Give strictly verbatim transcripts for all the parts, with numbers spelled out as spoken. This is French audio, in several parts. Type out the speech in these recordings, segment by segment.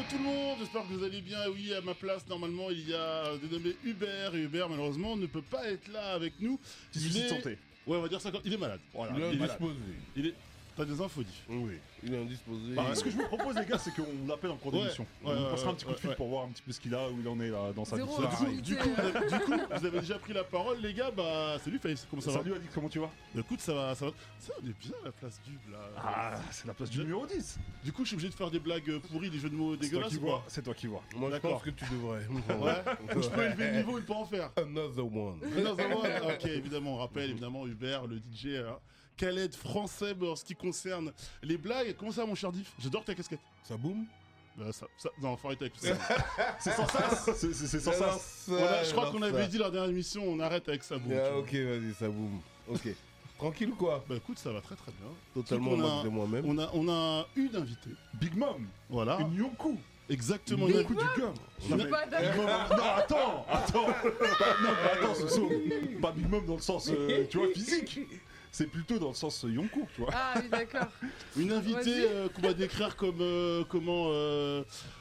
tout le monde, j'espère que vous allez bien. Oui, à ma place, normalement, il y a dénommé Hubert, et Hubert, malheureusement, ne peut pas être là avec nous. Il est... santé. Ouais, on va dire ça comme... Il est malade. Voilà. Il est il indisposé. Est... Il est... T'as des infos, dit. Oui, il est indisposé. Bah, ce que je vous propose, les gars, c'est qu'on l'appelle en cours d'émission. Ouais, ouais, on passera un petit coup de ouais, fil ouais. pour voir un petit peu ce qu'il a, où il en est là, dans sa vie. Zéro Du coup, activité, du, coup, vous euh. avez, du coup, vous avez déjà pris la parole, les gars. Bah, salut Face, comment ça Salut va? Alix, comment tu vas? Écoute, ça va, ça va. Ça, on est bien à la place d'Hub là. Ah, c'est la place du numéro dix. Du coup, je suis obligé de faire des blagues pourries, des jeux de mots C'est toi dégueulasses qui ou vois. pas? C'est toi qui vois. Moi, je D'accord. pense que tu devrais. Ouais. Je peux élever le niveau et pas en faire. Another one. Another one. Ok, évidemment, on rappelle évidemment Hubert, le D J. Hein. Khaled français en ce qui concerne les blagues. Comment ça, mon cher Diff? J'adore ta casquette. Ça boum? Bah, ça, ça, non, faut arrêter avec tout ça. C'est sans ça. C'est c'est sans ça. On a- je crois qu'on avait dit la dernière émission, on arrête avec ça. Bon, tu Ah, vois. ok, vas-y, ça boum. Ok. Tranquille ou quoi? Bah écoute, ça va très très bien. Totalement on a- moque de moi-même. On a, on a une invitée. Big Mom. Voilà. Une Yonkou. Exactement. Une Une Yonkou du gum. Je suis pas d'accord. Non, attends, attends. Pas- non, mais attends, Soso. Pas Big Mom dans le sens, euh, tu vois, physique. C'est plutôt dans le sens euh, Yonkou, tu vois. Ah oui, d'accord. Une invitée Vas-y. euh, qu'on va décrire comme euh, comment euh,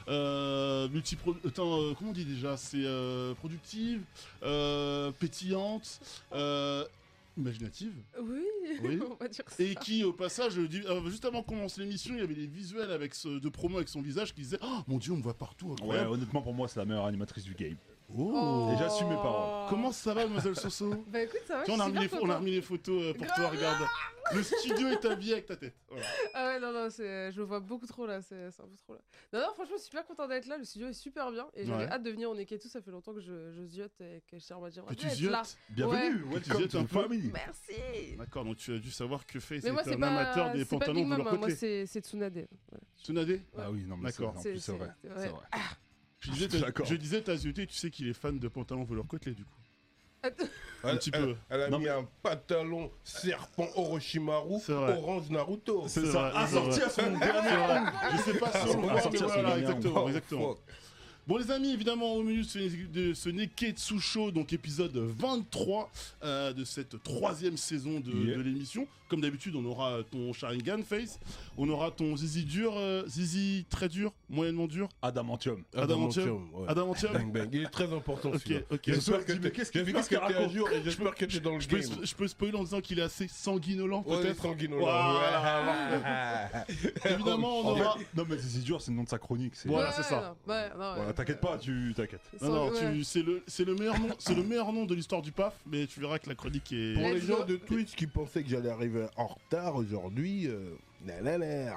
euh, multipro... Attends, euh, comment on dit déjà? C'est euh, productive, euh, pétillante, euh, imaginative. Oui, Oui. on va dire ça. Et qui, au passage, dit- euh, juste avant qu'on commence l'émission, il y avait les visuels avec ce, de promo avec son visage qui disait oh, mon Dieu, on me voit partout, Ouais, incroyable. honnêtement, pour moi, c'est la meilleure animatrice du game. Oh. Et j'assume mes paroles. Comment ça va, mademoiselle Soso? Bah écoute, ça va, Tiens, on, je a suis remis les, super pho- on a contente. remis les photos euh, pour Grave. toi, regarde. Le studio est habillé avec ta tête. Voilà. Ah ouais, non, non, c'est... je le vois beaucoup trop là, c'est, c'est un peu trop là. Non, non, franchement, je suis super content d'être là, le studio est super bien et j'avais Ouais. hâte de venir, on est tout, ça fait longtemps que je, je ziote et que je suis en mode dire, Que tu ouais, être là. ziotes. Bienvenue, Ouais. welcome Tu to un the peu. family. Merci. D'accord, donc tu as dû savoir que Face Mais moi, est c'est un pas, amateur des c'est pas pantalons Big Mom, velours hein, moi, côtelé. c'est, c'est Tsunade. Voilà. Tsunade? Ah oui, non, mais c'est, D'accord. en C'est- plus, c'est c'est- vrai. c'est C'est vrai. vrai. Je disais, Je suis t'as- d'accord. je disais, t'as zioté, tu sais qu'il est fan de pantalons velours côtelé, du coup. Attends. Un Elle- petit elle- peu. Elle a Non, mis mais- un pantalon serpent Orochimaru, C'est vrai. orange Naruto. C'est C'est ça, vrai, assorti c'est à son C'est dernier. vrai. Je sais pas si on le voit, Assorti mais à son voilà, dernier exactement, Oh, exactement. fuck. Bon les amis, évidemment au milieu de ce, de ce Neketsu Show, donc épisode vingt-trois euh, de cette troisième saison de, Yeah. de l'émission. Comme d'habitude, on aura ton Sharingan Face, on aura ton Zizi dur, euh, Zizi très dur, moyennement dur, Adamantium. Adamantium. ouais. Adamantium. Bang, bang. Il est très important Ok, celui-là. ok. J'espère que Mais t'es- qu'est-ce qu'il j'espère fait, que qu'est-ce t'es qu'il à jour et j'espère que t'es dans le Je peux, game. je peux spoiler en disant qu'il est assez sanguinolent Ouais, peut-être. sanguinolent. Voilà. Évidemment, on En aura... fait, non, mais c'est dur, c'est le nom de sa chronique. c'est- Voilà, Ouais, c'est ça. non, ouais, non, Voilà, ouais. t'inquiète pas, tu t'inquiètes. Sans- Non, non, ouais. tu- c'est le, c'est le meilleur nom, c'est le meilleur nom de l'histoire du P A F, mais tu verras que la chronique est. Pour les Let's gens go. de Twitch qui pensaient que j'allais arriver en retard aujourd'hui, euh, nanana,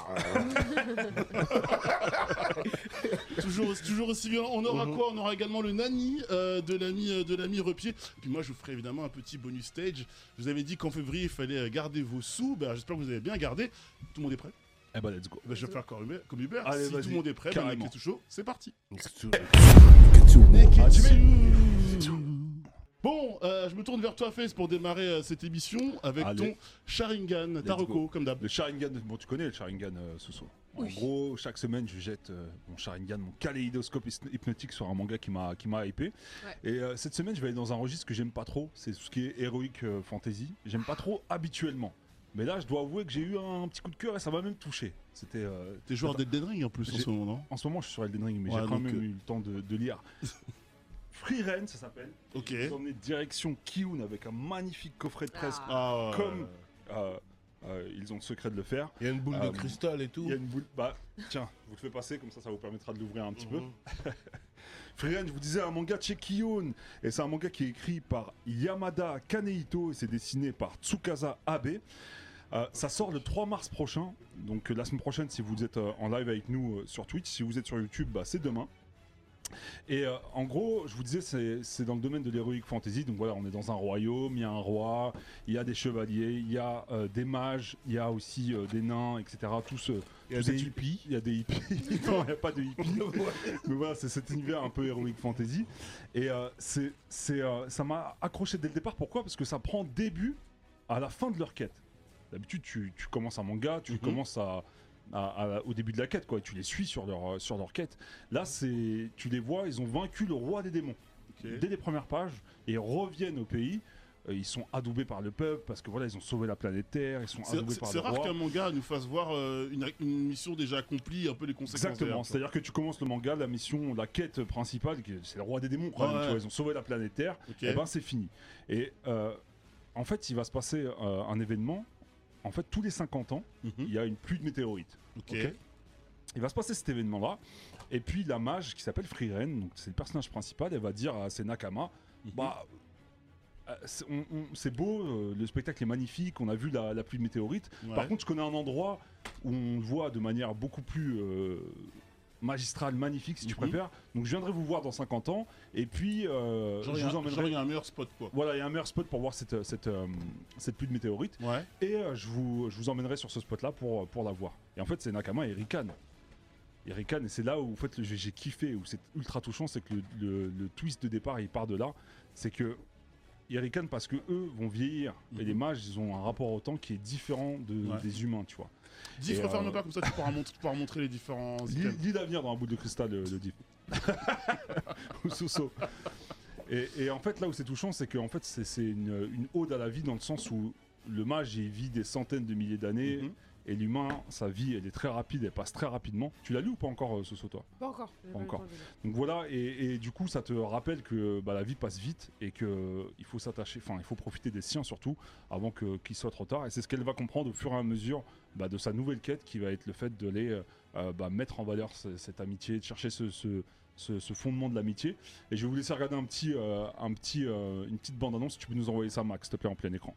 toujours, toujours aussi violent. On aura Mhm. quoi? On aura également le Nani euh, de l'ami euh, de l'ami Repied. Puis moi, je vous ferai évidemment un petit bonus stage. Je vous avais dit qu'en février, il fallait euh, garder vos sous. Ben, j'espère que vous avez bien gardé. Tout le monde est prêt? Eh ben, let's go. Ben, je vais faire comme Hubert. Comme Hubert. Allez, si vas-y, tout le monde est prêt, ben, carrément. Neketsu Show, c'est parti. Neketsu. Neketsu. Bon, euh, je me tourne vers toi, Face, pour démarrer euh, cette émission avec Allez. ton Sharingan, Let's Taroko, go. comme d'hab. Le Sharingan, bon, tu connais le Sharingan, euh, Soso. En Oui. gros, chaque semaine, je jette euh, mon Sharingan, mon kaléidoscope hys- hypnotique sur un manga qui m'a qui m'a hypé. Ouais. Et euh, cette semaine, je vais aller dans un registre que j'aime pas trop. C'est tout ce qui est héroïque euh, fantasy. J'aime pas trop habituellement. Mais là, je dois avouer que j'ai eu un petit coup de cœur et ça m'a même touché. C'était. euh, T'es joueur d'Elden Ring en plus en J'ai- ce moment, non? En ce moment, je suis sur Elden Ring, mais Ouais, j'ai quand donc, même euh, eu le temps de, de lire. Free Ren, ça s'appelle. Ok. Ils ont emmené direction Kiun avec un magnifique coffret de presse. Ah. Ah, ouais. Comme euh, euh, ils ont le secret de le faire. Il y a une boule Euh, de cristal et tout. Il y a une boule. Bah, tiens, je vous le fais passer, comme ça, ça vous permettra de l'ouvrir un petit peu. Mhm. Free Ren, je vous disais, un manga de chez Kiun. Et c'est un manga qui est écrit par Yamada Kanehito et c'est dessiné par Tsukasa Abe. Euh, ça sort le trois mars prochain. Donc, euh, la semaine prochaine, si vous êtes euh, en live avec nous euh, sur Twitch. Si vous êtes sur YouTube, bah, c'est demain. Et euh, en gros, je vous disais, c'est, c'est dans le domaine de l'heroic fantasy. Donc voilà, on est dans un royaume, il y a un roi, il y a des chevaliers, il y a euh, des mages, il y a aussi euh, des nains, et cetera. Tous, euh, Il y a tous des ces- hippies. Il y a des hippies. Non, il n'y a pas de hippies. Mais voilà, c'est cet univers un peu heroic fantasy. Et euh, c'est, c'est, euh, ça m'a accroché dès le départ. Pourquoi? Parce que ça prend début à la fin de leur quête. D'habitude, tu, tu commences un manga, tu Mhm. commences à, à- à- au début de la quête, quoi. Tu les suis sur leur, euh, sur leur quête. Là, c'est, tu les vois, ils ont vaincu le roi des démons Ok. dès les premières pages et ils reviennent au pays. euh, ils sont adoubés par le peuple parce que voilà, ils ont sauvé la planète Terre, ils sont C'est adoubés c'est- par c'est le rare roi. qu'un manga nous fasse voir euh, une, une mission déjà accomplie, un peu les conséquences. Exactement, derrière, c'est-à-dire que tu commences le manga, la mission, la quête principale, qui est- c'est le roi des démons, quand Ouais, même, tu ouais. vois, ils ont sauvé la planète Terre, Ok. et ben c'est fini. Et euh, en fait, il va se passer euh, un événement, en fait, tous les cinquante ans, Mhm. il y a une pluie de météorites. Ok. Ok. Il va se passer cet événement-là, et puis la mage qui s'appelle Frieren, donc c'est le personnage principal, elle va dire à ses Nakama, Mhm. bah, euh, c'est on- on- c'est beau, euh, le spectacle est magnifique, on a vu la, la pluie de météorites. Ouais. Par contre, je connais un endroit où on le voit de manière beaucoup plus euh, magistrale, magnifique, si tu Mhm. préfères. Donc je viendrai vous voir dans cinquante ans, et puis euh, Genre, il je y a- vous genre, il emmènerai. y a un meilleur spot, quoi. Voilà, il y a un meilleur spot pour voir cette, cette, euh, cette pluie de météorites. Ouais. Et euh, je, vous, je vous emmènerai sur ce spot-là pour, pour la voir. Et en fait, c'est Nakama et Rikan. Et Rikan, et c'est là où en fait, le- j'ai j'ai kiffé, où c'est ultra touchant, c'est que le, le- le twist de départ, il part de là. C'est que ils ricanent parce que eux vont vieillir. Et Mhm. les mages, ils ont un rapport au temps qui est différent de, Ouais. des humains, tu vois. Diff, Et, referme euh, pas, comme ça tu pourras, montrer, tu pourras montrer les différents Lis items. lis l'avenir dans un bout de cristal, le, le diff. Ou Soso. Et, et en fait, là où c'est touchant, c'est qu'en fait, c'est c'est une, une ode à la vie dans le sens où le mage, il vit des centaines de milliers d'années. Mhm. Et l'humain, sa vie, elle est très rapide, elle passe très rapidement. Tu l'as lu ou pas encore, euh, Soso, toi? Pas encore. j'ai Pas eu le encore. temps de le lire. Donc voilà, et, et du coup, ça te rappelle que bah, la vie passe vite et que il faut s'attacher, enfin, il faut profiter des siens surtout avant que qu'il soit trop tard. Et c'est ce qu'elle va comprendre au fur et à mesure bah, de sa nouvelle quête, qui va être le fait de les euh, bah, mettre en valeur ce- cette amitié, de chercher ce, ce, ce- ce fondement de l'amitié. Et je vais vous laisser regarder un petit, euh, un petit, euh, une petite bande-annonce. Si tu peux nous envoyer ça, Max, s'il te plaît, en plein écran.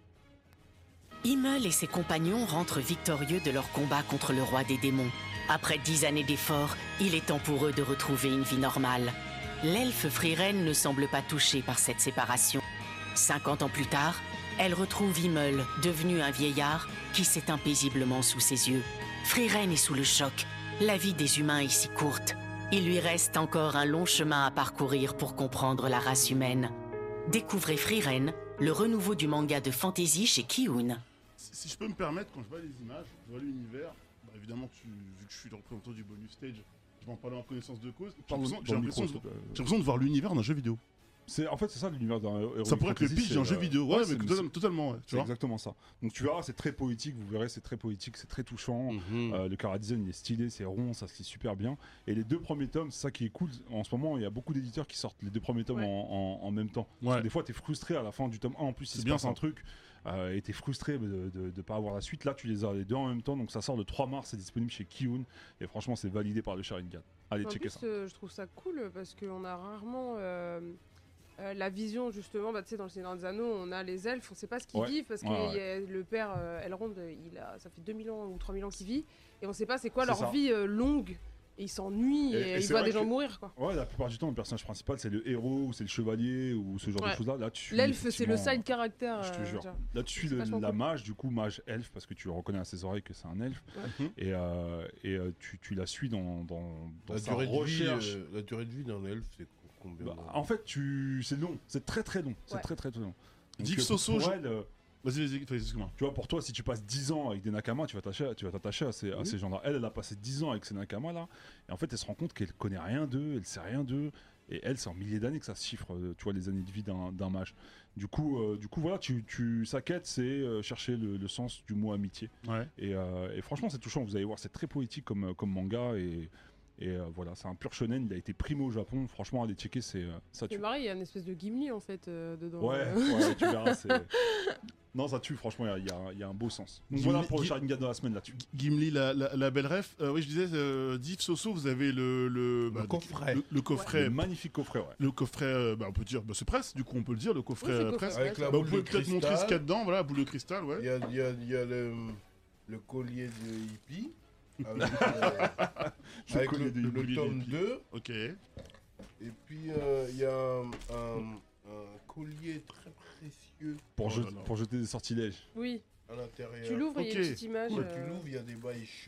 Himmel et ses compagnons rentrent victorieux de leur combat contre le roi des démons. Après dix années d'efforts, il est temps pour eux de retrouver une vie normale. L'elfe Frieren ne semble pas touché par cette séparation. Cinquante ans plus tard, elle retrouve Himmel, devenu un vieillard qui s'éteint paisiblement sous ses yeux. Frieren est sous le choc. La vie des humains est si courte. Il lui reste encore un long chemin à parcourir pour comprendre la race humaine. Découvrez Frieren, le renouveau du manga de fantasy chez Kiun. Si, si je peux me permettre, quand je vois les images, je vois l'univers, bah, évidemment, tu- vu que je suis le représentant du bonus stage, je vais en parler en connaissance de cause. J'ai Parle l'impression- dans j'ai le l'impression micro, de, s'il te plaît. j'ai l'impression de voir l'univers d'un jeu vidéo. C'est, en fait, c'est ça l'univers d'un Heroic Ça pourrait être le Fantasy, pitch d'un c'est, jeu euh, vidéo, ouais, c'est- mais c'est- total- totalement, ouais, tu C'est vois. exactement ça. Donc tu verras, c'est très poétique, vous verrez, c'est très poétique, c'est très touchant. Mhm. Euh, le chara-design il est stylé, c'est rond, ça se lit super bien. Et les deux premiers tomes, c'est ça qui est cool. En ce moment, il y a beaucoup d'éditeurs qui sortent les deux premiers tomes Ouais. en, en- en même temps. Parce Ouais. que des fois, t'es frustré à la fin du tome un. En plus, C'est il se bien passe ça. un truc euh, et t'es frustré de ne pas avoir la suite. Là, tu les as les deux en même temps. Donc ça sort le trois mars, c'est disponible chez Kiun. Et franchement, c'est validé par le Sharingan. Allez, En checker plus, ça. euh, je trouve ça cool parce qu'on a rarement euh, euh, la vision, justement, bah, tu sais, dans le Seigneur des Anneaux, on a les elfes, on sait pas ce qu'ils Ouais. vivent parce que Ouais, il y a le père euh, Elrond, il a, ça fait deux mille ans ou trois mille ans qu'il vit et on sait pas c'est quoi C'est leur ça. vie euh, longue et ils s'ennuient Et- et, et ils c'est voient vrai des gens que- mourir, quoi. Ouais, la plupart du temps, le personnage principal, c'est le héros ou c'est le chevalier ou ce genre de Ouais. choses-là. Là, tu suis L'elfe, c'est le effectivement- side character. Je te euh, jure. tu vois. Là, tu suis C'est le- vachement la cool. mage, du coup, mage elfe, parce que tu reconnais à ses oreilles que c'est un elfe. Mhm. Et, euh, et euh, tu, tu la suis dans, dans, dans La sa durée, de vie, recherche. euh, la durée de vie d'un elfe, c'est combien Bah, de- en fait, tu... c'est long, c'est très très long. C'est Ouais. très très très long. Donc, Div euh, Soso, pour je- elle, euh, Vas-y, vas-y, vas-y, excuse-moi. tu vois, pour toi, si tu passes dix ans avec des Nakama, tu vas t'attacher, tu vas t'attacher à ces, à Oui. ces gens-là. Elle, elle a passé dix ans avec ces Nakama là, et en fait, elle se rend compte qu'elle connaît rien d'eux, elle sait rien d'eux, et elle, c'est en milliers d'années que ça se chiffre, euh, tu vois, les années de vie d'un, d'un mage. Du coup, euh, du coup, voilà, tu, tu, sa quête, c'est euh, chercher le, le sens du mot amitié. Ouais. Et, euh, et franchement, c'est touchant. Vous allez voir, c'est très poétique comme, comme manga, et, et euh, voilà, c'est un pur shonen. Il a été primé au Japon. Franchement, allez checker, c'est euh, ça C'est tue. marrant, il y a une espèce de Gimli en fait euh, dedans. Ouais, Euh, ouais, tu verras, c'est. Non, ça tue, franchement, il y, a- il y a- il y a un beau sens. Donc Gimli- voilà pour le Gi- Sharingan de la semaine là-dessus. Gimli, la, la, la belle ref. Euh, oui, je disais, euh, Div Soso, vous avez le. Le, bah, coffret. Le, le coffret. Le magnifique coffret, ouais. Le coffret, euh, bah, on peut dire, bah, c'est presse, du coup, on peut le dire, le coffret Oui, c'est euh, le presse. coffret. Avec la Bah, vous boule pouvez de peut-être montrer ce qu'il y a cristal. dedans, voilà, boule de cristal, Il ouais. y a, il y a- il y a le, le collier de hippie. Avec, euh, Le avec collier le, de le hippie. tome deux. Ok. Et puis euh, il y a un, un- un collier très précieux Pour, Oh je- là là. pour jeter des sortilèges. Oui, à l'intérieur. tu l'ouvres et il y a Ok. une petite image. Quand euh, tu l'ouvres, il y a des bails chelous.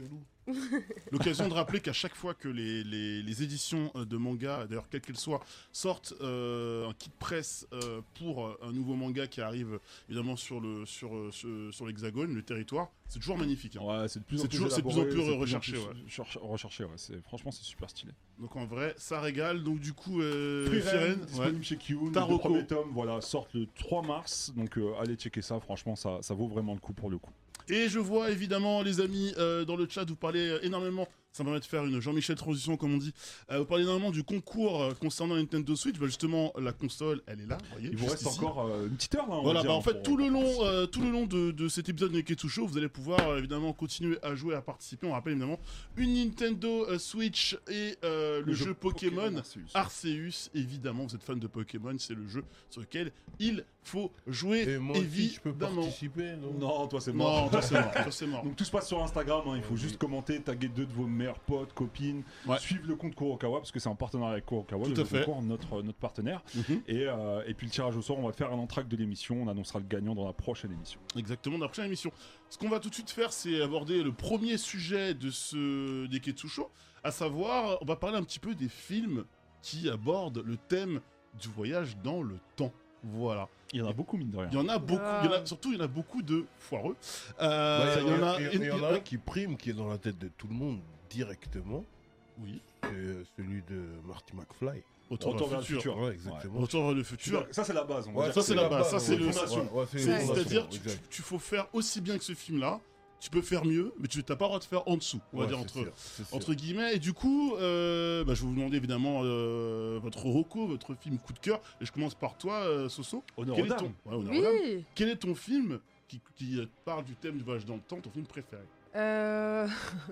L'occasion de rappeler qu'à chaque fois que les, les, les éditions de manga, d'ailleurs quelles qu'elles soient, sortent euh, un kit presse euh, pour un nouveau manga qui arrive évidemment sur le sur, euh, sur, sur l'hexagone, le territoire, c'est toujours magnifique. Hein. Ouais, c'est de plus en C'est plus toujours- c'est de plus en élaboré, plus c'est de recherché, plus- ouais. cher- Recherché, ouais. C'est, franchement, c'est super stylé. Donc en vrai, ça régale. Donc du coup, euh, Frieren, Frieren, ouais. disponible chez Kiyun. Les deux Taroko. premiers tomes, voilà, sortent le trois mars. Donc euh, allez checker ça. Franchement, ça, ça vaut vraiment le coup pour le coup. Et je vois évidemment les amis euh, dans le chat, vous parlez euh, énormément, ça me permet de faire une Jean-Michel transition comme on dit, euh, vous parlez énormément du concours euh, concernant la Nintendo Switch, bah, justement la console elle est là, vous voyez. Il vous juste reste ici. encore euh, une petite heure là. on va Voilà, dire, bah en fait pour- tout le pour long, participer. euh, tout le long de, de cet épisode de Neketsu Show, vous allez pouvoir euh, évidemment continuer à jouer, à participer. On rappelle évidemment une Nintendo euh, Switch et euh, le, jeu, Pokémon, Arceus. Arceus. Évidemment, vous êtes fan de Pokémon, c'est le jeu sur lequel il faut jouer Et moi aussi, je peux évidemment. participer, non Non, toi c'est mort. Non, toi c'est mort, toi c'est mort. Donc tout se passe sur Instagram, hein, il faut Oui. juste commenter, taguer deux de vos meilleurs potes, copines, Ouais. suivre le compte Kurokawa parce que c'est en partenariat avec Kurokawa, Tout le à fait. concours, notre, notre partenaire. Mhm. Et, euh, et puis le tirage au sort, on va faire un entracte de l'émission, on annoncera le gagnant dans la prochaine émission. Exactement, dans la prochaine émission. Ce qu'on va tout de suite faire, c'est aborder le premier sujet de ce Neketsu Show, à savoir, on va parler un petit peu des films qui abordent le thème du voyage dans le temps. Voilà. Il y en a beaucoup mine de rien. Il y en a beaucoup, il y en a, surtout il y en a beaucoup de foireux. Euh, Bah, il y en a, et- et il y en a un qui prime, qui est dans la tête de tout le monde directement. Oui. C'est celui de Marty McFly. Retour, Retour vers le futur. Ouais, exactement. Retour vers le futur. Ça c'est la base. On va Ouais, dire. ça, c'est la base, ça, c'est ouais, le- ouais, fondation. ouais, c'est C'est- une fondation, C'est-à-dire, tu, exact. tu faut faire aussi bien que ce film-là. Tu peux faire mieux, mais tu n'as pas le droit de faire en dessous. On va Ouais, dire c'est entre sûr, c'est sûr. entre guillemets. Et du coup, euh, bah, je vais vous demander évidemment euh, votre reco, votre film coup de cœur. Et je commence par toi, euh, Soso. Honneur Quel aux est dames. ton... ouais, honneur aux dames. Oui. Quel est ton film qui, qui euh, parle du thème du voyage dans le temps, ton film préféré? Euh...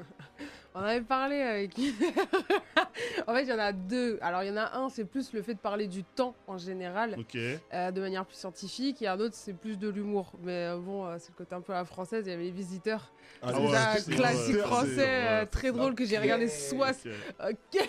On avait parlé avec. En fait, il y en a deux. Alors, il y en a un, c'est plus le fait de parler du temps en général, Ok. euh, de manière plus scientifique, et un autre, c'est plus de l'humour. Mais euh, bon, euh, c'est le côté un peu à la française. Il y avait Les Visiteurs. Ah, c'est ouais, un c'est- classique ouais, français c'est- euh, ouais, très c'est drôle que j'ai ok. regardé soixante. Ok. Ok.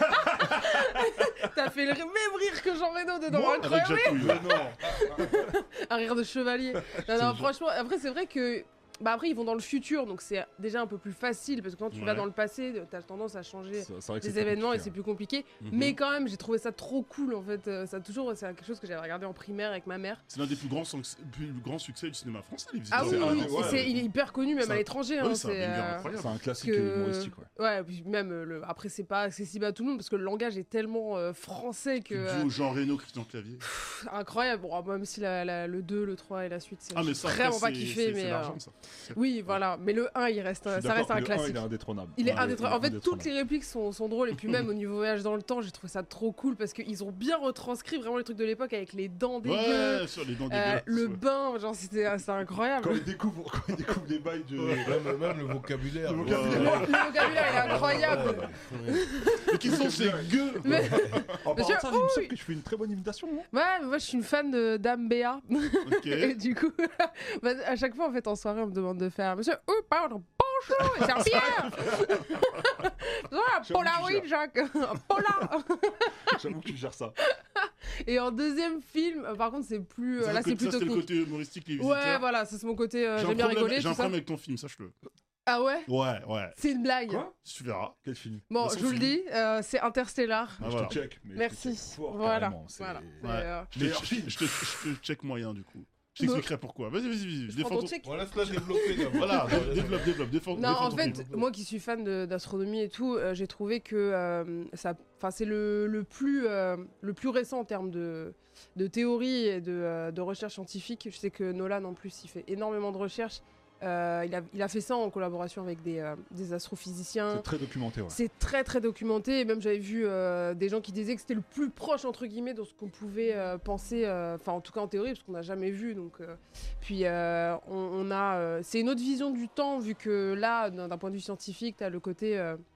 T'as fait le même rire que Jean Reno dedans, Moi, avec incroyable. Jacques Couille. Un rire de chevalier. Non, non, franchement, après, c'est vrai que. Bah, après, ils vont dans le futur, donc c'est déjà un peu plus facile, parce que quand tu vas Ouais. dans le passé, t'as tendance à changer C'est- c'est vrai que des c'est très événements et compliqué, c'est plus compliqué. Mhm. Mais quand même, j'ai trouvé ça trop cool en fait. Euh, Ça a toujours, c'est quelque chose que j'avais regardé en primaire avec ma mère. C'est l'un des plus grands, suc- plus grands succès du cinéma français, Les Visiteurs. Ah oui, c'est oui, un- oui, ouais, et c'est- ouais. il est hyper connu même C'est à un- l'étranger. oui, hein, c'est un c'est, banger euh, incroyable. C'est un classique que- humoristique. Ouais. Ouais, puis même euh, le... après c'est pas accessible à tout le monde parce que le langage est tellement euh, français que Tu euh, joues au Jean Reno, Christian Clavier. pff, incroyable. Bon, même si la- la- le deux, le trois et la suite, c'est Ah, mais j'ai ça, après, vraiment pas c'est- kiffé, c'est- mais c'est euh, l'argent, ça. oui, voilà. Mais le un, il reste, Je suis ça d'accord reste que un le un, classique. il est indétrônable. Il est Ouais, indétrônable. En fait, indétrônable. toutes les répliques sont, sont drôles. Et puis même au niveau voyage dans le temps, j'ai trouvé ça trop cool parce qu'ils ont bien retranscrit vraiment les trucs de l'époque avec les dents dégueu, Ouais, sur les dents euh, dégueulasses. le ouais. bain, genre c'était c'était incroyable. Quand il découvre, quand il découvre les bails de. Même, même le vocabulaire. Le ouais. vocabulaire. Le, le vocabulaire il est incroyable. Ouais. Mais qui sont ces gueux Mais- En parlant Monsieur, de ça, il me semble que je fais une très bonne imitation. Non Ouais, mais moi je suis une fan de Dame Béa. Ok. Et du coup, bah, à chaque fois en fait en soirée, on me demande de faire Monsieur, oh, pardon, bonjour, et c'est un Pierre. Un tu Polaroid, Jacques. Un Polar. J'avoue que tu gères ça. Et en deuxième film, euh, par contre, c'est plus. euh, Ça, là, le c'est côté- ça, plutôt c'était le cool. côté humoristique, Les Visiteurs. Ouais, voilà, ça c'est mon côté. euh, J'ai un J'aime bien problème- rigoler. J'ai un Tout ça. problème avec ton film, sache-le. Ah ouais Ouais, ouais. C'est une blague. Quoi Tu verras. Quel film Bon, Bah, son je vous le film. dis, euh, c'est Interstellar. Ah, Je voilà. te check. mais je te Merci. check fort, Voilà. carrément, c'est- Voilà. C'est, Ouais. euh, Je te, Meilleur je, film. je te, je te check moyen, du coup. Je t'expliquerai pourquoi. Vas-y, vas-y, vas-y. je Défends prends ton ton... check. Bon, laisse-la développer d'abord. Voilà, dé- développe, développe, défends, Non, défends en ton fait, film. moi qui suis fan de- d'astronomie et tout, euh, j'ai trouvé que euh, ça, enfin, c'est le, le plus, euh, le plus récent en termes de, de théorie et de, euh, de recherche scientifique. Je sais que Nolan en plus, il fait énormément de recherches. Euh, il, a, il a fait ça en collaboration avec des, euh, des astrophysiciens. C'est très documenté, ouais. C'est très très documenté et même j'avais vu euh, des gens qui disaient que c'était le plus proche entre guillemets de ce qu'on pouvait euh, penser, euh, enfin en tout cas en théorie parce qu'on n'a jamais vu donc euh, puis euh, on, on a euh, c'est une autre vision du temps vu que là d'un d'un point de vue scientifique t'as le côté euh,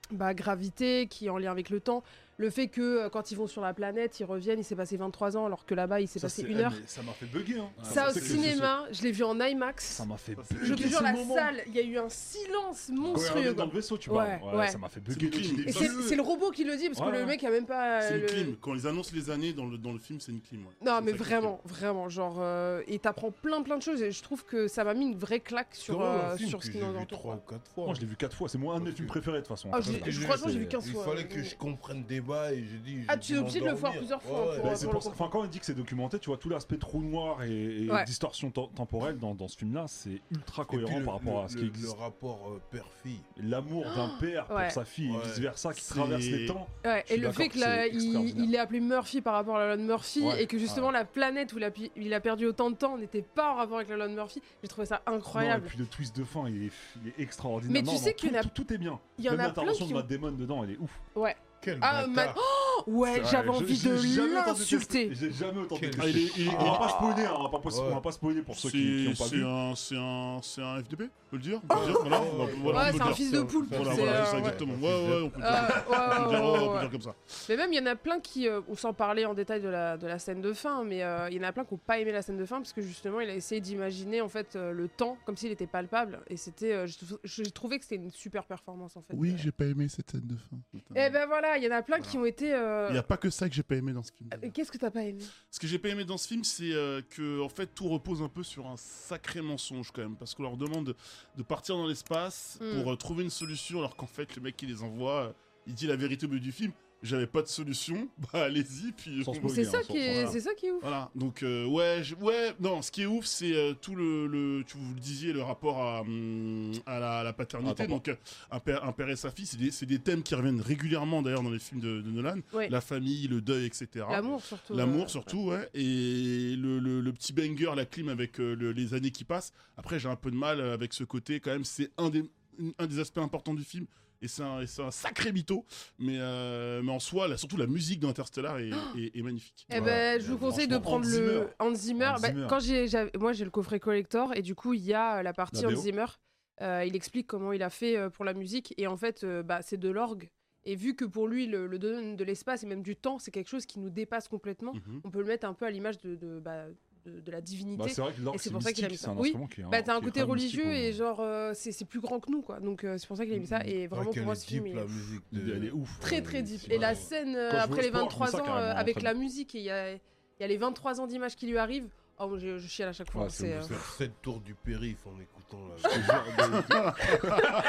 bah, gravité, qui est en lien avec le temps. Le fait que euh, quand ils vont sur la planète, ils reviennent, il s'est passé vingt-trois ans, alors que là-bas, il s'est Ça, passé c'est- une eh, heure. mais ça m'a fait bugger. Hein. Ça, au c'est que- cinéma, je l'ai vu en IMAX. Ça m'a fait c'est- Je bugger. te jure, ce la moment. salle, il y a eu un silence Quand il monstrueux. arrive dans quoi. le vaisseau, tu Ouais, vois. Ouais, ouais. ça m'a fait C'est bugger. une clim. Et c'est c'est le robot qui le dit, parce Ouais, que le ouais. mec a même pas. C'est euh, une le- clim. Quand ils annoncent les années dans le, dans le film, c'est une clim. Ouais. Non, C'est mais ça qui est vraiment, vraiment, genre, euh, et t'apprends plein plein de choses, et je trouve que ça m'a mis une vraie claque sur, C'est vraiment euh, un film sur que ce qui j'ai nous vu entoure. trois ou quatre fois. Moi, je l'ai vu quatre fois. C'est moi un de mes films préférés de toute façon. Ah, je l'ai- Parce que je- je- franchement, j'ai vu c'est- quinze Il fois. fallait ouais. que je comprenne le débat et j'ai dit. Ah, j'ai tu es dû obligé de le voir m'endormir. plusieurs fois Ouais, pour- ouais. Bah, pour c'est le pour ça- comprendre. enfin, quand on dit que c'est documenté, tu vois, tout l'aspect trou noir et, et Ouais. distorsion tem- temporelle dans, dans ce film-là, c'est ultra Et puis cohérent le- par rapport le- à ce qui le- existe. Le rapport euh, père-fille. L'amour d'un père Ouais. pour sa fille Ouais. et vice-versa qui C'est- traverse les temps. Ouais, Je suis et le d'accord fait que que là, c'est il, extraordinaire. il est appelé Murphy par rapport à la loi de Murphy, Ouais, et que justement ouais. la planète où il a, pi- il a perdu autant de temps n'était pas en rapport avec la loi de Murphy, j'ai trouvé ça Non, et incroyable. puis le twist de fin, il est, il est extraordinaire. Mais tu Non, sais non, qu'il y en a- tout, tout, tout est bien. Il y en Même a plein l'intervention qui de ont... Matt Damon dedans, elle est ouf. Ouais, Quel Ah, bâtard. ouais, C'est vrai, j'avais je- envie j'ai de jamais autant l'insulter. détesté. J'ai jamais autant Quel- détesté. Ah, il est- il est- On va pas spoiler, hein, on va pas, Ouais. on va pas spoiler pour ceux qui n'ont C'est pas c'est vu. un, c'est un, c'est un F D P, on peut le dire, on peut le dire, voilà, on va- voilà, on Ouais, peut c'est le un dire. fils de poule. Voilà, c'est, voilà, euh, c'est ça, ouais. exactement. Ouais, ouais, on peut le dire. Ah, ouais, On peut le dire, ouais, ouais, on ouais, peut le ouais. dire comme ça. Mais même, il y en a plein qui, euh, on s'en parlait en détail de la, de la scène de fin, mais euh, il y en a plein qui n'ont pas aimé la scène de fin parce que justement, il a essayé d'imaginer en fait euh, le temps comme s'il était palpable, et c'était, euh, j'ai trou- j'ai trouvé que c'était une super performance en fait. Oui, Euh, j'ai pas aimé cette scène de fin. Et ben voilà, il y en a plein Voilà. qui ont été. euh, Il n'y a pas que ça que j'ai pas aimé dans ce film. euh, Qu'est-ce que t'as pas aimé? Ce que j'ai pas aimé dans ce film, c'est euh, que en fait tout repose un peu sur un sacré mensonge quand même, parce qu'on leur demande de, de partir dans l'espace Mm. pour euh, trouver une solution, alors qu'en fait le mec qui les envoie, euh, il dit la vérité au milieu du film. J'avais pas de solution, bah allez-y puis. Sans on- spoiler. C'est hein, ça sans- qui est, voilà. c'est ça qui est ouf. Voilà, donc euh, ouais, je- ouais, non, ce qui est ouf, c'est euh, tout le, le, tu vous le disiez, le rapport à, hum, à, la, à la paternité. Attends, donc euh, un père, un père et sa fille, c'est des, c'est des thèmes qui reviennent régulièrement d'ailleurs dans les films de, de Nolan, Ouais. la famille, le deuil, et cetera. L'amour surtout. L'amour euh, surtout, ouais. Et le, le- le petit banger, la clim avec euh, le- les années qui passent. Après, j'ai un peu de mal avec ce côté, quand même, c'est un des, un des aspects importants du film. Et c'est un, et c'est un sacré mytho. Mais, euh, mais en soi, là, surtout la musique d'Interstellar est, est, est magnifique. Eh ben, Ouais, je vous euh, conseille de franchement, prendre Hans le Zimmer. Hans Zimmer. Hans Bah, Zimmer. quand j'ai, j'avais- moi, j'ai le coffret collector et du coup, il y a euh, la partie La Hans B O. Zimmer. Euh, il explique comment il a fait euh, pour la musique et en fait, euh, bah, c'est de l'orgue. Et vu que pour lui, le, le domaine de l'espace et même du temps, c'est quelque chose qui nous dépasse complètement, Mhm. on peut le mettre un peu à l'image de, de, bah, de, de la divinité. Bah, c'est vrai que l'orgue, Et c'est c'est pour ça qu'il a mis mystique, ça. c'est un Oui. instrument qui est Bah, un- t'as un qui est côté vraiment mystique, religieux et ouais. genre, euh, c'est c'est plus grand que nous, quoi. Donc, euh, c'est pour ça qu'il a mis ça. Et vraiment, Ah, pour quelle moi, est ce film deep, est la musique de- Elle est ouf. très, Ouais, très deep. c'est Et la vrai. scène, euh, Quand je après vois les le sport, vingt-trois je mets ça ans, carrément, euh, avec très la musique, et il y a, il y a les vingt-trois ans d'images qui lui arrivent. Oh, moi, je, je chiale à chaque fois. Ouais, c'est c'est, ouf, euh, Faire sept tours du périph' en écoutant la. Je te jure, de-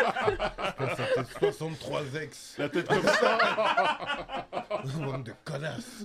Je pense à tes soixante-trois ex. La tête comme ça. Bande de connasses.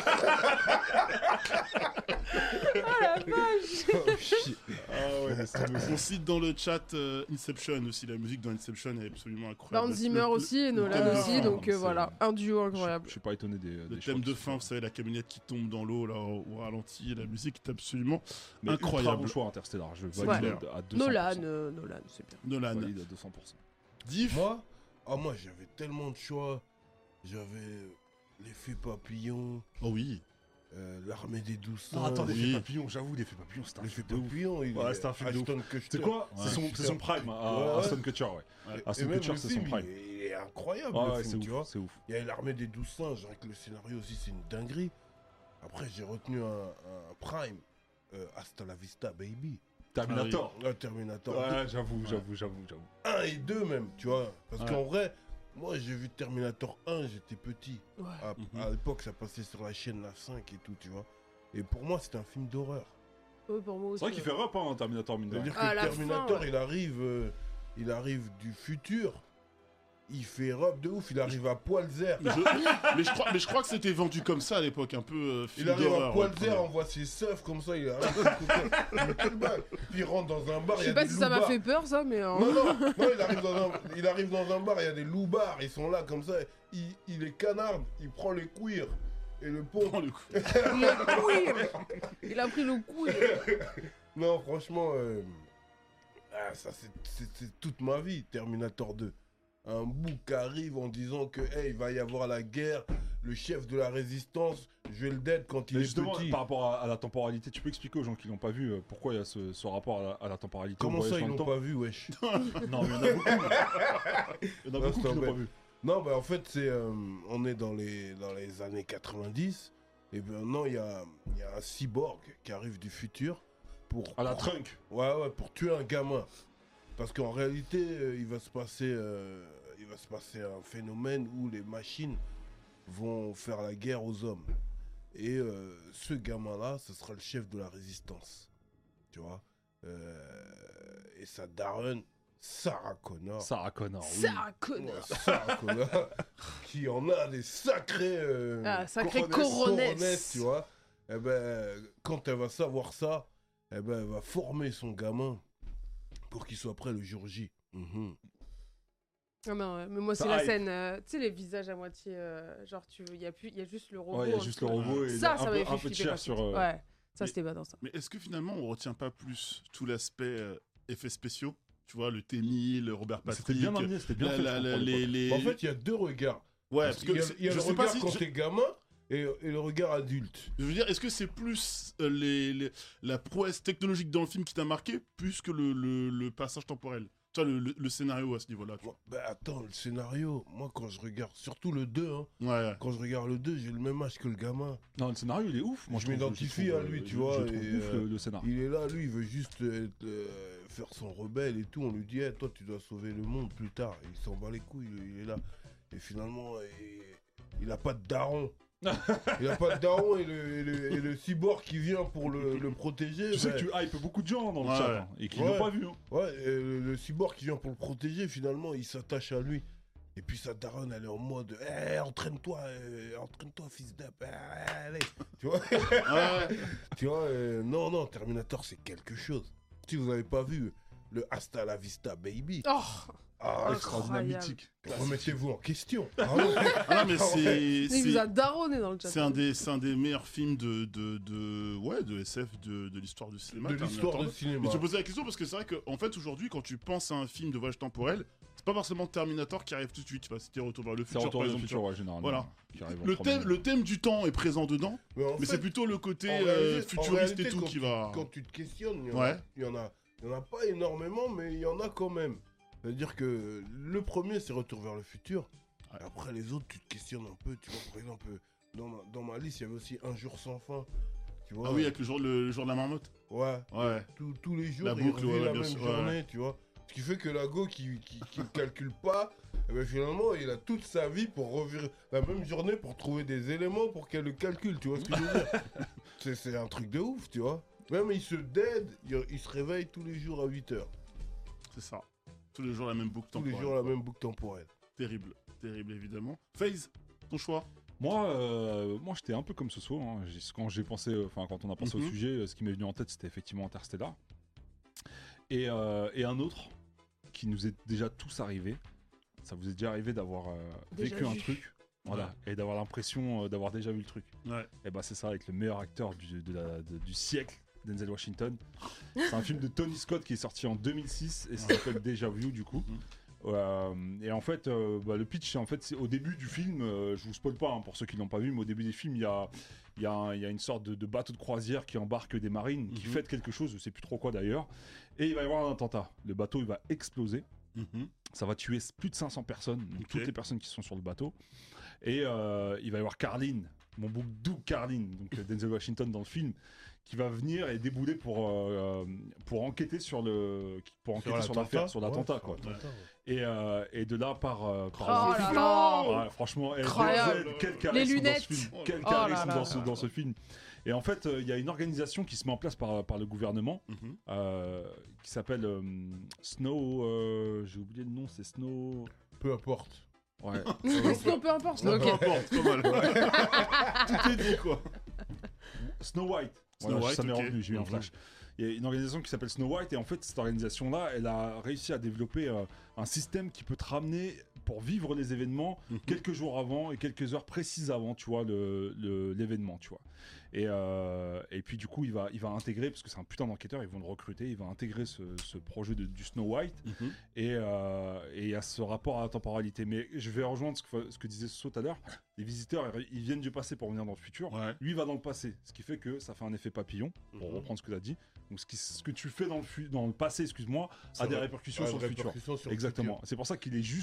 Oh, shit. Ah ouais, laisse tomber. On cite dans le chat euh, Inception aussi. La musique dans Inception est absolument Bah, incroyable. Hans Le- Zimmer le- aussi et thème Nolan de aussi, fin, donc euh, c'est- voilà, un duo Je- incroyable. Je suis pas étonné des. Le des thème choix de qui fin, sont vous savez, la camionnette qui tombe dans l'eau là au, au ralenti, la musique est absolument faits. Mais ultra incroyable. bon choix Interstellar. Je C'est valide clair. à deux cents pour cent. Nolan, euh, Nolan, c'est bien. Nolan. Valide à deux cents pour cent. Diff. Moi, ah, moi j'avais tellement de choix. J'avais l'effet papillon, Oh oui. euh, l'armée des douze Non, singes. attends, l'effet oui. papillon, j'avoue, l'effet papillon, c'est un L'effet film de ouf. papillon, il Ouais, est c'est un film de ouf. Ashton Kutcher. C'est quoi Ouais. C'est son, c'est son prime, à Ouais, ouais. Aston Kutcher, ouais. Ouais. Et Aston même Kutcher, le c'est son film, prime. il est incroyable, Ouais, le ouais, film, c'est tu vois. ouf, c'est ouf. Il y a l'armée des douze singes, avec le scénario aussi, c'est une dinguerie. Après, j'ai retenu un, un prime, euh, Hasta la Vista, baby. Terminator. Ah, Terminator. Ouais, j'avoue, j'avoue, j'avoue, j'avoue. un et deux même, tu vois. Parce Ouais. qu'en vrai, moi j'ai vu Terminator un, j'étais petit. Ouais. À, Mhm. à l'époque, ça passait sur la chaîne La cinq et tout, tu vois. Et pour moi, c'était un film d'horreur. Ouais, pour moi aussi. C'est vrai qu'il fait rap, hein, Terminator, mine de rien. C'est-à-dire Ah, à que la Terminator, fin, ouais. il arrive euh, il arrive du futur. Il fait robe de ouf, il arrive à poil zère. Mais je, mais je crois, mais je crois que c'était vendu comme ça à l'époque, un peu euh, Il film arrive d'horreur. à poil ouais, zère, ouais. on voit ses seufs comme ça, il arrive à côté. Mais quel bail. Puis il rentre dans un bar, Je il y sais a pas des si ça m'a loupards. fait peur, ça, mais. euh, Non, non, non, il arrive dans un, il arrive dans un bar, il y a des loupards, ils sont là comme ça, il, il est canarde, il prend les cuirs et le Oh, pompe. le coup. Le couille. Il a pris le coup. Non, franchement, euh, ah, ça c'est- c'est c'est toute ma vie, Terminator deux. Un bouc qui arrive en disant que hey, il va y avoir la guerre, le chef de la résistance, je vais le dead quand il Mais est justement, petit. par rapport à, à la temporalité, tu peux expliquer aux gens qui l'ont pas vu euh, pourquoi il y a ce, ce rapport à la, à la temporalité au Comment ça, voyage ils dans l'ont le temps pas vu, wesh? Non, mais il y en a beaucoup. Il y en a Non, beaucoup c'est qui l'ont un pas bête. vu. Non, bah en fait, c'est, euh, on est dans les, dans les années quatre-vingt-dix. Et maintenant, il y a, il y a un cyborg qui arrive du futur pour. À la pour- trunk. Ouais, ouais, pour tuer un gamin. Parce qu'en réalité, euh, il va se passer, euh, il va se passer un phénomène où les machines vont faire la guerre aux hommes. Et euh, ce gamin-là, ce sera le chef de la résistance. Tu vois. Euh, et sa daronne, Sarah Connor. Sarah Connor. oui. Ça, connard. Ouais, Sarah Connor, qui en a des sacrés. euh, Ah, sacré coronesses, coronesse. coronesses, tu vois. Eh ben, quand elle va savoir ça, eh ben, elle va former son gamin pour qu'il soit prêt le jour J. Mhm. Ah non, ouais, mais moi Ça c'est la hype. scène, euh, tu sais les visages à moitié, euh, genre tu, il y a plus, il y a juste le robot. Ouais, il y a en juste dessous, le là. robot et Ça, un ça peu, m'avait un fait peu de flipper chair par sur. contre. euh, Ouais, ça Mais- c'était pas dans ça. Mais est-ce que finalement on retient pas plus tout l'aspect euh, effets spéciaux? Tu vois, le T mille, Robert Patrick. C'était bien amené, c'était bien la- fait. la- je la- trouve, pour les, l'époque. les- En fait, il y a deux regards. ouais, parce que il y a, il y a je le sais pas regard si. quand je- t'es gamin et, et le regard adulte. Je veux dire, est-ce que c'est plus euh, les, les- la prouesse technologique dans le film qui t'a marqué, plus que le, le- le passage temporel? Tu vois, le, le- le scénario à ce niveau-là. tu Moi, bah attends, le scénario, moi quand je regarde, surtout le deux, hein, vois. Ouais, ouais. quand je regarde le deux, j'ai le même âge que le gamin. Non, le scénario, il est ouf. Moi, Je trouve- m'identifie trouve, à lui, euh, tu je- vois, Je trouve et, ouf euh, le, le scénario. Il est là, lui, il veut juste euh, euh, faire son rebelle et tout. On lui dit, Eh, toi, tu dois sauver le monde plus tard. Et il s'en bat les couilles, il, il est là. Et finalement, il, il a pas de daron. Il a pas de daron et le, et le- et le cyborg qui vient pour le, le protéger. Tu sais bah, que tu hypes beaucoup de gens dans le Ouais. chat hein, et qui Ouais. l'ont pas vu. hein. Ouais, et le, le cyborg qui vient pour le protéger, finalement, il s'attache à lui. Et puis sa daronne, elle est en mode, Eh, entraîne-toi, euh, entraîne-toi, fils d'up, euh, allez. Tu vois, Ouais, tu vois euh, non, non, Terminator, c'est quelque chose. Si vous n'avez pas vu le Hasta la Vista, baby, Oh, ah, Extraordinaire, Incroyable. mythique. remettez-vous en question. Ah ouais. ah non, mais c'est. il c'est- nous a daronné dans le chat. C'est un des, c'est un des meilleurs films de, de, de, ouais, de S F de, de l'histoire du cinéma. De l'histoire Terminator. du cinéma. Mais tu posais la question parce que c'est vrai qu'en fait aujourd'hui quand tu penses à un film de voyage temporel, c'est pas forcément Terminator qui arrive tout de suite. Tu vois, c'était Retour vers le C'est futur Retour par vers le exemple. futur, ouais, généralement. Voilà. Qui arrive en Le premier. thème, le thème du temps est présent dedans, Mais, en mais fait, c'est plutôt le côté en euh, réalité- en futuriste réalité, et tout quand qui tu- va. Quand tu te questionnes, il y en, Ouais. a, il y en a, il y en a pas énormément, mais il y en a quand même. C'est-à-dire que le premier, c'est Retour vers le futur. Ouais. Après, les autres, tu te questionnes un peu. Tu vois, par exemple, dans ma, dans ma liste, il y avait aussi Un jour sans fin. Tu vois, Ah oui, avec le jour, le, le jour de la marmotte. ouais. Ouais. Tous- tous les jours, La il boucle, revit ouais, la bien même sûr, journée, ouais. tu vois. Ce qui fait que la go qui, qui, qui ne calcule pas, eh ben finalement, il a toute sa vie pour revivre la même journée pour trouver des éléments pour qu'elle le calcule, tu vois ce que je veux dire. C'est c'est un truc de ouf, tu vois. Même il se dead, il, il se réveille tous les jours à huit heures. C'est ça. Tous les jours la même boucle Tous temporelle. les jours la même boucle temporelle. Terrible, terrible évidemment. FaZe, ton choix. Moi, euh, moi j'étais un peu comme ce soir. hein. J'ai- Quand j'ai pensé, euh, enfin quand on a pensé Mhm. au sujet, euh, ce qui m'est venu en tête, c'était effectivement Interstellar. Et, euh, et un autre qui nous est déjà tous arrivé. Ça vous est déjà arrivé d'avoir euh, Déjà vécu un vu. truc, voilà, et d'avoir l'impression euh, d'avoir déjà vu le truc. Ouais. Et bah c'est ça avec le meilleur acteur du, de la- de- du siècle, Denzel Washington. C'est un film de Tony Scott qui est sorti en deux mille six et ça s'appelle Déjà Vu du coup. Mhm. Euh, et en fait, euh, bah, le pitch, c'est en fait, c'est au début du film, euh, je vous spoil pas hein, pour ceux qui l'ont pas vu, mais au début des films, il y a, il y, a un- il y a une sorte de, de bateau de croisière qui embarque des marines, qui Mhm. fête quelque chose, je sais plus trop quoi d'ailleurs, et il va y avoir un attentat. Le bateau, il va exploser. Mhm. Ça va tuer plus de cinq cents personnes, donc Ok. toutes les personnes qui sont sur le bateau. Et euh, il va y avoir Carlin, mon bouc Doug Carlin, donc euh, Denzel Washington dans le film, qui va venir et débouler pour, euh, pour enquêter sur le pour enquêter sur l'affaire, sur l'attentat Ouais, quoi. sur l'attentat, ouais. Et, euh, et de là par, euh, par Oh là là. Ouais, franchement, eh, Incroyable. Denzel, quel Les charisme lunettes. dans ce film, quel Oh là charisme là. dans ce, dans ce film. Et en fait, euh, il y a une organisation qui se met en place par, par le gouvernement Mhm. euh, qui s'appelle euh, Snow. euh, J'ai oublié le nom, c'est Snow. Peu importe. Ouais. Non, peu importe. Non, ok. peu importe, pas mal. Tout est dit quoi. Snow White. Snow Voilà, White, ça m'est ok. revenu, j'ai eu un Mhm. flash. Il y a une organisation qui s'appelle Snow White et en fait cette organisation-là, elle a réussi à développer euh, un système qui peut te ramener pour vivre les événements Mhm. quelques jours avant et quelques heures précises avant, tu vois, le, le- l'événement, tu vois. Et, euh, et puis du coup, il va, il va intégrer, parce que c'est un putain d'enquêteur, ils vont le recruter, il va intégrer ce, ce projet de, du Snow White Mhm. et euh, et il y a ce rapport à la temporalité. Mais je vais rejoindre ce que, ce que disait Soso tout à l'heure. Les visiteurs, ils viennent du passé pour venir dans le futur. Ouais. Lui va dans le passé, ce qui fait que ça fait un effet papillon, pour Mhm. reprendre ce que tu as dit. Donc ce, qui- ce que tu fais dans le, fu- dans le passé, excuse-moi, Ça a des va- répercussions Ouais, sur le futur. répercussions sur le Exactement. C'est pour ça qu'il est juste ouf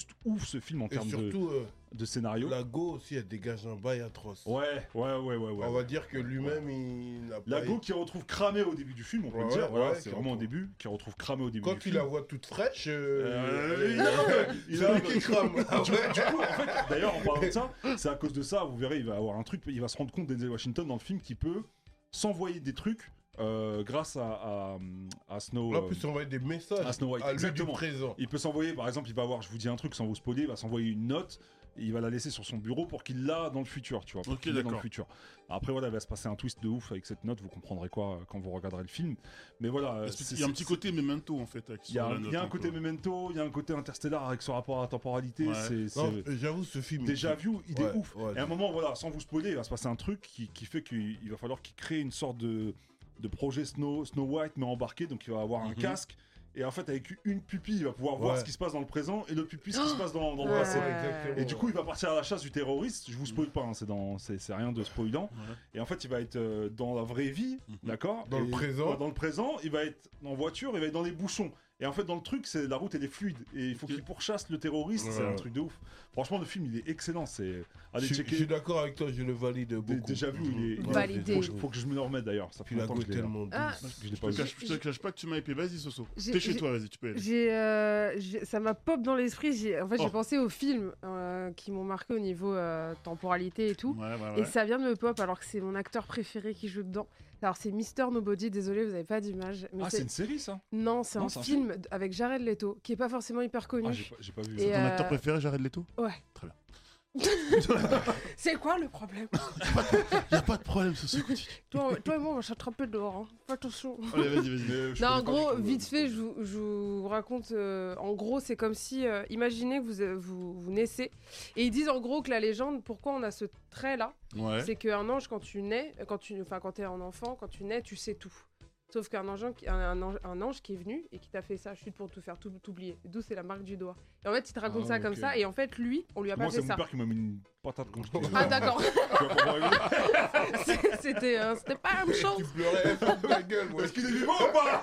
ce film en Et termes de, surtout, euh, de scénario. la Go aussi, elle dégage un bail atroce. Ouais, ouais, ouais, ouais. ouais On ouais. va dire que lui-même, il n'a pas... La Go qui retrouve cramé au début du film, on peut Ouais, le dire. ouais, Voilà, ouais, c'est qui vraiment au retrouve- début, qui retrouve cramé au début Quand du tu film. la vois toute fraîche, euh, Euh, il- il a- il c'est a- lui qui crame. Ah Du, ouais. du coup, en fait, d'ailleurs, en parlant de ça, c'est à cause de ça, vous verrez, il va avoir un truc, il va se rendre compte, Denzel Washington, dans le film, qui peut s'envoyer des trucs euh, grâce à, à, à Snow. Là, en euh, plus, on envoie des messages à Snow White, à lui exactement. du présent. Il peut s'envoyer, par exemple, il va avoir, je vous dis un truc sans vous spoiler, il va s'envoyer une note, et il va la laisser sur son bureau pour qu'il l'a dans le futur, tu vois. pour Ok, qu'il l'ait dans le d'accord. futur. Après, voilà, il va se passer un twist de ouf avec cette note, vous comprendrez quoi euh, quand vous regarderez le film. Mais voilà. euh, c'est- Il y a un c'est- petit côté memento en fait. avec Il y a, sur la un- il note, y a un un côté peu. memento, il y a un côté interstellar avec son rapport à la temporalité. Ouais. C'est, c'est- Non, j'avoue, ce film... déjà vu, il est Ouais, ouf. ouais, Et à un moment, voilà, sans vous spoiler, il va se passer un truc qui, qui fait qu'il il va falloir qu'il crée une sorte de, de projet Snow, Snow White, mais embarqué. Donc il va avoir un Mhm. casque. Et en fait, avec une pupille, il va pouvoir voir Ouais. ce qui se passe dans le présent et l'autre pupille, ce qui se passe dans, dans le Ouais. passé. exactement. Et du coup, il va partir à la chasse du terroriste. Je vous spoil pas, hein, c'est, dans, c'est, c'est rien de spoilant. Ouais. Et en fait, il va être euh, dans la vraie vie, Mhm. d'accord Dans le Et- présent. ouais, Dans le présent, il va être en voiture, il va être dans les bouchons. Et en fait, dans le truc, c'est la route, elle est fluide. Et il faut Ok. qu'il pourchasse le terroriste. C'est Ouais. un truc de ouf. Franchement, le film, il est excellent. C'est... Allez Je, je checker. suis d'accord avec toi, je le valide Dé- beaucoup. Déjà vu, il est. Mhm. il est- Validé. Faut, que je- faut que je me le remette d'ailleurs. Ça fait Puis la longtemps Go que est je l'ai. tellement douce. Ah. Je l'ai Je pas te vu. cache, je te cache pas que tu m'as épée. Vas-y, Soso. J'ai- T'es chez j'ai- toi, vas-y, tu peux y aller. J'ai, euh, j'ai- ça m'a pop dans l'esprit. J'ai, en fait, j'ai Oh. pensé aux films euh, qui m'ont marqué au niveau euh, temporalité et tout. Ouais, ouais, Et ouais. ça vient de me pop alors que c'est mon acteur préféré qui joue dedans. Alors c'est Mister Nobody, désolé vous avez pas d'image. Mais Ah, c'est une série ça. Non, c'est Non, un c'est un film d- avec Jared Leto qui est pas forcément hyper connu. Ah, j'ai pas, j'ai pas vu. Et, C'est ton euh, acteur préféré, Jared Leto Ouais. Très bien. C'est quoi le problème? Y a pas de problème, Soso, continue. toi, toi et moi on va s'attraper dehors. Hein. Fais attention. Allez, vas-y, vas-y. Mais je Non, en connais pas gros, du tout, vite euh, fait, je vous, je vous raconte. euh, en gros, c'est comme si. euh, imaginez que vous, euh, vous, vous naissez. Et ils disent en gros que la légende, pourquoi on a ce trait-là, Ouais. c'est qu'un ange, quand tu nais, euh, quand tu, enfin, quand t'es un enfant, quand tu nais, tu sais tout. Sauf qu'un ange, qui- un, un ange, un ange qui est venu et qui t'a fait ça, chute pour te faire tout, t'oublier. D'où c'est la marque du doigt. Et en fait, il te raconte Ah, ça ok. comme ça. Et en fait, lui, on lui a Moi, pas c'est fait mon ça. père qui m'a mis une patate quand j'étais. Ah, d'accord. Tu vois, pour voir une- C'est- C'était euh, c'était pas la même chose. Tu pleurais, ferme ta gueule, moi. Est-ce qu'il est vivant ou pas?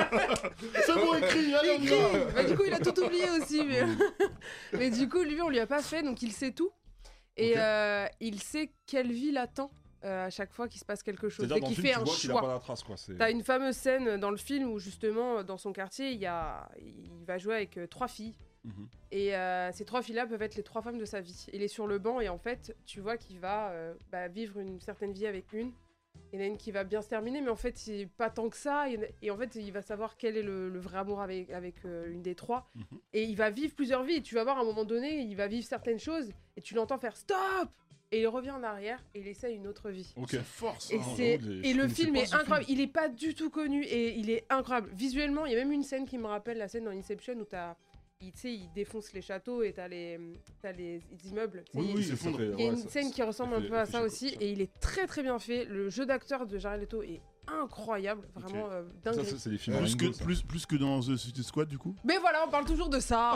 C'est bon, écrit, allez, on y va. Bah, du coup, il a tout oublié aussi. Mais... mais du coup, lui, on lui a pas fait, donc il sait tout. Et Ok. euh, il sait quelle vie l'attend euh, à chaque fois qu'il se passe quelque chose. C'est-à-dire Et dans le qu'il film, fait tu un vois qu'il a pas choix. la trace quoi. C'est... T'as une fameuse scène dans le film où, justement, dans son quartier, il, y a... il va jouer avec euh, trois filles. Mhm. Et euh, ces trois filles-là peuvent être les trois femmes de sa vie. Il est sur le banc et en fait, tu vois qu'il va euh, bah, vivre une certaine vie avec une. Il y en a une qui va bien se terminer, mais en fait, c'est pas tant que ça. Il y en a- Et en fait, il va savoir quel est le, le vrai amour avec, avec euh, une des trois. Mhm. Et il va vivre plusieurs vies. Et tu vas voir à un moment donné, il va vivre certaines choses et tu l'entends faire stop. Et il revient en arrière et il essaie une autre vie. Ok. C'est fort, ça. Et, hein. c'est... j'avoue, les- et je le connaissais film pas est ce incroyable. film. Il est pas du tout connu et il est incroyable. Visuellement, il y a même une scène qui me rappelle la scène dans Inception où t'as, il, tu sais, il défonce les châteaux et t'as les, t'as les immeubles. Tu sais, Oui, il- oui, il ça s'effondre. fait- il y a ouais, une ça- scène qui ressemble ça un fait- peu à fait ça chier, aussi quoi. et il est très très bien fait. Le jeu d'acteur de Jared Leto est incroyable, vraiment euh, Ça, dingue. c'est, c'est les films. Plus Ringo, que, ça. plus, plus que dans The Suicide Squad, du coup. Mais voilà, on parle toujours de ça.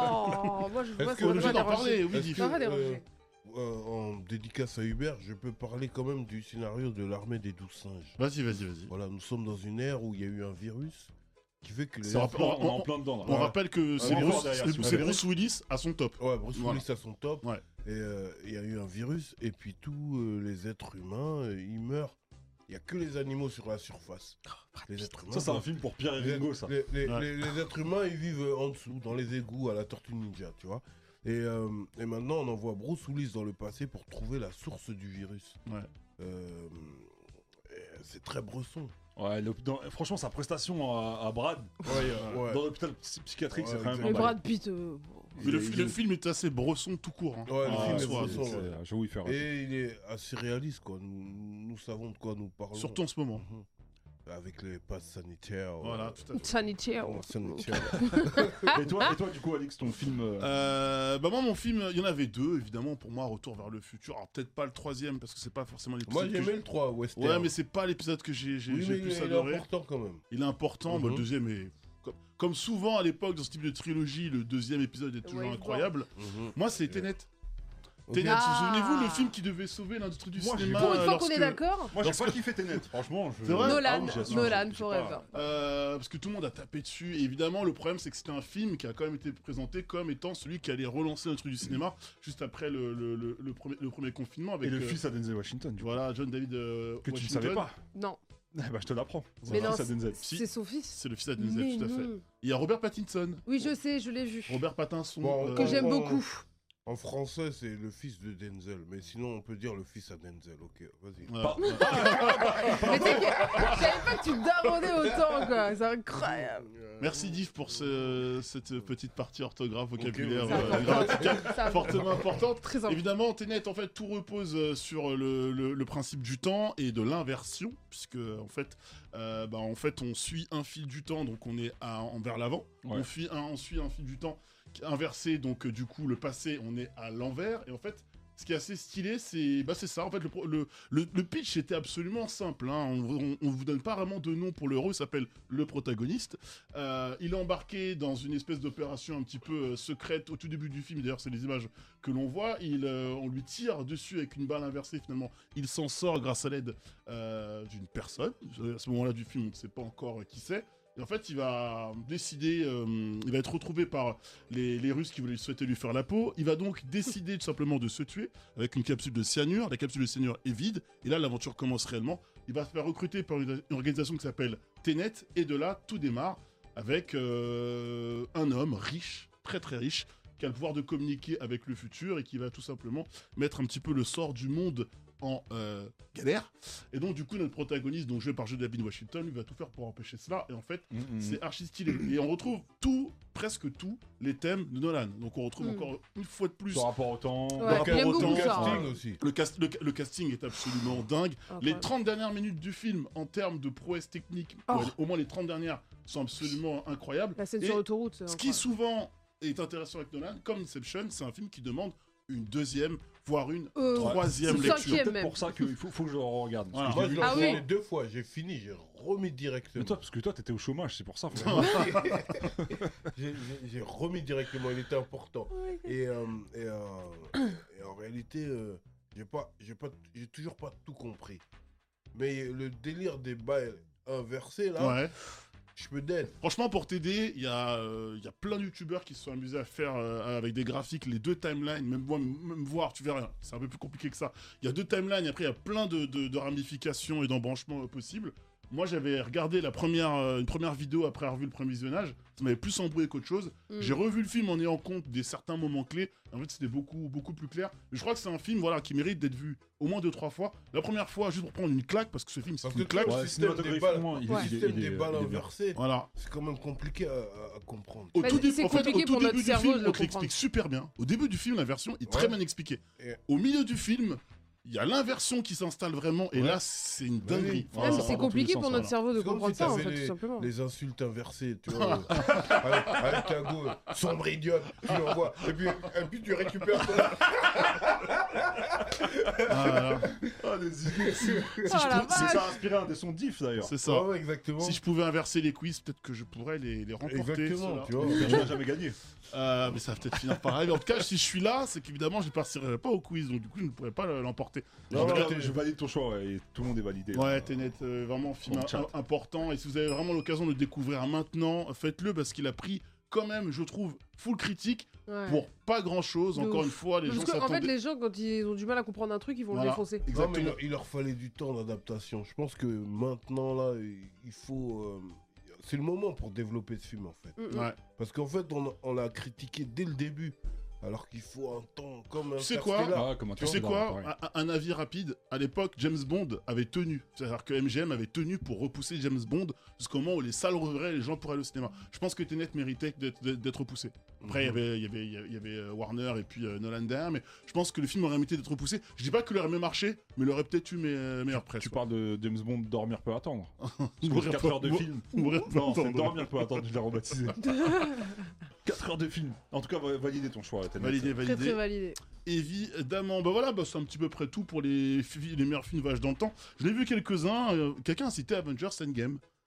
Oh, moi je Est-ce vois que ça On va est obligé pas d'en déranger. parler, oui, Est-ce dis. que, Ça va euh, déranger. euh, en dédicace à Hubert, je peux parler quand même du scénario de l'armée des douze singes. Vas-y, vas-y, vas-y. Voilà, nous sommes dans une ère où il y a eu un virus qui fait que les Ça On est en rappelle- plein- on est on- en plein dedans là. On rappelle que c'est on Bruce, voit derrière, c'est- si vous c'est voulez. Bruce Willis à son top. Ouais, Bruce Voilà. Willis à son top. Ouais. Et euh, il y a eu un virus, et puis tous euh, les êtres humains, euh, ils meurent. Il n'y a que les animaux sur la surface. Les êtres humains. Ça, c'est un film pour Pierre et les, Ringo, ça. les- les- Ouais. les- les êtres humains, ils vivent euh, en dessous, dans les égouts, à la Tortue Ninja, tu vois. Et, euh, et maintenant, on envoie Bruce Willis dans le passé pour trouver la source du virus. Ouais. Euh, et c'est très Bresson. Ouais, le- dans- franchement, sa prestation à, à Brad Ouais, dans l'hôpital psy- psychiatrique, Ouais, c'est quand même exactement. pas Mais mal. Brad Pitt, euh, bon. Mais le, Il- fi- il- le film est assez Bresson tout court. hein. Ouais, le Ah, film est c'est- Bresson. c'est- ouais. J'avoue, il fait rêver. Et il est assez réaliste, quoi. Nous, nous savons de quoi nous parlons. Surtout en ce moment. Mhm. Avec les passes sanitaires. Voilà, euh, tout à fait. Sanitaire. oh, sanitaires. Et toi, et toi, du coup, Alex, ton film. euh, Euh, bah moi mon film, il y en avait deux évidemment pour moi, Retour vers le futur. Alors peut-être pas le troisième parce que c'est pas forcément l'épisode. Moi, que j'aimais j'ai- le trois, Western. Ouais mais c'est pas l'épisode que j'ai j'ai Oui, j'ai mais plus il est adoré. important quand même. Il est important. Bah, Mhm. le deuxième est comme, comme souvent à l'époque dans ce type de trilogie, le deuxième épisode est toujours Waveboard. incroyable. Mhm. Moi c'est Tenet. Tenet, Ah. souvenez-vous, le film qui devait sauver l'industrie du Moi, j'ai cinéma. vu. Pour une fois qu'on lorsque- est d'accord, Moi, j'ai Lorsque- pas kiffé Tenet, franchement. je- C'est vrai Ah Nolan, oui, j'ai- j'ai- Nolan j'ai pas- forever. Euh, parce que tout le monde a tapé dessus. Et évidemment, le problème, c'est que c'était un film qui a quand même été présenté comme étant celui qui allait relancer l'industrie du cinéma juste après le, le, le, le premier, le premier confinement. Avec, Et le euh, fils à Denzel Washington, du coup. Voilà, John David euh, Que tu ne Washington. savais pas. Non. Eh bah, je te l'apprends. C'est Mais le non, fils à Denzel. Si. c'est son fils. C'est le fils à Denzel, Mais tout à fait. non. Il y a Robert Pattinson. Oui, je sais, je l'ai vu. Robert Pattinson. Bon, euh, Que j'aime Oh. beaucoup. En français, c'est le fils de Denzel, mais sinon on peut dire le fils à Denzel. Ok, vas-y. ouais. Pas- Mais tu sais que je savais pas que tu daronnais autant, quoi. C'est incroyable. Euh, Merci Div pour ce- cette petite partie orthographe, vocabulaire, ok. euh, C'est important. grammaticale C'est important. fortement importante. Très important. Évidemment, Tenet, en fait, tout repose euh, sur le, le- le principe du temps et de l'inversion, puisque en fait, euh, bah, en fait, on suit un fil du temps, donc on est à, en- vers l'avant. Ouais. On, suit un, on suit un fil du temps qui est inversé, donc euh, du coup, le passé, on est à l'envers. Et en fait, ce qui est assez stylé, c'est bah, c'est ça. En fait, le, pro- le, le, le pitch était absolument simple. Hein. On, on, on vous donne pas vraiment de nom pour le héros. Il s'appelle le protagoniste. Euh, il est embarqué dans une espèce d'opération un petit peu euh, secrète au tout début du film. D'ailleurs, c'est les images que l'on voit. Il, euh, on lui tire dessus avec une balle inversée. Finalement, il s'en sort grâce à l'aide euh, d'une personne. À ce moment-là du film, on ne sait pas encore euh, qui c'est. Et en fait, il va décider, euh, il va être retrouvé par les, les Russes qui voulaient souhaiter lui faire la peau. Il va donc décider tout simplement de se tuer avec une capsule de cyanure. La capsule de cyanure est vide. Et là, l'aventure commence réellement. Il va se faire recruter par une, une organisation qui s'appelle Tenet. Et de là, tout démarre avec euh, un homme riche, très très riche, qui a le pouvoir de communiquer avec le futur et qui va tout simplement mettre un petit peu le sort du monde en euh, galère. Et donc, du coup, notre protagoniste, donc joué par John David Washington, lui va tout faire pour empêcher cela. Et en fait, Mm, mm. c'est archi stylé. Et on retrouve tout, presque tous les thèmes de Nolan. Donc, on retrouve Mm. encore une fois de plus. Par rapport au temps. Ouais, rapport j'aime au beaucoup temps, Le ça. casting aussi. Le, cast- le, le casting est absolument dingue. Les Incroyable. trente dernières minutes du film, en termes de prouesse technique, Oh. ouais, au moins les trente dernières, sont absolument incroyables. La scène Et sur l'autoroute, c'est Ce qui incroyable. souvent est intéressant avec Nolan, comme Inception, c'est un film qui demande une deuxième, voire une Euh, troisième c'est lecture. cinquième. C'est peut-être même. pour ça qu'il faut, faut que je le regarde. Parce Voilà. que Moi, j'ai je vu- l'ai Ah regardé oui. deux fois, j'ai fini, j'ai remis directement. Mais toi, parce que toi, t'étais au chômage, c'est pour ça. faut- J'ai- j'ai j'ai remis directement, il était important. Et, euh, et, euh, et en réalité, euh, j'ai pas, j'ai pas, j'ai toujours pas tout compris. Mais le délire des balles inversées là, Ouais. je peux d'aide. Franchement, pour t'aider, il y, a, euh, il y a plein de youtubeurs qui se sont amusés à faire euh, avec des graphiques les deux timelines, même, moi, même voir, tu verras, c'est un peu plus compliqué que ça. Il y a deux timelines, et après il y a plein de, de- de ramifications et d'embranchements euh, possibles. Moi, j'avais regardé la première, euh, une première vidéo après avoir vu le premier visionnage, ça m'avait plus embrouillé qu'autre chose. Mm. J'ai revu le film en ayant compte des certains moments clés. En fait, c'était beaucoup, beaucoup plus clair. Mais je crois que c'est un film voilà, qui mérite d'être vu au moins deux, trois fois. La première fois, juste pour prendre une claque, parce que ce film, c'est Parce une que claque. toi, Ouais, le système des balles, cinématographiquement, il- le Ouais. il est- système il est- des balles il est bien. inversées, Voilà. c'est quand même compliqué à, à- à comprendre. Au Bah, tout, dé- c'est en fait, compliqué au tout pour notre début du cerveau film, de le on te l'explique comprendre. super bien. Au début du film, la version est très Ouais. bien expliquée. Et- Au milieu du film, il y a l'inversion qui s'installe vraiment, et Ouais. là, c'est une dinguerie. oui. Ouais, Enfin, mais ça c'est va dans tous compliqué les pour sens, notre voilà. cerveau de C'est comme comprendre si ça, en t'avais fait, les- tout simplement. Les insultes inversées, tu vois. avec, avec ta go, sombre idiote, tu l'envoies. Et puis, et puis tu récupères ton. Ah, voilà. Ah, les idées. Si je Oh la pouvais- vache. Ça a inspiré un des sons diff d'ailleurs. C'est ça. Ouais, ouais, exactement. Si je pouvais inverser les quiz, peut-être que je pourrais les, les remporter. Exactement, ceux-là. tu vois. Mais tu n'as jamais gagné. Euh, mais ça va peut-être finir pareil. Mais en tout cas, si je suis là, c'est qu'évidemment, je ne partirai pas au quiz, donc du coup, je ne pourrais pas l'emporter. Non, En tout non, cas, t'es- je valide ton choix ouais, et tout le monde est validé. Ouais, Tenet, euh, vraiment film Bon, chat. im- important. Et si vous avez vraiment l'occasion de le découvrir maintenant, faites-le parce qu'il a pris quand même, je trouve, full critique Ouais. pour pas grand-chose. De Encore ouf. une fois, les Parce gens que, en fait, s'attendaient. les gens, quand ils ont du mal à comprendre un truc, ils vont Voilà. le défoncer. Non, mais Exactement. il, il leur fallait du temps d'adaptation. Je pense que maintenant, là, il faut. euh, c'est le moment pour développer ce film, en fait. Mm, mm. Ouais. Parce qu'en fait, on, on l'a critiqué dès le début. Alors qu'il faut un temps comme un Tu sais quoi Interstellar. Ah, comment Tu sais quoi un, un avis rapide. À l'époque, James Bond avait tenu. C'est-à-dire que M G M avait tenu pour repousser James Bond jusqu'au moment où les salles rouvraient et les gens pourraient aller au cinéma. Je pense que Tenet méritait d'être- d'être repoussé. Après, il y Mhm. avait- il y avait, il y avait euh, Warner et puis euh, Nolan derrière, mais je pense que le film aurait mérité d'être repoussé. Je dis pas qu'il aurait mieux marché, mais il aurait peut-être eu mes, meilleures presses. Tu parles de James Bond, Dormir peut attendre. Mourir quatre peut- heures de mou- film. mourir peut Non, c'est attendre. Dormir peut attendre, je l'ai rebaptisé. quatre heures de film. En tout cas, va- validez ton choix. Tenet. Validé, Très, validé. très validé. Évidemment, bah voilà, bah c'est un petit peu près tout pour les, fi- les meilleurs films voyage dans le temps. Je l'ai vu quelques-uns. euh, Quelqu'un a cité Avengers Endgame.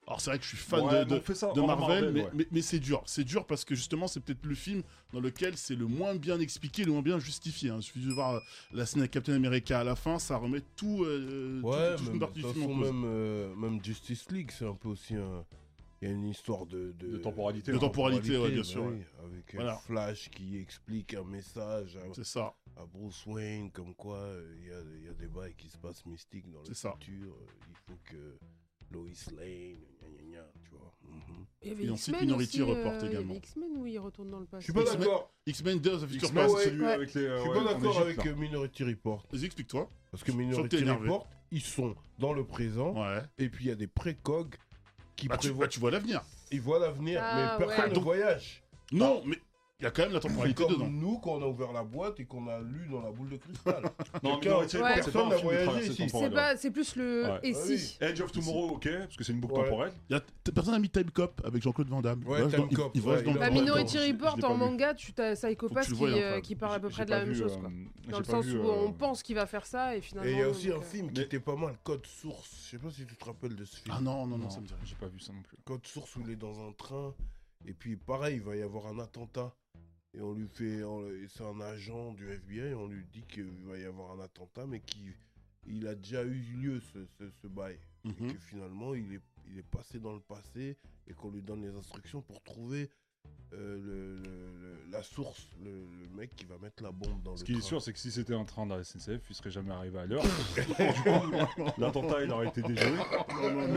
Alors c'est vrai que je suis fan Ouais, de, mais de, on fait ça de en Marvel, Marvel, mais, ouais. mais, mais c'est dur. C'est dur parce que justement, c'est peut-être le film dans lequel c'est le moins bien expliqué, le moins bien justifié. Hein. Il suffit de voir euh, la scène avec Captain America à la fin, ça remet tout, euh, Ouais, toute, toute même, une de partie toute du film façon, en cause. même, euh, même Justice League, c'est un peu aussi un. Il y a une histoire de. De, De temporalité. De hein. temporalité, ouais, bien bah sûr. oui, ouais. avec euh, Voilà. Flash qui explique un message à, C'est ça. à Bruce Wayne, comme quoi euh, il y, a, il y a des bails qui se passent mystiques dans le C'est ça. futur. euh, il faut que Lois Lane, gna gna gna, tu vois. Mhm. Il y avait Et ensuite, X-Men Minority aussi, Report euh, il y également. avait X-Men où il retourne dans le Je passé. suis pas X-Men- d'accord. X-Men Days of Future X-Men, Past. ouais, celui Ouais. avec les. euh, Je suis ouais, pas en d'accord Égypte, avec là. euh, Minority Report. Vas-y, explique-toi. Parce que Sur Minority t'es énervé. Report, ils sont dans le présent. Ouais. Et puis il y a des précogs qui Bah tu, prévoient. bah, tu vois l'avenir. Ils voient l'avenir, Ah, mais personne ouais. ne Donc- voyage. Non, mais il y a quand même la C'est temporalité comme dedans. nous quand on a ouvert la boîte et qu'on a lu dans la boule de cristal. Non, Quelqu'un- Minority Report, Ouais. c'est pas un Personne n'a film de voyagé traversée ici. temporelle, C'est ouais. pas, c'est plus le Ouais. et Ah si. oui. Edge of Tomorrow, ok, parce que c'est une boucle Ouais. temporelle. Il y a, t- personne n'a mis Time Cop avec Jean-Claude Van Damme. Ouais, Il voyage Time dans- il- Cop, il voyage ouais, dans il le a- temps. Bah, Ouais, Minority je- je l'ai Report pas en vu. manga, tu as Faut Psycho que Pass tu le qui, voies, euh, incroyable. qui parle à peu J'ai près de pas la même vu, chose. euh, Quoi. j'ai Dans le pas sens vu, où euh, on pense qu'il va faire ça et finalement. Et il y a aussi donc, un euh, film qui Mais- était pas mal, Code Source. Je sais pas si tu te rappelles de ce film. Ah non, non, non, Non, ça me dit rien. j'ai pas vu ça non plus. Code Source où il est dans un train. Et puis pareil, il va y avoir un attentat. Et on lui fait. on- c'est un agent du F B I. Et on lui dit qu'il va y avoir un attentat, mais qu'il il a déjà eu lieu ce, ce, ce bail. Et Mhm. que finalement, il est, il est passé dans le passé. Et qu'on lui donne les instructions pour trouver euh, le, le- le- la source. Le, le mec qui va mettre la bombe dans Ce le qui est train. sûr, c'est que si c'était un train de la S N C F, il serait jamais arrivé à l'heure. Du coup, l'attentat, il aurait été déjoué. Non, non, non,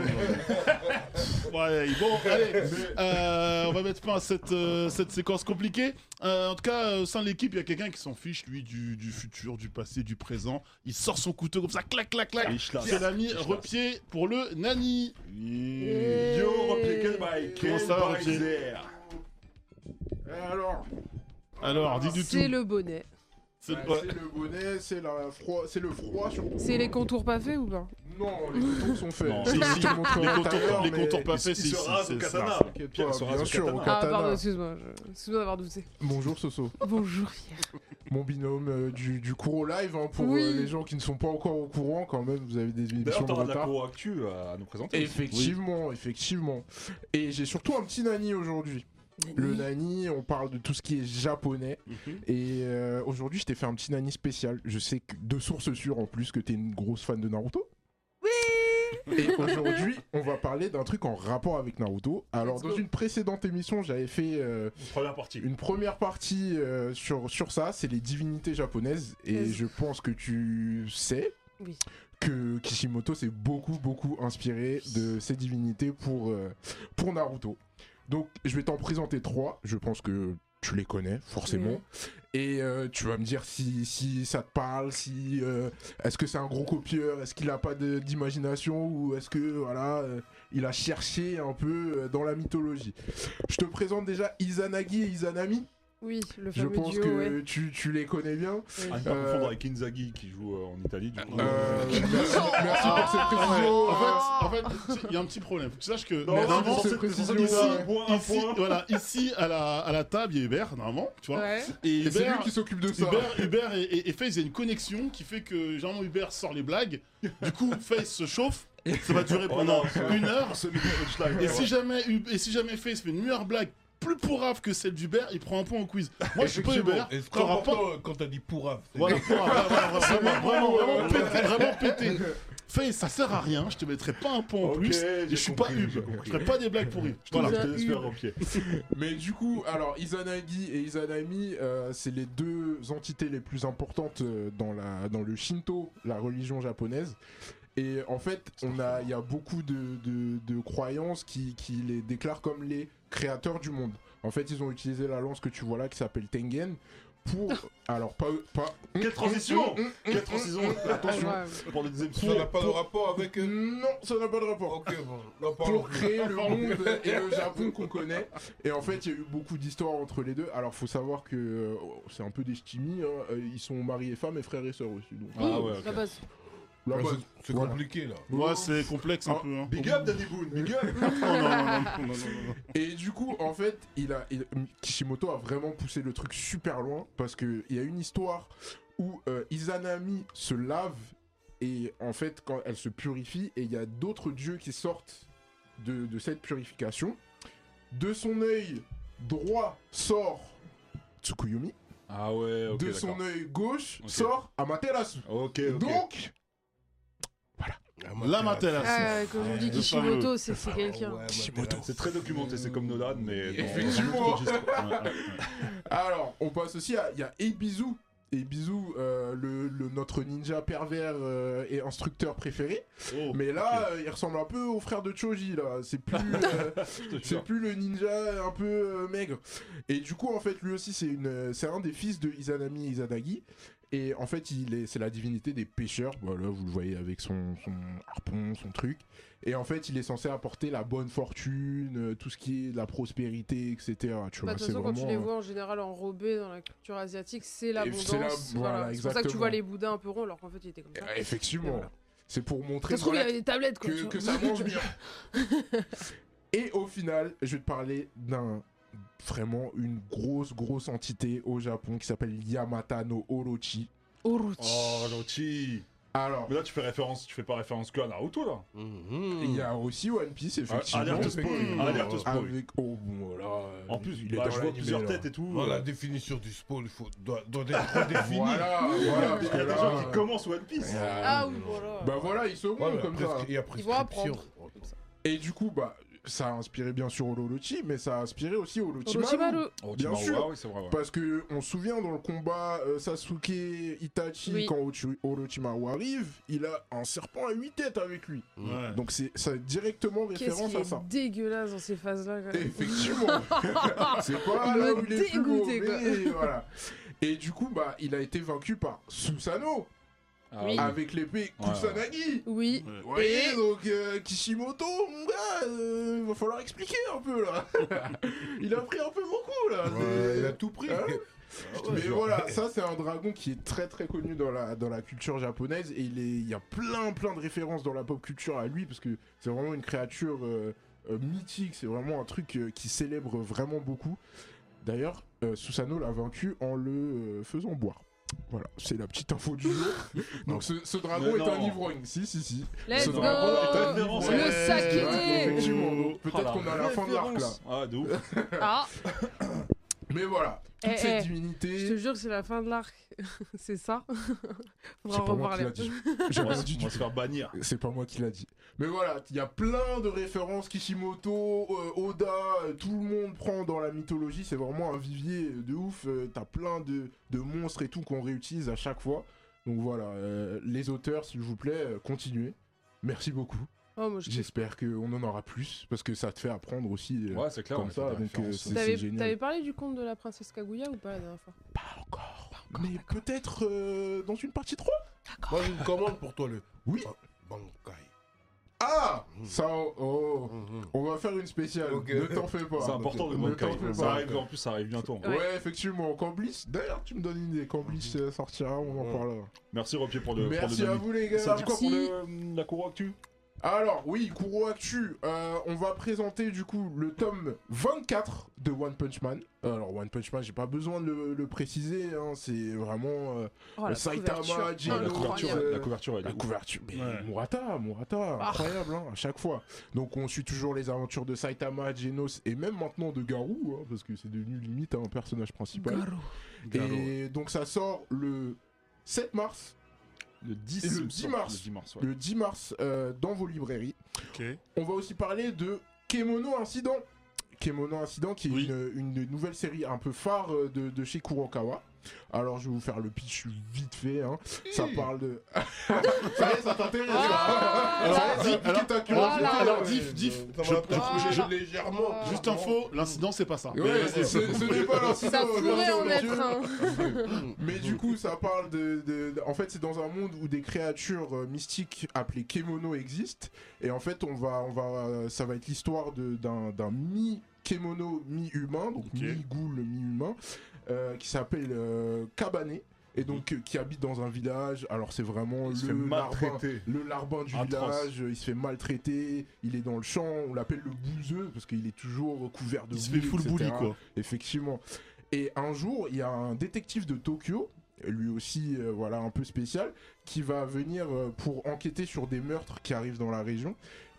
non. Ouais, bon, allez, euh, on va mettre fin à cette, euh, cette séquence compliquée. Euh, en tout cas, au sein de l'équipe, il y a quelqu'un qui s'en fiche, lui, du, du futur, du passé, du présent. Il sort son couteau comme ça, clac, clac, clac. Et il schlasse. C'est l'ami Il schlasse. Repied pour le Nani. Et- Yo, replié, quel bail, Comment quel ça va, bail Roger there. Alors, Alors, dis du tout. C'est le bonnet. C'est ouais, ouais. c'est le bonnet, c'est la froid, c'est le froid surtout. C'est les contours pas faits ou pas? Non, les contours sont faits. Non, Je si, vais si. te montrer Les en contours, intérieur, les mais- contours pas Il faits, se- c'est il se ici. rase c'est au ça. katana. T'inquiète Pierre pas, se rase bien au sûr, au katana. Ah, katana. pardon, excuse-moi. Je... Excuse-moi d'avoir douté. Bonjour Soso, Bonjour, Pierre. mon binôme euh, du, du cours au live, hein, pour Oui. euh, les gens qui ne sont pas encore au courant quand même, vous avez des D'ailleurs, émissions de t'auras de la retard. cour actu à nous présenter. aussi. Effectivement, effectivement. Et j'ai surtout un petit nani aujourd'hui. Le nani, on parle de tout ce qui est japonais. Mhm. Et euh, aujourd'hui, je t'ai fait un petit nani spécial. Je sais que de sources sûres en plus que t'es une grosse fan de Naruto. Oui. Et aujourd'hui, on va parler d'un truc en rapport avec Naruto. Alors, Let's dans go. une précédente émission, j'avais fait euh, Première partie. une première partie euh, sur, sur ça, c'est les divinités japonaises. Et Yes. je pense que tu sais Oui. que Kishimoto s'est beaucoup, beaucoup inspiré de ces divinités pour, euh, pour Naruto. Donc, je vais t'en présenter trois. Je pense que tu les connais, forcément. Oui. Et euh, tu vas me dire si, si ça te parle, si euh, est-ce que c'est un gros copieur, est-ce qu'il a pas de- d'imagination ou est-ce que voilà, euh, il a cherché un peu euh, dans la mythologie. Je te présente déjà Izanagi et Izanami. Oui, le Je fameux pense duo, que ouais. tu, tu les connais bien. Oui. À ne pas Euh, confondre avec Inzaghi qui joue euh, en Italie. Du coup. Euh, merci, merci Ah, pour cette ouais. précision. En fait, en fait, il y a un petit problème. Faut que tu saches que Non, Merci non, pour non, cette c'est- précision. c'est pour ça Ouais. qu'il dit point, un ici, point. voilà, ici à la, à la table, il y a Hubert, normalement, tu vois. Ouais. Et Et c'est lui Hubert, qui s'occupe de ça. Hubert, Hubert et, et, et Faze, il y a une connexion qui fait que généralement Hubert sort les blagues. Du coup, Faze se chauffe. Ça va durer Oh pendant non, c'est- une heure. C'est le punchline. Et si jamais, Hub- et si jamais Faze fait une meilleure blague plus pourrave que celle d'Hubert, il prend un point au quiz. Moi, je suis pas Hubert. Et c'est T'auras important pas. euh, quand t'as dit pourrave. c'est- Voilà, pourrave, voilà, voilà, vraiment, vraiment, vraiment pété, vraiment pété. Faze, ça sert à rien. Je te mettrai pas un point en Ok, plus. j'ai Et je suis compris, pas Hub. j'ai compris. Je ferai pas des blagues pourries. Je te Voilà. laisse- je te laisse faire au pied. Mais du coup, alors Izanagi et Izanami, euh, c'est les deux entités les plus importantes euh, dans, la, dans le Shinto, la religion japonaise. Et en fait, on a, il y a beaucoup de, de, de croyances qui, qui les déclarent comme les créateurs du monde. En fait, ils ont utilisé la lance que tu vois là, qui s'appelle Tengen, pour... alors, pas... pas Quelle transition Quelle transition Attention Incroyable. pour le deuxième Ça sujet. n'a pas de rapport avec. euh, Non, ça n'a pas de rapport. Ok, bon, n'en parlons Pour plus. créer le monde et le Japon qu'on connaît. Et en fait, il y a eu beaucoup d'histoires entre les deux. Alors, faut savoir que euh, c'est un peu des ch'timis. Hein. Euh, Ils sont mari et femme et frères et sœurs aussi. Donc, Ah ouais, ok. La base. la Ouais, base. c'est- C'est Voilà. compliqué là. Moi, c'est complexe un Ah, peu. Hein. Big up Danny Boone, big up. Non, non, non, non, non, non, non, non. Et du coup, en fait, il a, il- Kishimoto a vraiment poussé le truc super loin parce qu'il y a une histoire où euh, Izanami se lave et en fait, quand elle se purifie, et il y a d'autres dieux qui sortent de, de cette purification, de son œil droit sort Tsukuyomi, Ah ouais, ok. de d'accord. son œil gauche Ok. sort Amaterasu. Ok, ok. Donc, La Materasu. Ah, comme on dit Ouais, Kishimoto, c'est c'est Ah quelqu'un. ouais, Kishimoto. Materasu. C'est très documenté, c'est comme Nolan, mais. dans- Effectivement. dans un autre registre. Ouais, ouais, ouais. alors, on passe aussi à. Il y a Eibizu. Eibizu, euh, le, le- notre ninja pervers euh, et instructeur préféré. Oh, Mais là, euh, il ressemble un peu au frère de Choji, là. C'est plus, euh, je te c'est jure. plus le ninja un peu euh, maigre. Et du coup, en fait, lui aussi, c'est une, c'est un des fils de Izanami Izanagi. Et en fait, il est, c'est la divinité des pêcheurs. Voilà, vous le voyez avec son, son harpon, son truc. Et en fait, il est censé apporter la bonne fortune, euh, tout ce qui est de la prospérité, et cetera. Tu Bah, vois, de toute c'est façon, quand tu vraiment, les euh, vois en général enrobés dans la culture asiatique, c'est c'est la- l'abondance. voilà, Voilà, c'est pour ça que tu exactement. vois les bouddhas un peu ronds, alors qu'en fait, il était comme ça. euh, effectivement, Voilà. c'est pour montrer Ça se trouve, il y voilà, avait des tablettes, quoi. tu que, vois. que ça mange bien. Et au final, je vais te parler d'un vraiment une grosse grosse entité au Japon qui s'appelle Yamata no Orochi. Orochi. Oh, Orochi. Alors, Mais là, tu fais référence, tu fais pas référence que à Naruto, là. Mhm. il y a aussi One Piece effectivement. Alerte spoil. effectivement. Alerte spoil. Avec oh bon voilà. euh, En plus, il est bah, dans je vois l'animé, plusieurs là. têtes et tout. Bon, la euh, définition du spoil il faut, doit, doit être redéfinie. Voilà, voilà. Parce qu'il y a des parce gens que qui là, commencent One Piece. euh, Ah oui, voilà. Bah voilà, ils seront Ouais, mais comme après, ça. il y a Ils vont prescription. apprendre. Comme ça. Et du coup, bah ça a inspiré bien sûr Orochi, mais ça a inspiré aussi Orochimaru. Orochimaru. Orochimaru, Bien sûr. ouais, oui, c'est vrai. ouais. Parce que on se souvient dans le combat euh, Sasuke Itachi, Oui. quand Orochi- Orochimaru arrive, il a un serpent à huit têtes avec lui. Ouais. Donc c'est ça a directement Qu'est-ce référence qui à est ça. dégueulasse dans ces phases-là, quand même. Effectivement. C'est pas Il là me où il est plus beau, dégoûtait, quoi. mais voilà. Et du coup, bah, il a été vaincu par Susanoo Ah Oui. oui. avec l'épée Ouais. Kusanagi. Oui. Ouais. Vous voyez, Et- donc euh, Kishimoto, mon gars, euh, il va falloir expliquer un peu là. Il a pris un peu beaucoup là. Ouais, c'est- il a tout pris. Hein Ah ouais, Mais genre- voilà, ça c'est un dragon qui est très très connu dans la, dans la culture japonaise et il, est, il y a plein plein de références dans la pop culture à lui parce que c'est vraiment une créature euh, euh, mythique, c'est vraiment un truc euh, qui célèbre vraiment beaucoup. D'ailleurs, euh, Susanoo l'a vaincu en le euh, faisant boire. Voilà, c'est la petite info du jour. Donc ce, ce dragon Mais est non. un ivrogne, si si si. Let's Ce go. dragon est un référence ivrogne. à Le saké. Ouais, effectivement, donc Oh, peut-être la qu'on est à la fin de l'arc là. référence. Ah, de ouf. Ah, Mais voilà, toute Eh, cette eh, je te divinité. jure que c'est la fin de l'arc. C'est ça. C'est Faudra pas moi qui reparler. l'a dit. On J'ai va rien se dit on du va se faire bannir. C'est pas moi qui l'a dit. Mais voilà, il y a plein de références, Kishimoto, euh, Oda, euh, tout le monde prend dans la mythologie, c'est vraiment un vivier de ouf, euh, t'as plein de, de monstres et tout qu'on réutilise à chaque fois. Donc voilà, euh, les auteurs, s'il vous plaît, euh, continuez. Merci beaucoup. Oh, moi, je... J'espère qu'on en aura plus, parce que ça te fait apprendre aussi euh, Ouais, c'est clair. comme on ça, fait des donc, euh, références. c'est- T'avais génial. t'avais parlé du conte de la princesse Kaguya ou pas la dernière fois? Pas encore. Mais peut-être euh, dans une partie trois. Moi, j'ai une commande pour toi, le Oui. Bankai. Ah Mhm. Ça, oh, Mhm. on va faire une spéciale, Ok. ne t'en fais pas. C'est important le Ne Bankai. t'en fais Ça pas. arrive, en plus, ça arrive bientôt. Ouais. Ouais, effectivement, quand Bliss, d'ailleurs tu me donnes une idée, quand Bliss euh, sortira, on en Ouais. parlera. Merci Ropier pour le pour Merci le à demi. vous les gars. Ça dit quoi pour Merci. le- la cour actu? Alors oui, Kuro Actu, euh, on va présenter du coup le tome vingt-quatre de One Punch Man. Alors One Punch Man, j'ai pas besoin de le, le préciser, hein, c'est vraiment euh, Oh, la Saitama, couverture. Gino, Ouais, la couverture, Incroyable. la couverture, elle est la ouf. couverture. Mais Ouais. Murata, Murata, Ah. incroyable hein, à chaque fois. Donc on suit toujours les aventures de Saitama, Genos et même maintenant de Garou, hein, parce que c'est devenu limite un personnage principal. Garo. Et donc ça sort le sept mars. Le dix, Et le il me dix semble. mars. Le dix mars, ouais. Le dix mars euh, dans vos librairies. Ok. On va aussi parler de Kemono Incident. Kemono Incident qui est Oui. une, une nouvelle série un peu phare euh, de, de chez Kurokawa. Alors je vais vous faire le pitch vite fait. Hein. Ça parle de... ça y est, ça t'intéresse Ah. là. Ça y est, ça a piqué alors- ta alors- curiosité, alors, là, diff, ouais. diff. Ça Je- m'a pris je- je- légèrement. Juste info, l'incident c'est pas ça. Ouais, Mais c'est- vas-y. ce ce n'est pas l'incident. Ça bien pourrait sûr, en bien être sûr. un. Mais du coup, ça parle de, de- de- En fait, c'est dans un monde où des créatures euh, mystiques appelées Kemono existent. Et en fait, on va, on va, euh, ça va être l'histoire de- d'un d'un mi-Kemono, mi-humain, donc Ok. mi-ghoul, mi-humain, euh, qui s'appelle euh, Kabane. Et donc, euh, qui habite dans un village. Alors, c'est vraiment Il se fait le larbin, maltraiter. le larbin du Atroce. village. Il se fait maltraiter. Il est dans le champ. On l'appelle le bouseux parce qu'il est toujours couvert de Il se fait boue, full et cetera. bully quoi. Effectivement. Et un jour, il y a un détective de Tokyo, lui aussi, euh, voilà, un peu spécial, qui va venir euh, pour enquêter sur des meurtres qui arrivent dans la région.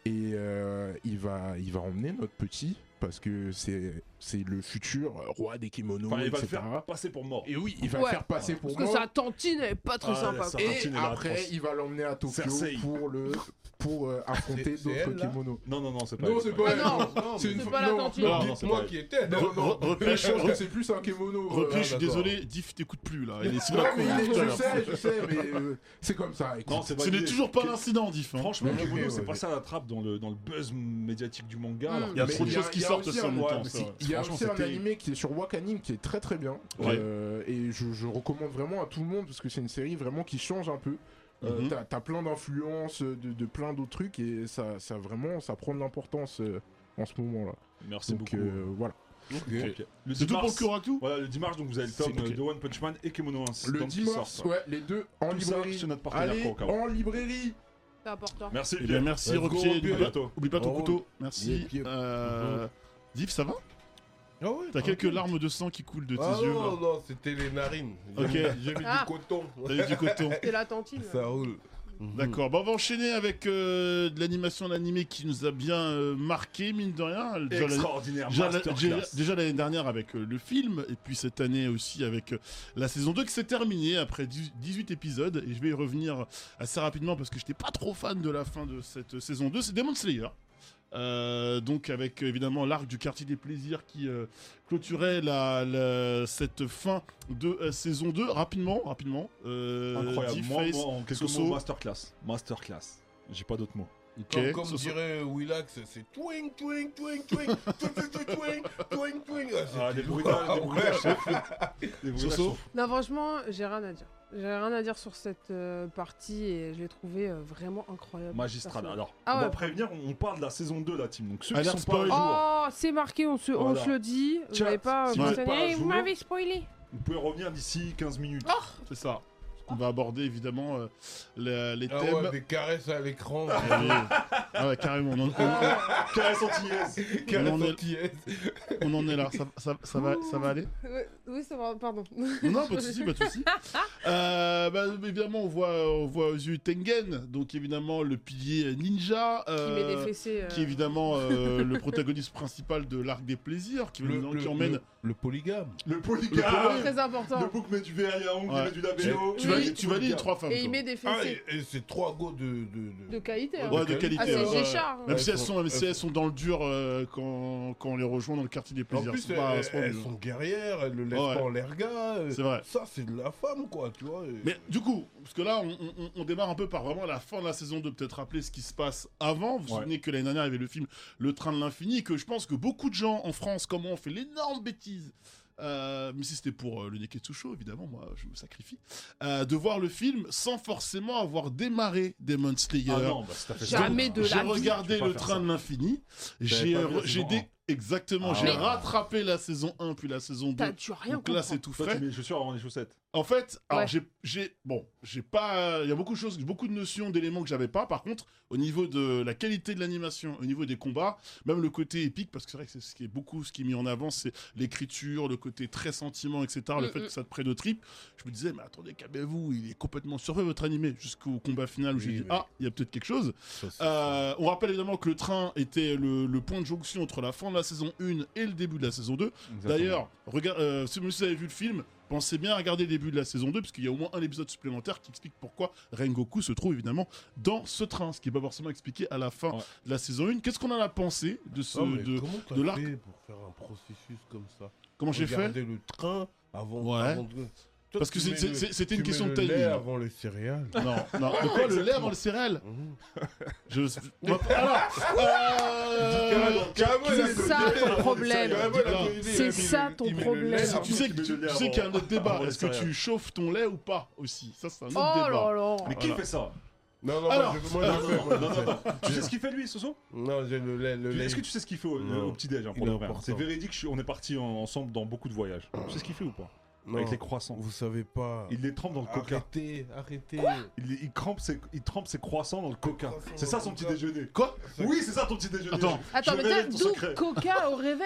et euh, il va il va emmener notre petit parce que c'est c'est le futur roi des kimonos, Enfin, il va et le cetera. faire passer pour mort. Et oui, il va Ouais. le faire passer pour Parce que mort. sa tantine elle est pas très Ah, sympa. ça- quoi. Et Tantine, elle est après, atroce. il va l'emmener à Tokyo Cersei. pour le pour euh, affronter C'est- c'est d'autres elle, là kimonos. Non, non, non, c'est pas. Non, elle, c'est pas pas elle. elle. non, non, c'est mais une c'est fa- pas la non, tantine. non, Non, non, c'est Dites-moi pas qui était. Non, Non, non, Repris, je pense que c'est plus un kimono. Repris, euh, je suis d'accord. désolé, Diff t'écoute plus là. Il est sous Non, la mais coupe il est- tout à je l'heure. sais, je sais, mais euh, c'est comme ça. Écoute. Non, c'est Ce n'est validé. toujours pas Quel- l'incident, Diff. hein. Franchement, Ok, Kimono, c'est ouais. pas ça la trappe dans le, dans le buzz médiatique du manga. Mm. alors Il y a Mais trop de il y a- choses qui il y a sortent aussi aussi en un- même ouais, temps. mais ça, c'est- ouais. Il y a Franchement, aussi un c'était- animé qui est sur Wakanim qui est très très bien. Ouais. Euh, et je, je recommande vraiment à tout le monde parce que c'est une série vraiment qui change un peu. Euh, Mhm. t'as, t'as plein d'influences de, de plein d'autres trucs et ça, ça vraiment ça prend de l'importance euh, en ce moment-là. Merci Donc beaucoup. euh, voilà. Ok. Le C'est dix tout pour le mars- Kuraku Voilà, le dix mars, donc vous avez le C'est tome ok. de One Punch Man et Kemono un Le tome dix qui mars, sortent. ouais, les deux en Tout ça librairie. chez notre partenaire Allez, Kurokawa. en librairie. C'est important. Merci, Eh bien, Pierre. merci, Let's go, Ropier. Pierre. N'oublie pas- Bientôt. Oublie pas ton Oh, couteau. Merci. yep, yep. Euh, Diff, ça va Ah ouais, T'as quelques tranquille. larmes de sang qui coulent de tes Ah yeux non, là. non, c'était les narines. J'ai Ok. mis- J'ai mis Ah. du coton. T'as eu du coton. C'est la tantine. Ça roule. D'accord, bon, on va enchaîner avec euh, de l'animation d'animé qui nous a bien euh, marqué, mine de rien. Déjà, la- Extraordinaire, déjà, la- masterclass. déjà- déjà l'année dernière avec euh, le film, et puis cette année aussi avec euh, la saison deux qui s'est terminée après dix- dix-huit épisodes. Et je vais y revenir assez rapidement parce que j'étais pas trop fan de la fin de cette saison deux. C'est Demon Slayer. Euh, donc avec évidemment l'arc du quartier des plaisirs qui euh, clôturait la, la- cette fin de euh, saison deux. Rapidement, rapidement. Euh, Incroyable. Diff, Moi, Face, moi, en quelques Soso. mots, masterclass. Masterclass. J'ai pas d'autres mots. Ok, Comme, comme Soso. dirait Willax, c'est twing, twing, twing, twing, twing, twing, twing, twing, twing. Ah, c'est- Ah, les bruitages, les bruitages sont fous. Les bruitages Soso. sont fous. Non, franchement, j'ai rien à dire. J'ai rien à dire sur cette euh, partie et je l'ai trouvé euh, vraiment incroyable. Magistral. Perso. Alors, Ah on va ouais. prévenir, on parle de la saison deux, la team. Donc, ceux Alerte qui sont pas à spoil. jour, Oh, c'est marqué, on se, on Voilà. se le dit. Vous Chat, n'avez pas. si vous vous êtes êtes pas à Eh, vous jour- m'avez spoilé. vous pouvez revenir d'ici quinze minutes. C'est ça. On va aborder évidemment euh, la- les Ah thèmes. ouais, des caresses à l'écran. Ah oui. Ah ouais, carrément. On en, on- Caresse antillaise. Caresses on en est- anti-S. on en est là. Ça, ça- ça va, ça va aller Ouais, oui, ça va, pardon. Non, non, pas de souci, pas de souci. Euh, bah, évidemment, on voit, on voit aux yeux Tengen, donc évidemment le pilier ninja, Qui euh, met des fessées. euh, qui est évidemment euh, le protagoniste principal de l'arc des plaisirs, qui, Le, qui le- emmène. le- le polygame. Le Le polygame. poly- Très important. Le bouc met du verre à ongles, Ouais. il met du labello. Tu Oui. valides, tu valides trois femmes. Et il toi. met des Ah, fessées. et, et c'est trois go de. de, de- De qualité. hein. Ouais, de qualité. Ah, c'est ouais, ouais. Géchard. hein. Même Ouais, si elles elles sont, sont- même si elles sont dans le dur euh, quand, quand on les rejoint dans le quartier des En plaisirs. plus, C'est pas- elles, c'est pas elles obligé. sont guerrières, elles le laissent Ouais. pas en l'air gars. euh, C'est vrai. Ça, c'est de la femme, quoi, tu vois. et- Mais du coup, parce que là, on, on- on démarre un peu par vraiment la fin de la saison deux, peut-être rappeler ce qui se passe avant. Vous vous Ouais. souvenez que l'année dernière, il y avait le film Le Train de l'Infini, et que je pense que beaucoup de gens en France, comme moi, ont fait l'énorme bêtise. Euh, mais si c'était pour euh, le Neketsu Show, évidemment, moi je me sacrifie, euh, de voir le film sans forcément avoir démarré Demon Slayer. Ah non, bah, si t'as fait ça, Jamais bah, de J'ai la vie. regardé Tu peux Le pas faire Train ça. de l'Infini, T'avais j'ai pas vu la re- j'ai saison dé- un. exactement, Ah. j'ai Mais- rattrapé la saison un puis la saison T'as- deux. Tu as rien Donc là, compris. c'est tout Toi, frais. tu mets les chaussures avant les chaussettes. En fait, alors Ouais. j'ai, j'ai, bon, j'ai pas, il y a beaucoup de choses, beaucoup de notions, d'éléments que j'avais pas. Par contre, au niveau de la qualité de l'animation, au niveau des combats, même le côté épique, parce que c'est vrai que c'est ce qui est beaucoup, ce qui est mis en avant, c'est l'écriture, le côté très sentiment, et cetera. Le Mm, fait mm. que ça te prenne au trip. Je me disais, mais attendez, calmez-vous, il est complètement surfait votre animé jusqu'au combat final où j'ai Oui, dit, oui. ah, il y a peut-être quelque chose. Ça, c'est- Euh, on rappelle évidemment que le train était le, le point de jonction entre la fin de la saison un et le début de la saison deux. D'ailleurs, regarde, euh, si vous avez vu le film, pensez bien à regarder le début de la saison deux, parce qu'il y a au moins un épisode supplémentaire qui explique pourquoi Rengoku se trouve évidemment dans ce train, ce qui n'est pas forcément expliqué à la fin Ouais. de la saison un. Qu'est-ce qu'on en a pensé de ce... Non, mais de... comment t'as de l'arc- fait pour faire un processus comme ça? Comment j'ai fait Regarder le train avant. Ouais. avant de- Toi, Parce que tu c'est- mets c'est- le- c'est- c'était une tu question mets de le timing. lait avant les céréales. Non, non. De quoi, le lait avant le céréales Mhm. Je... Moi- Alors, euh, C'est ça ton problème. C'est ça ton problème. si tu sais, que- Il met tu, le lait tu sais qu'il y a un autre débat. avant les Est-ce que céréales. tu chauffes ton lait ou pas aussi? Ça, c'est un autre Oh débat. là là. Mais qui Voilà. fait ça? Non, non, Alors, moi, je, moi, je euh, fais, moi, je Non, fais. non, non. Tu sais ce qu'il fait lui, Soso? Non, j'ai le lait. Le lait. Est-ce que tu sais ce qu'il fait au, Non. au petit-déj hein, pour Il est de vrai important. C'est véridique, je suis- on est partis ensemble dans beaucoup de voyages. Tu sais ce qu'il fait ou pas? Non, Avec les croissants. vous savez pas. Il les trempe dans le coca. Arrêtez, arrêtez. Il, il, trempe ses, il trempe ses croissants dans le coca. croissants C'est dans ça le son petit coca. déjeuner. Quoi? Oui, c'est ça ton petit déjeuner. Attends. Attends, Je mais révèle t'as ton d'où secret. Coca au réveil?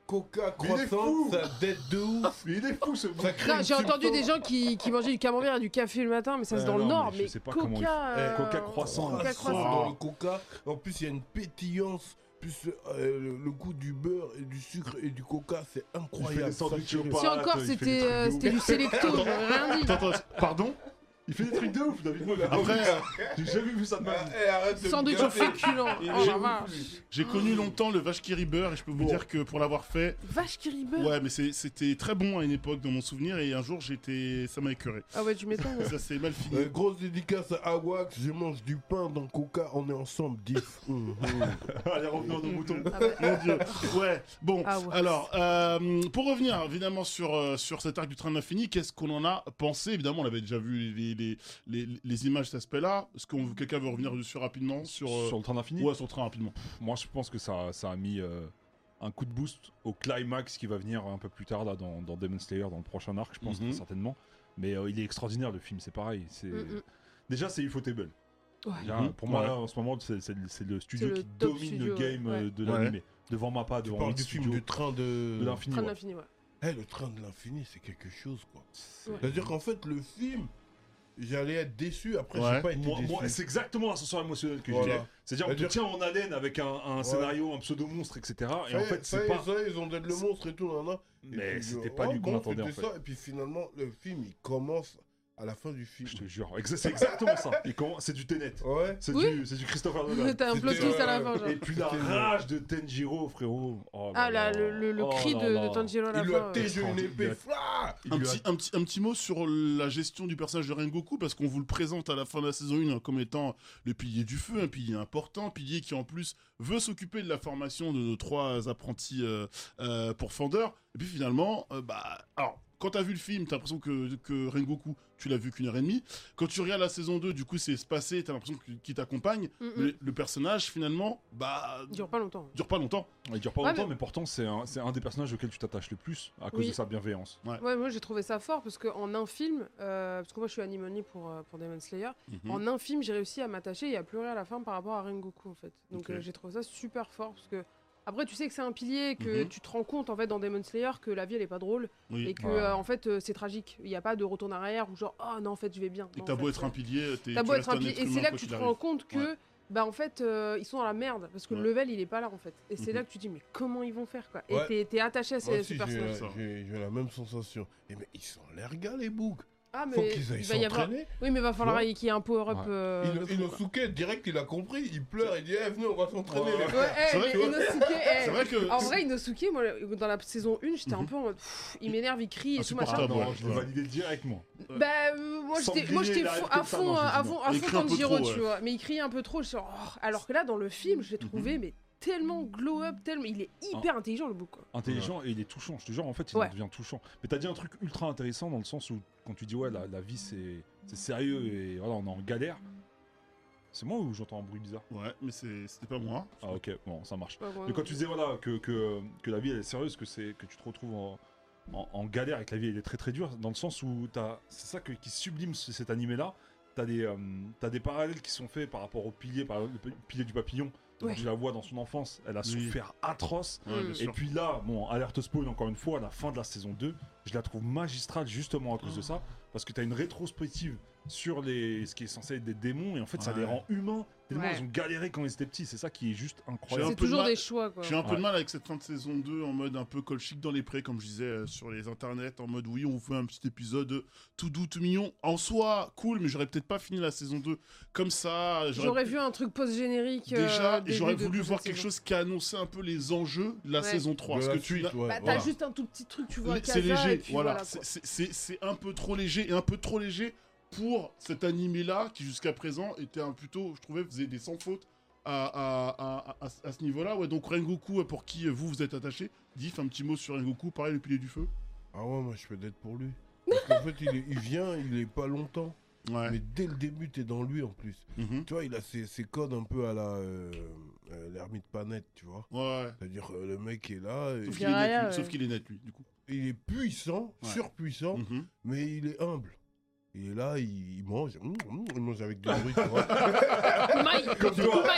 Coca Mais il est croissant, fou. ça dette de ouf. Mais il est fou ce Ça crée Non, une j'ai entendu des substance. gens qui, qui mangeaient du camembert et du café le matin, mais ça c'est Euh, dans le non, nord. mais je Mais, sais pas comment il Coca. faut. euh, Coca croissant. Coca Croissant croissant. dans le coca. En plus, il y a une pétillance. Plus euh, le, le goût du beurre et du sucre et du coca, c'est Il fait incroyable. des sandwichs Ça, au c'est- pain. Si encore il fait des c'était trucs euh, de c'était ouf. du Selecto, j'aurais rien dit. Attends, attends, pardon Il fait des trucs de ouf, David. Moi, Après, euh, j'ai jamais vu ça de ma vie. Eh, arrête de me Sandwich au gâter. féculent. Il Oh est la ouf, vache. lui. j'ai connu longtemps le vache qui rit beurre et je peux vous Bon. dire que pour l'avoir fait, Vache qui rit beurre. ouais, mais c'est- c'était très bon à une époque dans mon souvenir et un jour j'étais, ça m'a écœuré. Ah ouais, tu m'étonnes. Ça s'est mal fini. Euh, grosse dédicace à Awax, je mange du pain dans Coca, on est ensemble, dix. Hum, hum. Allez, revenons à nos moutons. Ah ouais. Mon Dieu. Ouais. Bon. Ah ouais. Alors, euh, pour revenir évidemment sur euh, sur cet arc du train de l'infini, qu'est-ce qu'on en a pensé? Évidemment, on avait déjà vu les les, les, les images de cet aspect-là. Est-ce qu'on quelqu'un veut revenir dessus rapidement sur euh, Sur le train d'infini. ouais, sur le train rapidement. Moi, je pense que ça, ça a mis euh, un coup de boost au climax qui va venir un peu plus tard là, dans, dans Demon Slayer, dans le prochain arc, je pense Mhm. certainement. Mais euh, il est extraordinaire le film, c'est pareil. C'est... Mm, mm. Déjà, c'est Ufotable. Ouais. Déjà, Mhm. Pour moi, Ouais. là, en ce moment, c'est, c'est le- c'est le studio C'est le qui top domine studio, le game ouais. euh, de Ouais. l'animé. Devant Mappa, Tu devant parles Hit du film Studio, du train de... de l'infini. Train de ouais. l'infini, ouais. Eh, le train de l'infini, c'est quelque chose, quoi. Ouais. C'est-à-dire qu'en fait, le film, j'allais être déçu, après, Ouais. j'ai pas été Moi, déçu. moi, c'est exactement l'ascenseur émotionnel que Voilà. j'ai. C'est-à-dire, on te C'est-à-dire- tient en haleine avec un, un Ouais. scénario, un pseudo-monstre, et cetera. Et Ça en y est, fait, ça c'est y est, pas. ça y est, ils ont d'être le monstre et tout, nan, nan. Et Mais puis, c'était euh, pas oh, lui qu'on bon, attendait en c'était fait. ça, et puis finalement, le film, il commence à la fin du film. Je te jure, exa- c'est exactement ça. Et comment- c'est du Tenet. Ouais. C'est Oui. du, c'est du Christopher Nolan. T'as un plot C'était, twist à la euh, fin, genre. Et puis la C'était- rage de Tenjiro, frérot. Oh Ah là, le, le, le Oh cri là de, là. de Tanjiro à la Il lui fin. a ouais. tégé une Il épée, a- fla Il Un lui a- petit, un, petit, un petit mot sur la gestion du personnage de Rengoku, parce qu'on vous le présente à la fin de la saison un comme étant le pilier du feu, un pilier important, un pilier qui en plus veut s'occuper de la formation de nos trois apprentis euh, euh, pourfendeurs. Et puis finalement, euh, bah, alors, quand t'as vu le film, t'as l'impression que, que Rengoku, tu l'as vu qu'une heure et demie. Quand tu regardes la saison deux, du coup, c'est espacé, t'as l'impression que- qu'il t'accompagne. Mm, mm. Mais le personnage, finalement, bah, Il dure pas longtemps. dure pas longtemps. Il dure pas Ouais, longtemps, mais- mais... pourtant, c'est un, c'est un des personnages auxquels tu t'attaches le plus à cause Oui. de sa bienveillance. Ouais, moi j'ai trouvé ça fort parce qu'en un film, euh, parce que moi je suis animoni pour, euh, pour Demon Slayer, Mhm. en un film j'ai réussi à m'attacher et à pleurer à la fin par rapport à Rengoku en fait. Donc Ok. euh, j'ai trouvé ça super fort parce que après tu sais que c'est un pilier, que Mhm. tu te rends compte en fait dans Demon Slayer que la vie elle est pas drôle Oui. et que Ouais. euh, en fait euh, c'est tragique. Il n'y a pas de retour en arrière ou genre oh non en fait je vais bien. Et Non, t'as en beau fait, être euh, un pilier, t'es T'as tu beau être restes un un pilier être et c'est humain, là quoi que tu qu'il te arrive. rends compte que Ouais. bah en fait euh, ils sont dans la merde parce que Ouais. le level il est pas là en fait. Et c'est Mhm. là que tu te dis mais comment ils vont faire quoi. Et Ouais. t'es- t'es attaché à Moi ces, aussi, ce j'ai personnage. la- ça. j'ai j'ai la même sensation. Et mais ils sont l'air gars, les boucs. Ah Faut mais qu'ils aillent il va y avoir. s'entraîner. Oui mais va falloir vois qu'il y ait un power-up. Ouais. euh, de Ino- fou, quoi. Inosuke, direct, il a compris. Il pleure, il dit eh, venez, on va s'entraîner, Ouais. les Ouais, frères. eh, C'est vrai mais que- Inosuke, eh, C'est vrai que. en vrai, Inosuke, moi, dans la saison un, j'étais un Mhm. peu en mode, pff, il m'énerve, il crie et tout machin. Insupportable. Ah non, ouais. je l'ai Ouais. validé directement. Bah, euh, moi, Sans j'étais, moi, griller, j'étais il fo- arrive à comme ça, fond, non, euh, j'ai à dit fond, non. à Il fond crie un peu Tanjiro, trop, tu ouais. vois. Mais il crie un peu trop, je suis genre, oh. Alors que là, dans le film, je l'ai trouvé, mais tellement glow up, tellement, il est hyper intelligent, le bouc, quoi. Intelligent et il est touchant. Je te jure, en fait, il Ouais. en devient touchant. Mais t'as dit un truc ultra intéressant dans le sens où, quand tu dis, ouais, la, la vie c'est, c'est sérieux et voilà, on est en galère. C'est moi ou j'entends un bruit bizarre? Ouais, mais c'est- c'était pas moi. Ah, ok, bon, ça marche. Ouais, ouais, Mais quand ouais. tu disais, voilà, que, que, que la vie elle est sérieuse, que, c'est, que tu te retrouves en, en, en galère et que la vie elle est très très dure, dans le sens où t'as, c'est ça que, qui sublime ce- cet animé-là. T'as des, euh, t'as des parallèles qui sont faits par rapport au pilier, par exemple, le pilier du papillon. Ouais. Tu la vois dans son enfance, elle a Oui. souffert atroce. Ouais, bien Mm. Et sûr. puis là, bon, alerte spoil encore une fois, à la fin de la saison deux, je la trouve magistrale justement à cause Oh. de ça, parce que tu as une rétrospective sur les, ce qui est censé être des démons, et en fait ça Ouais. les rend humains, tellement Ouais. ils ont galéré quand ils étaient petits, c'est ça qui est juste J'ai un incroyable. C'est peu de toujours mal- des choix, quoi. J'ai un peu Ouais. de mal avec cette fin de saison deux en mode un peu colchique dans les prés, comme je disais euh, sur les internets, en mode oui, on vous fait un petit épisode euh, tout doux, tout mignon. En soi, cool, mais j'aurais peut-être pas fini la saison deux comme ça. J'aurais vu un truc post-générique. Déjà, euh, et j'aurais début de voulu voir prochaine quelque saison. chose qui annonçait un peu les enjeux de la Ouais. saison trois. De Parce la que tu suite, n'as- ouais. Bah, t'as voilà. juste un tout petit truc, tu vois, C'est Kaza, et léger, puis voilà. voilà, C'est- quoi. c'est- c'est c'est un peu trop léger et un peu trop léger pour cet animé-là qui jusqu'à présent était un plutôt, je trouvais, faisait des sans fautes à, à, à, à, à ce niveau-là. Ouais, donc Rengoku, pour qui euh, vous vous êtes attaché, Diff, un petit mot sur Rengoku, pareil, le pilier du feu. Ah ouais, moi, je peux d'être pour lui. Parce qu'en fait, il, est- il vient, il est pas longtemps. Ouais. Mais dès le début, t'es dans lui en plus. Mhm. Tu vois, il a ses, ses codes un peu à la euh, euh, l'ermite Panette, tu vois. Ouais. C'est-à-dire, euh, le mec est là, et Sauf Il qu'il est, net, Jiraiya, lui. ouais. Sauf qu'il est net, lui, du coup. il est puissant, Ouais. surpuissant, Mhm. mais il est humble. Il est là, il, il mange, mm, mm, il mange avec du bruit, tu vois. Kumaï Comme toi. Kumaï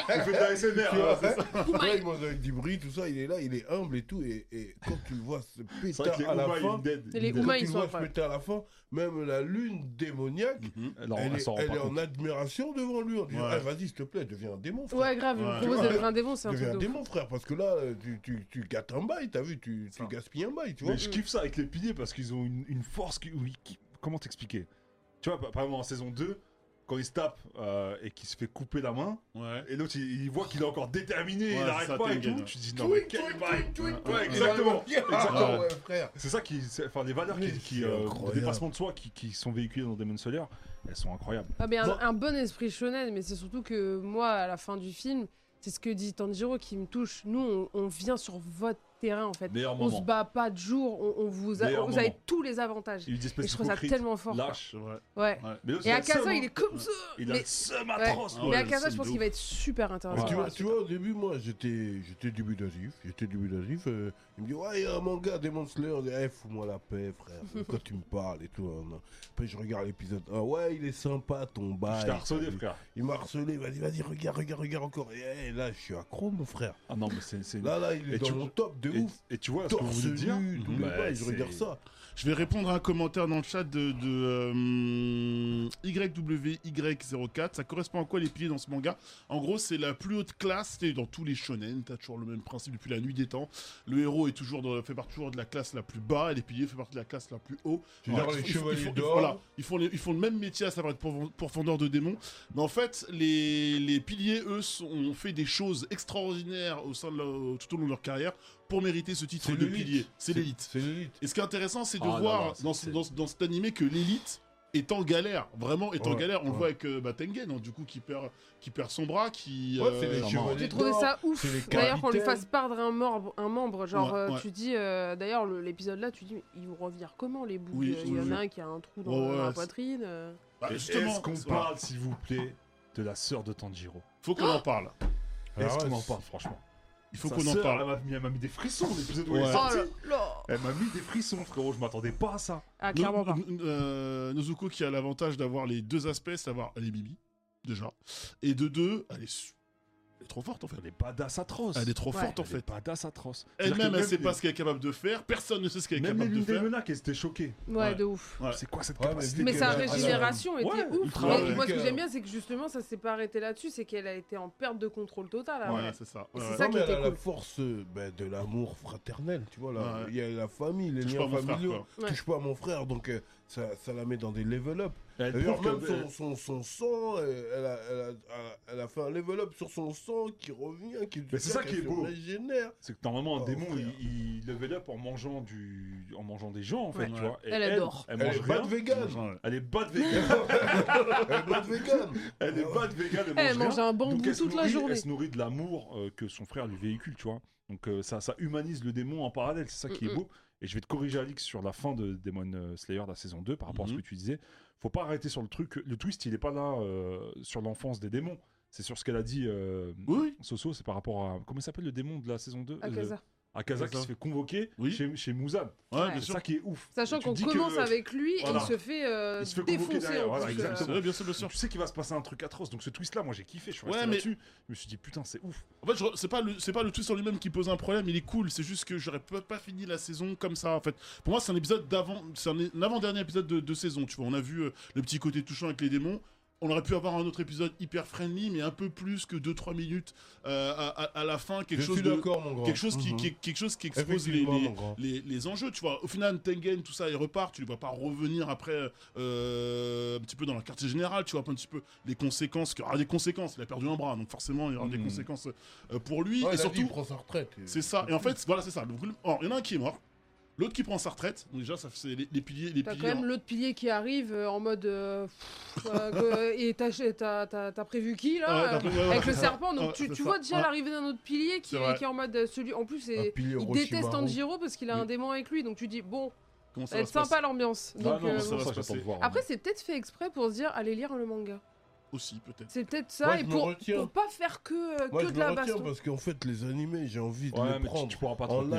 On fait de la S M R. Tu hein, vois, c'est ça. ouais, il mange avec du bruit, tout ça, il est là, il est humble et tout. Et, et quand tu le vois se C'est vrai que péter les à la Oumas, ils fin, me dead. Et les Ils me Oumas, quand ils tu le sont vois se incroyables. péter à la fin, même la lune démoniaque, Mhm. dead. Non, elle, elle est, s'en rend elle pas est en compte. admiration devant lui en disant Ouais. ah, vas-y, s'il te plaît, deviens un démon, frère. Ouais, grave, il Ouais. me propose de devenir un démon, c'est un Deviens truc un de ouf. démon, frère, parce que là, tu, tu, tu gâtes un bail, t'as vu, tu, tu Ça. gaspilles un bail, tu vois. Mais je kiffe ça avec les piliers parce qu'ils ont une, une force qui, oui, qui- comment t'expliquer? Tu vois, par par exemple en saison deux, quand il se tape euh, et qu'il se fait couper la main, Ouais. et l'autre il, il voit qu'il est encore déterminé, Ouais, il c'est n'arrête ça, pas et Tengen, tout, ouais. tu te dis non mais Tweet, quel tweet, bail! tweet, tweet, Ouais, tweet. exactement, Ah exactement. ouais, frère. C'est ça qui, c'est- enfin les valeurs qui, Mais qui c'est euh, de incroyable. dépassement de soi qui, qui sont véhiculées dans Demon Slayer, elles sont incroyables. Ah, mais un, Bon. un bon esprit shonen, mais c'est surtout que moi, à la fin du film, c'est ce que dit Tanjiro qui me touche. Nous, on, on vient sur votre terrain en fait. Meilleur On se moment. bat pas de jour, on, on vous, a- Meilleur vous avez moment. tous les avantages. Il est une Et espèce je trouve ça d'hypocrite, tellement fort. quoi. lâche. C'est vrai. Ouais. Ouais. Mais l'autre, Et il a le Akaza, seum, il hein. est comme ça. Il a Mais, le seum ouais. atroce. Ah l'autre. mais ouais, Akaza, c'est je pense de qu'il va ouf. être super intéressant. tu, par vois, la tu suite. vois, au début, moi, j'étais j'étais dubitatif. J'étais dubitatif. euh, il me dit, ouais, il y a un manga, Demon Slayer. On dit, eh, fous-moi la paix, frère. Quand tu me parles et tout. hein, non. Après, je regarde l'épisode un. Ouais, il est sympa, ton bail. Je t'ai harcelé, frère. Il m'a harcelé. Vas-y, vas-y, regarde, regarde, regarde encore. Et eh, là, je suis accro, mon frère. Ah non, mais c'est. c'est- Là, là, il est Et dans tu- mon top de et, ouf. et tu vois ce que vous Torse voulez dire? nu, tous Mhm. les Bah, bails, je c'est- regarde ça. Je vais répondre à un commentaire dans le chat de, de euh, Y W Y zéro quatre. Ça correspond à quoi les piliers dans ce manga? En gros, c'est la plus haute classe. C'est dans tous les shonen. T'as toujours le même principe depuis la nuit des temps. Le héros est toujours dans- fait partie toujours de la classe la plus bas et les piliers font partie de la classe la plus haut. Tu veux dire Voilà, les ils font- ils chevaliers font- ils d'or. font- voilà, ils font, les- ils font le même métier, à savoir être pourv- pourfendeur de démons. Mais en fait, les, les piliers, eux, sont- ont fait des choses extraordinaires au sein de leur- tout au long de leur carrière pour mériter ce titre C'est de l'élite. pilier. C'est l'élite. C'est l'élite. Et ce qui est intéressant, c'est de Ah là voir là, c'est- dans, ce- c'est- dans, ce- dans cet animé que l'élite est en galère, vraiment est en Ouais, galère. On le ouais. voit avec euh, bah, Tengen, hein, du coup, qui perd, qui perd son bras, qui... Ouais, c'est les euh, chevaliers J'ai trouvé d'or, ça ouf. c'est les D'ailleurs, qu'on lui capitaines. fasse perdre un membre, un membre genre, Ouais, euh, ouais. tu dis, euh, d'ailleurs, le- l'épisode là, tu dis, mais ils vont revenir comment les bouts Oui, de- Il y oui, en oui. a un qui a un trou dans, Ouais, dans ouais, la c'est- poitrine. euh. bah, Et justement, Est-ce qu'on c'est- parle, s'il vous plaît, de la sœur de Tanjiro? faut qu'on en parle. Est-ce Alors, qu'on en c'est- parle, franchement? Il faut Sa qu'on en sœur, parle. Elle m'a mis, elle m'a mis des frissons l'épisode où elle Ouais. est Oh sortie. là là. Elle m'a mis des frissons, frérot. Je m'attendais pas à ça. Ah, No- clairement pas. no- euh, Nozuko qui a l'avantage d'avoir les deux aspects, savoir elle est Bibi, déjà. Et de deux, elle est, su- elle est trop forte en fait. Elle est badass atroce. Elle est trop Ouais. forte en Elle est fait. badass atroce. C'est-à-dire Elle-même, que elle sait même pas les- ce qu'elle est capable de faire. Personne ne sait ce qu'elle est Même les capable de lunes des faire. menaces, elles étaient choquées. Ouais, Ouais. de ouf. Ouais. C'est quoi cette Ouais, mais capacité vu Mais que- sa elle a- régénération était Ouais, ouf. ultra, Mais ouais. moi, ce que Que- j'aime bien, c'est que justement, ça s'est pas arrêté là-dessus, c'est qu'elle a été en perte de contrôle total. Ouais, après. c'est ça. Et Ouais, c'est ouais. ça Non, qui mais était elle a la cool. force euh, ben, de l'amour fraternel, tu vois. Là. Ouais. Il y a la famille, les Touche liens pas à mon frère, familiaux. quoi. Ouais. Touche pas à mon frère, donc euh, ça, ça la met dans des level up. Elle D'ailleurs, prouve même que- son, son, son sang, euh, elle a, elle, a, elle a fait un level up sur son sang qui revient, qui Mais c'est ça qui est se beau. régénère. C'est que normalement un Oh, démon frère. il, il level up en mangeant du en mangeant des gens en fait Ouais. tu vois. Et Elle adore. Elle, Elle mange est rien. bad vegan. Ouais. Elle est bad vegan. Elle est bad vegan. Elle est bad vegan. Elle, Elle mange mange rien. un Donc bambou elle se toute la nourrit- journée. Elle se nourrit de l'amour euh, que son frère lui véhicule tu vois. Donc euh, ça ça humanise le démon en parallèle. C'est ça qui est Mm-mm. beau. Et je vais te corriger Alix sur la fin de Demon euh, Slayer de la saison deux par rapport à Mhm. ce que tu disais. Faut pas arrêter sur le truc. Le twist il est pas là euh, sur l'enfance des démons. C'est sur ce qu'elle a dit. Euh, Oui, Soso, c'est par rapport à. Comment il s'appelle le démon de la saison deux Akaza. Euh, Akaza qui Akaza. se fait convoquer Oui. chez, chez Muzan. ouais, Ouais. bien C'est sûr. ça qui est ouf. Sachant Et tu qu'on dis commence que- avec lui et voilà. il se fait, euh, Il se fait convoquer défoncer. derrière, en voilà, plus, C'est euh. exactement. vrai, bien sûr, bien sûr. Tu sais qu'il va se passer un truc atroce. Donc ce twist-là, moi j'ai kiffé. Je suis Ouais, resté mais- là-dessus. Je me suis dit, putain, c'est ouf. En fait, je- c'est pas le c'est pas le twist en lui-même qui pose un problème, il est cool. C'est juste que j'aurais pas, pas fini la saison comme ça. En fait, pour moi, c'est un épisode d'avant, c'est un, un avant-dernier épisode de, de saison. Tu vois, on a vu euh, le petit côté touchant avec les démons. On aurait pu avoir un autre épisode hyper friendly, mais un peu plus que deux trois minutes euh, à, à- à la fin, quelque Je chose suis de d'accord, mon grand. quelque chose qui, Mhm. qui- quelque chose qui expose les, Effectivement, les, mon grand. les, les enjeux, tu vois. Au final, Tengen, tout ça, il repart, tu les vois pas revenir après euh, un petit peu dans la quartier générale, tu vois un petit peu les conséquences, il y aura des conséquences, il a perdu un bras, donc forcément il y aura des Mhm. conséquences euh, pour lui, Ouais, et il a dit, surtout, il prend sa retraite. c'est ça, et en fait, voilà, c'est ça. Donc, alors, il y en a un qui est mort, l'autre qui prend sa retraite, donc déjà, ça c'est les, les piliers, les T'as piliers. quand même l'autre pilier qui arrive euh, en mode. euh, pff, euh, que- et t'as- t'as t'as- t'as prévu qui là Ouais, euh, t'as prévu- ouais, ouais, Avec le c'est ça. serpent, donc Ouais, tu, c'est tu ça. vois déjà Ouais. l'arrivée d'un autre pilier qui C'est est, vrai. qui est en mode euh, celui. En plus, c'est- Un pilier il déteste Orochimaru. Tanjiro parce qu'il a Oui. un démon avec lui, donc tu dis bon, Comment ça va être se passer sympa l'ambiance. Ah Donc, non, euh, ça ça, va ça, se j'attends passer. de voir. Après, c'est peut-être fait exprès pour se dire allez lire le manga. Aussi, peut-être. C'est peut-être ça, Moi, et je me pour, retiens. pour pas faire que, euh, Moi, que je de me la retiens baston. parce qu'en fait, les animés, j'ai envie de Ouais, les mais tu, prendre tu pourras pas te en retenir. live. Tu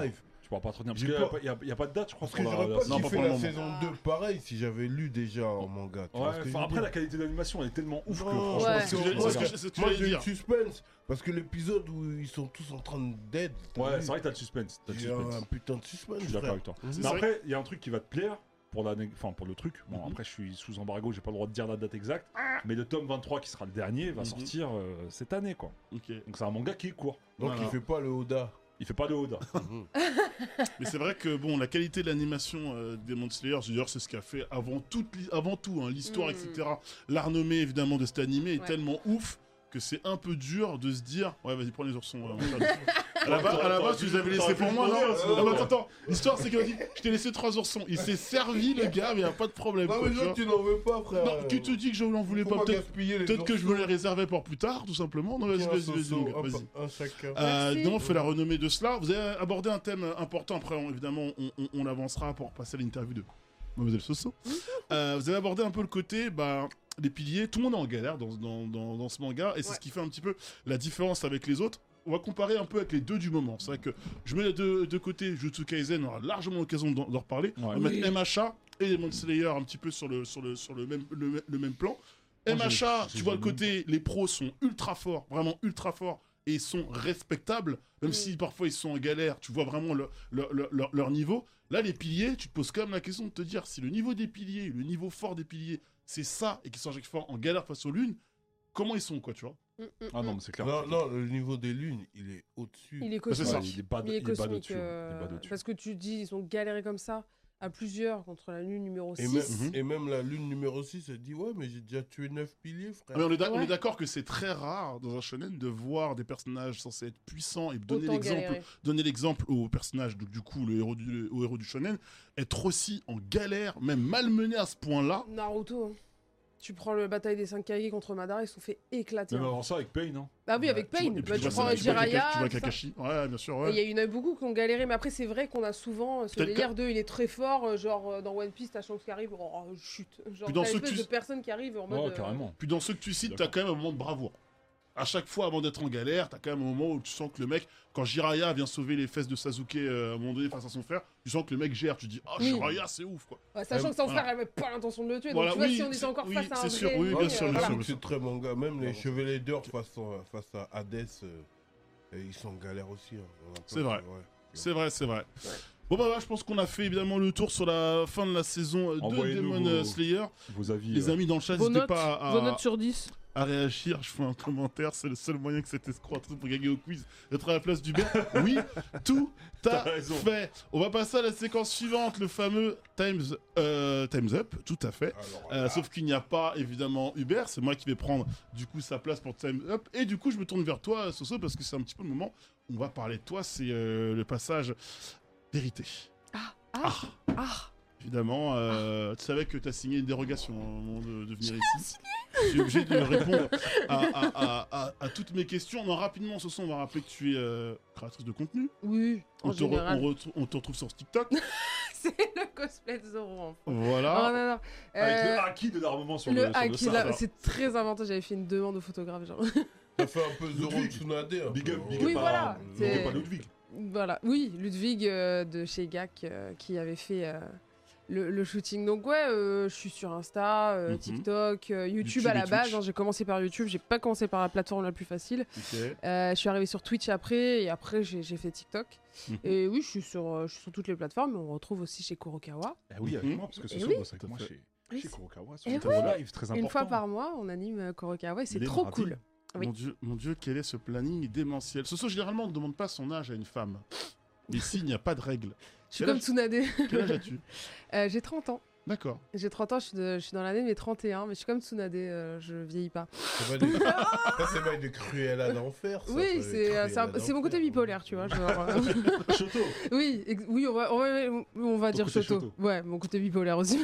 pourras pas te retenir. Parce J'ai qu'il pas- n'y a, y a pas de date, je crois. Parce que pour la- j'aurais la- pas non, pas kiffé pour le la moment. saison deux pareil si j'avais lu déjà en manga. tu vois Ouais, ce que je enfin, veux après, dire. la qualité d'animation, elle est tellement ouf que Non, franchement, Ouais. parce que C'est ce que moi, j'ai- j'ai- c'est ce que moi, j'allais j'ai eu dire. le suspense parce que l'épisode où ils sont tous en train d'être. Ouais, c'est vrai que t'as le suspense. T'as le J'ai suspense. un putain de suspense. Je suis d'accord frère. avec toi. Mhm. C'est Mais vrai. après, il y a un truc qui va te plaire pour, la... enfin, pour le truc. Bon, Mhm. après, je suis sous embargo, j'ai pas le droit de dire la date exacte. Mais le tome vingt-trois, qui sera le dernier, va Mhm. sortir euh, cette année, quoi. Ok. Donc c'est un manga qui est court. Donc Voilà. il fait pas le Oda. Il fait pas de Oda. Mhm. Mais c'est vrai que bon, la qualité de l'animation euh, des Demon Slayer, d'ailleurs, c'est ce qu'a fait avant tout, avant tout, hein, l'histoire, Mm. et cetera. La renommée évidemment de cet animé est Ouais. tellement ouf que c'est un peu dur de se dire, ouais, vas-y, prends les oursons. euh, on va faire des- à la base, à la base, tu les avais laissés pour moi, non Non, mais attends, attends. L'histoire, c'est qu'il a dit, je t'ai laissé trois oursons. Il s'est servi, le gars, mais y a pas de problème. Non, quoi, mais tu toi, vois. tu n'en veux pas, frère. Non, qui te dit que je n'en voulais Faut pas Peut-être gaspiller les peut-être que je me les oursons. réservais pour plus tard, tout simplement. Non, vas-y, Tiens, vas-y, Soso, vas-y, mon gars, hop, vas-y. un chacun. Euh, Merci. évidemment, on fait la renommée de cela. Vous avez abordé un thème important. Après, on- évidemment, on, on, on avancera pour passer à l'interview de Mademoiselle Soso. Euh, vous avez abordé un peu le côté, bah, les piliers. Tout le monde est en galère dans, dans, dans, dans ce manga, et c'est Ouais. ce qui fait un petit peu la différence avec les autres. On va comparer un peu avec les deux du moment. C'est vrai que je mets de, de côté Jujutsu Kaisen, on aura largement l'occasion d'en d'en reparler. Ouais. On va mettre M H A et Demon Slayer un petit peu sur le, sur le, sur le, même, le, le même plan. Moi, M H A, j'ai- tu j'ai vois le jamais- côté, les pros sont ultra forts, vraiment ultra forts, et ils sont respectables, même Mm. si parfois ils sont en galère, tu vois vraiment le- le- le- leur, leur niveau. Là, les piliers, tu te poses quand même la question de te dire, si le niveau des piliers, le niveau fort des piliers, c'est ça, et qu'ils sont à chaque fois en galère face aux lunes, comment ils sont, quoi, tu vois. Mm, mm, Ah non, mm. mais c'est clair. Non, non, le niveau des lunes, il est au-dessus. Il est Bah, c'est cosmique. ça. Ouais, il est bas, Il est il est bas cosmique. dessus. euh, Il est bas dessus. parce que tu dis, ils ont galéré comme ça à plusieurs contre la lune numéro Et, six. même, Mhm. et même la lune numéro six, elle dit ouais, mais j'ai déjà tué neuf piliers, frère. Mais on est d'ac- on Ouais. est d'accord que c'est très rare dans un shonen de voir des personnages censés être puissants et donner Autant l'exemple galérer. donner l'exemple au personnage, donc du coup, le héros du, au héros du shonen, être aussi en galère, même malmené à ce point-là. Naruto. hein. Tu prends le bataille des cinq Kage contre Madara, ils se sont fait éclater. Même hein. avant ça, avec Pain, non Ah oui, Ouais, avec Tu vois- Pain. et puis Bah, tu tu vois prends ça- tu vois Jiraiya. Kakashi- tu vois tout ça. Kakashi. Ouais, bien sûr, Et ouais. il y en a eu beaucoup qui ont galéré, mais après, c'est vrai qu'on a souvent euh, ce Peut-être délire de il est très fort, euh, genre euh, dans One Piece, t'as Shanks qui arrive, oh chute. Genre, Puis dans t'as ceux une que espèce tu- de personnes qui arrivent en mode. Ouais, euh, carrément. Puis dans ceux que tu cites, t'as D'accord. quand même un moment de bravoure. À chaque fois, avant d'être en galère, t'as quand même un moment où tu sens que le mec, quand Jiraiya vient sauver les fesses de Sasuke euh, à un moment donné face à son frère, tu sens que le mec gère. Tu dis, ah, Oui. Jiraiya, c'est ouf, quoi. ouais, sachant que son voilà. frère avait pas l'intention de le tuer. Voilà, donc tu vois, oui, si on était c'est- encore oui, face à un c'est sûr, vrai oui, ennemi, bien euh, sûr, bien voilà. sûr. C'est très manga. Même les chevaliers d'or face, à- face à Hades, euh, euh, ils sont en galère aussi. hein. Il y en a plein C'est qui- vrai. ouais. C'est vrai, c'est vrai. Bon, bah, là, je pense qu'on a fait évidemment le tour sur la fin de la saison euh, de Envoyez-nous Demon vos- euh, Slayer. Vos avis. Les euh, amis dans le chat, Vos n'hésitez notes, pas à, vos notes sur dix. à réagir. Je fais un commentaire, c'est le seul moyen que cet escroc trouve pour gagner au quiz d'être à la place d'Hubert. Oui, tout T'as à raison. fait. On va passer à la séquence suivante, le fameux Times, euh, Times Up, tout à fait. Alors, Euh, là, sauf qu'il n'y a pas évidemment Hubert, c'est moi qui vais prendre du coup sa place pour Time Up. Et du coup, je me tourne vers toi, Soso, parce que c'est un petit peu le moment où on va parler de toi. C'est euh, le passage vérité. Ah, ah, ah. Évidemment, euh, tu savais que tu as signé une dérogation au moment de, de venir ici. Je suis obligé de répondre à, à- à- à- à toutes mes questions. Non, rapidement, Soso, on va rappeler que tu es euh, créatrice de contenu. Oui, On en te, re- général. on retrou- on te retrouve sur TikTok. C'est le cosplay de Zoro. hein. Oh, Voilà. non, non. Avec Euh, le haki de l'armement sur le le, sur hack, le il a- serveur. c'est très inventant. J'avais fait une demande au photographe. Genre. ça fait un peu Zoro Ludwig. Tsunade. un Big peu, up, hein. big Oui, up à- voilà, big up c'est- à Ludwig. Voilà, oui, Ludwig euh, de chez Gak euh, qui avait fait euh, le, le shooting. Donc ouais, euh, je suis sur Insta, euh, Mhm. TikTok, euh, YouTube, YouTube à et la base. Twitch. hein, j'ai commencé par YouTube, j'ai pas commencé par la plateforme la plus facile. Ok. Euh, je suis arrivée sur Twitch après et après j'ai j'ai fait TikTok. Mhm. Et oui, je suis sur, euh, je suis sur toutes les plateformes. On retrouve aussi chez Kurokawa. Eh oui, avec Mhm. moi, parce que ce Eh soir, oui. bosse avec Tout à moi fait. chez, Oui, chez c'est- Kurokawa. Et Sur ouais. le live, très important. Une fois par mois, on anime euh, Kurokawa et c'est Les trop mardis. cool. Oui. Mon Dieu, mon Dieu, quel est ce planning démentiel. Soso, généralement, on ne demande pas son âge à une femme. Mais ici, il n'y a pas de règle. Je suis Quel comme âge- Tsunade. Quel âge as-tu Euh, j'ai trente ans. D'accord. J'ai trente ans, je suis, de- je suis dans l'année de mes trente et un, mais je suis comme Tsunade, euh, je vieillis pas. Ça va de- ça, c'est pas de Cruella d'enfer. ça, Oui, ça, de c'est euh, c'est un- Cruella c'est mon côté d'enfer. bipolaire, tu vois. Genre, euh, Choto. oui, ex- oui, on va, on va, on va Ton dire côté Shoto. Shoto. Ouais, mon côté bipolaire aussi.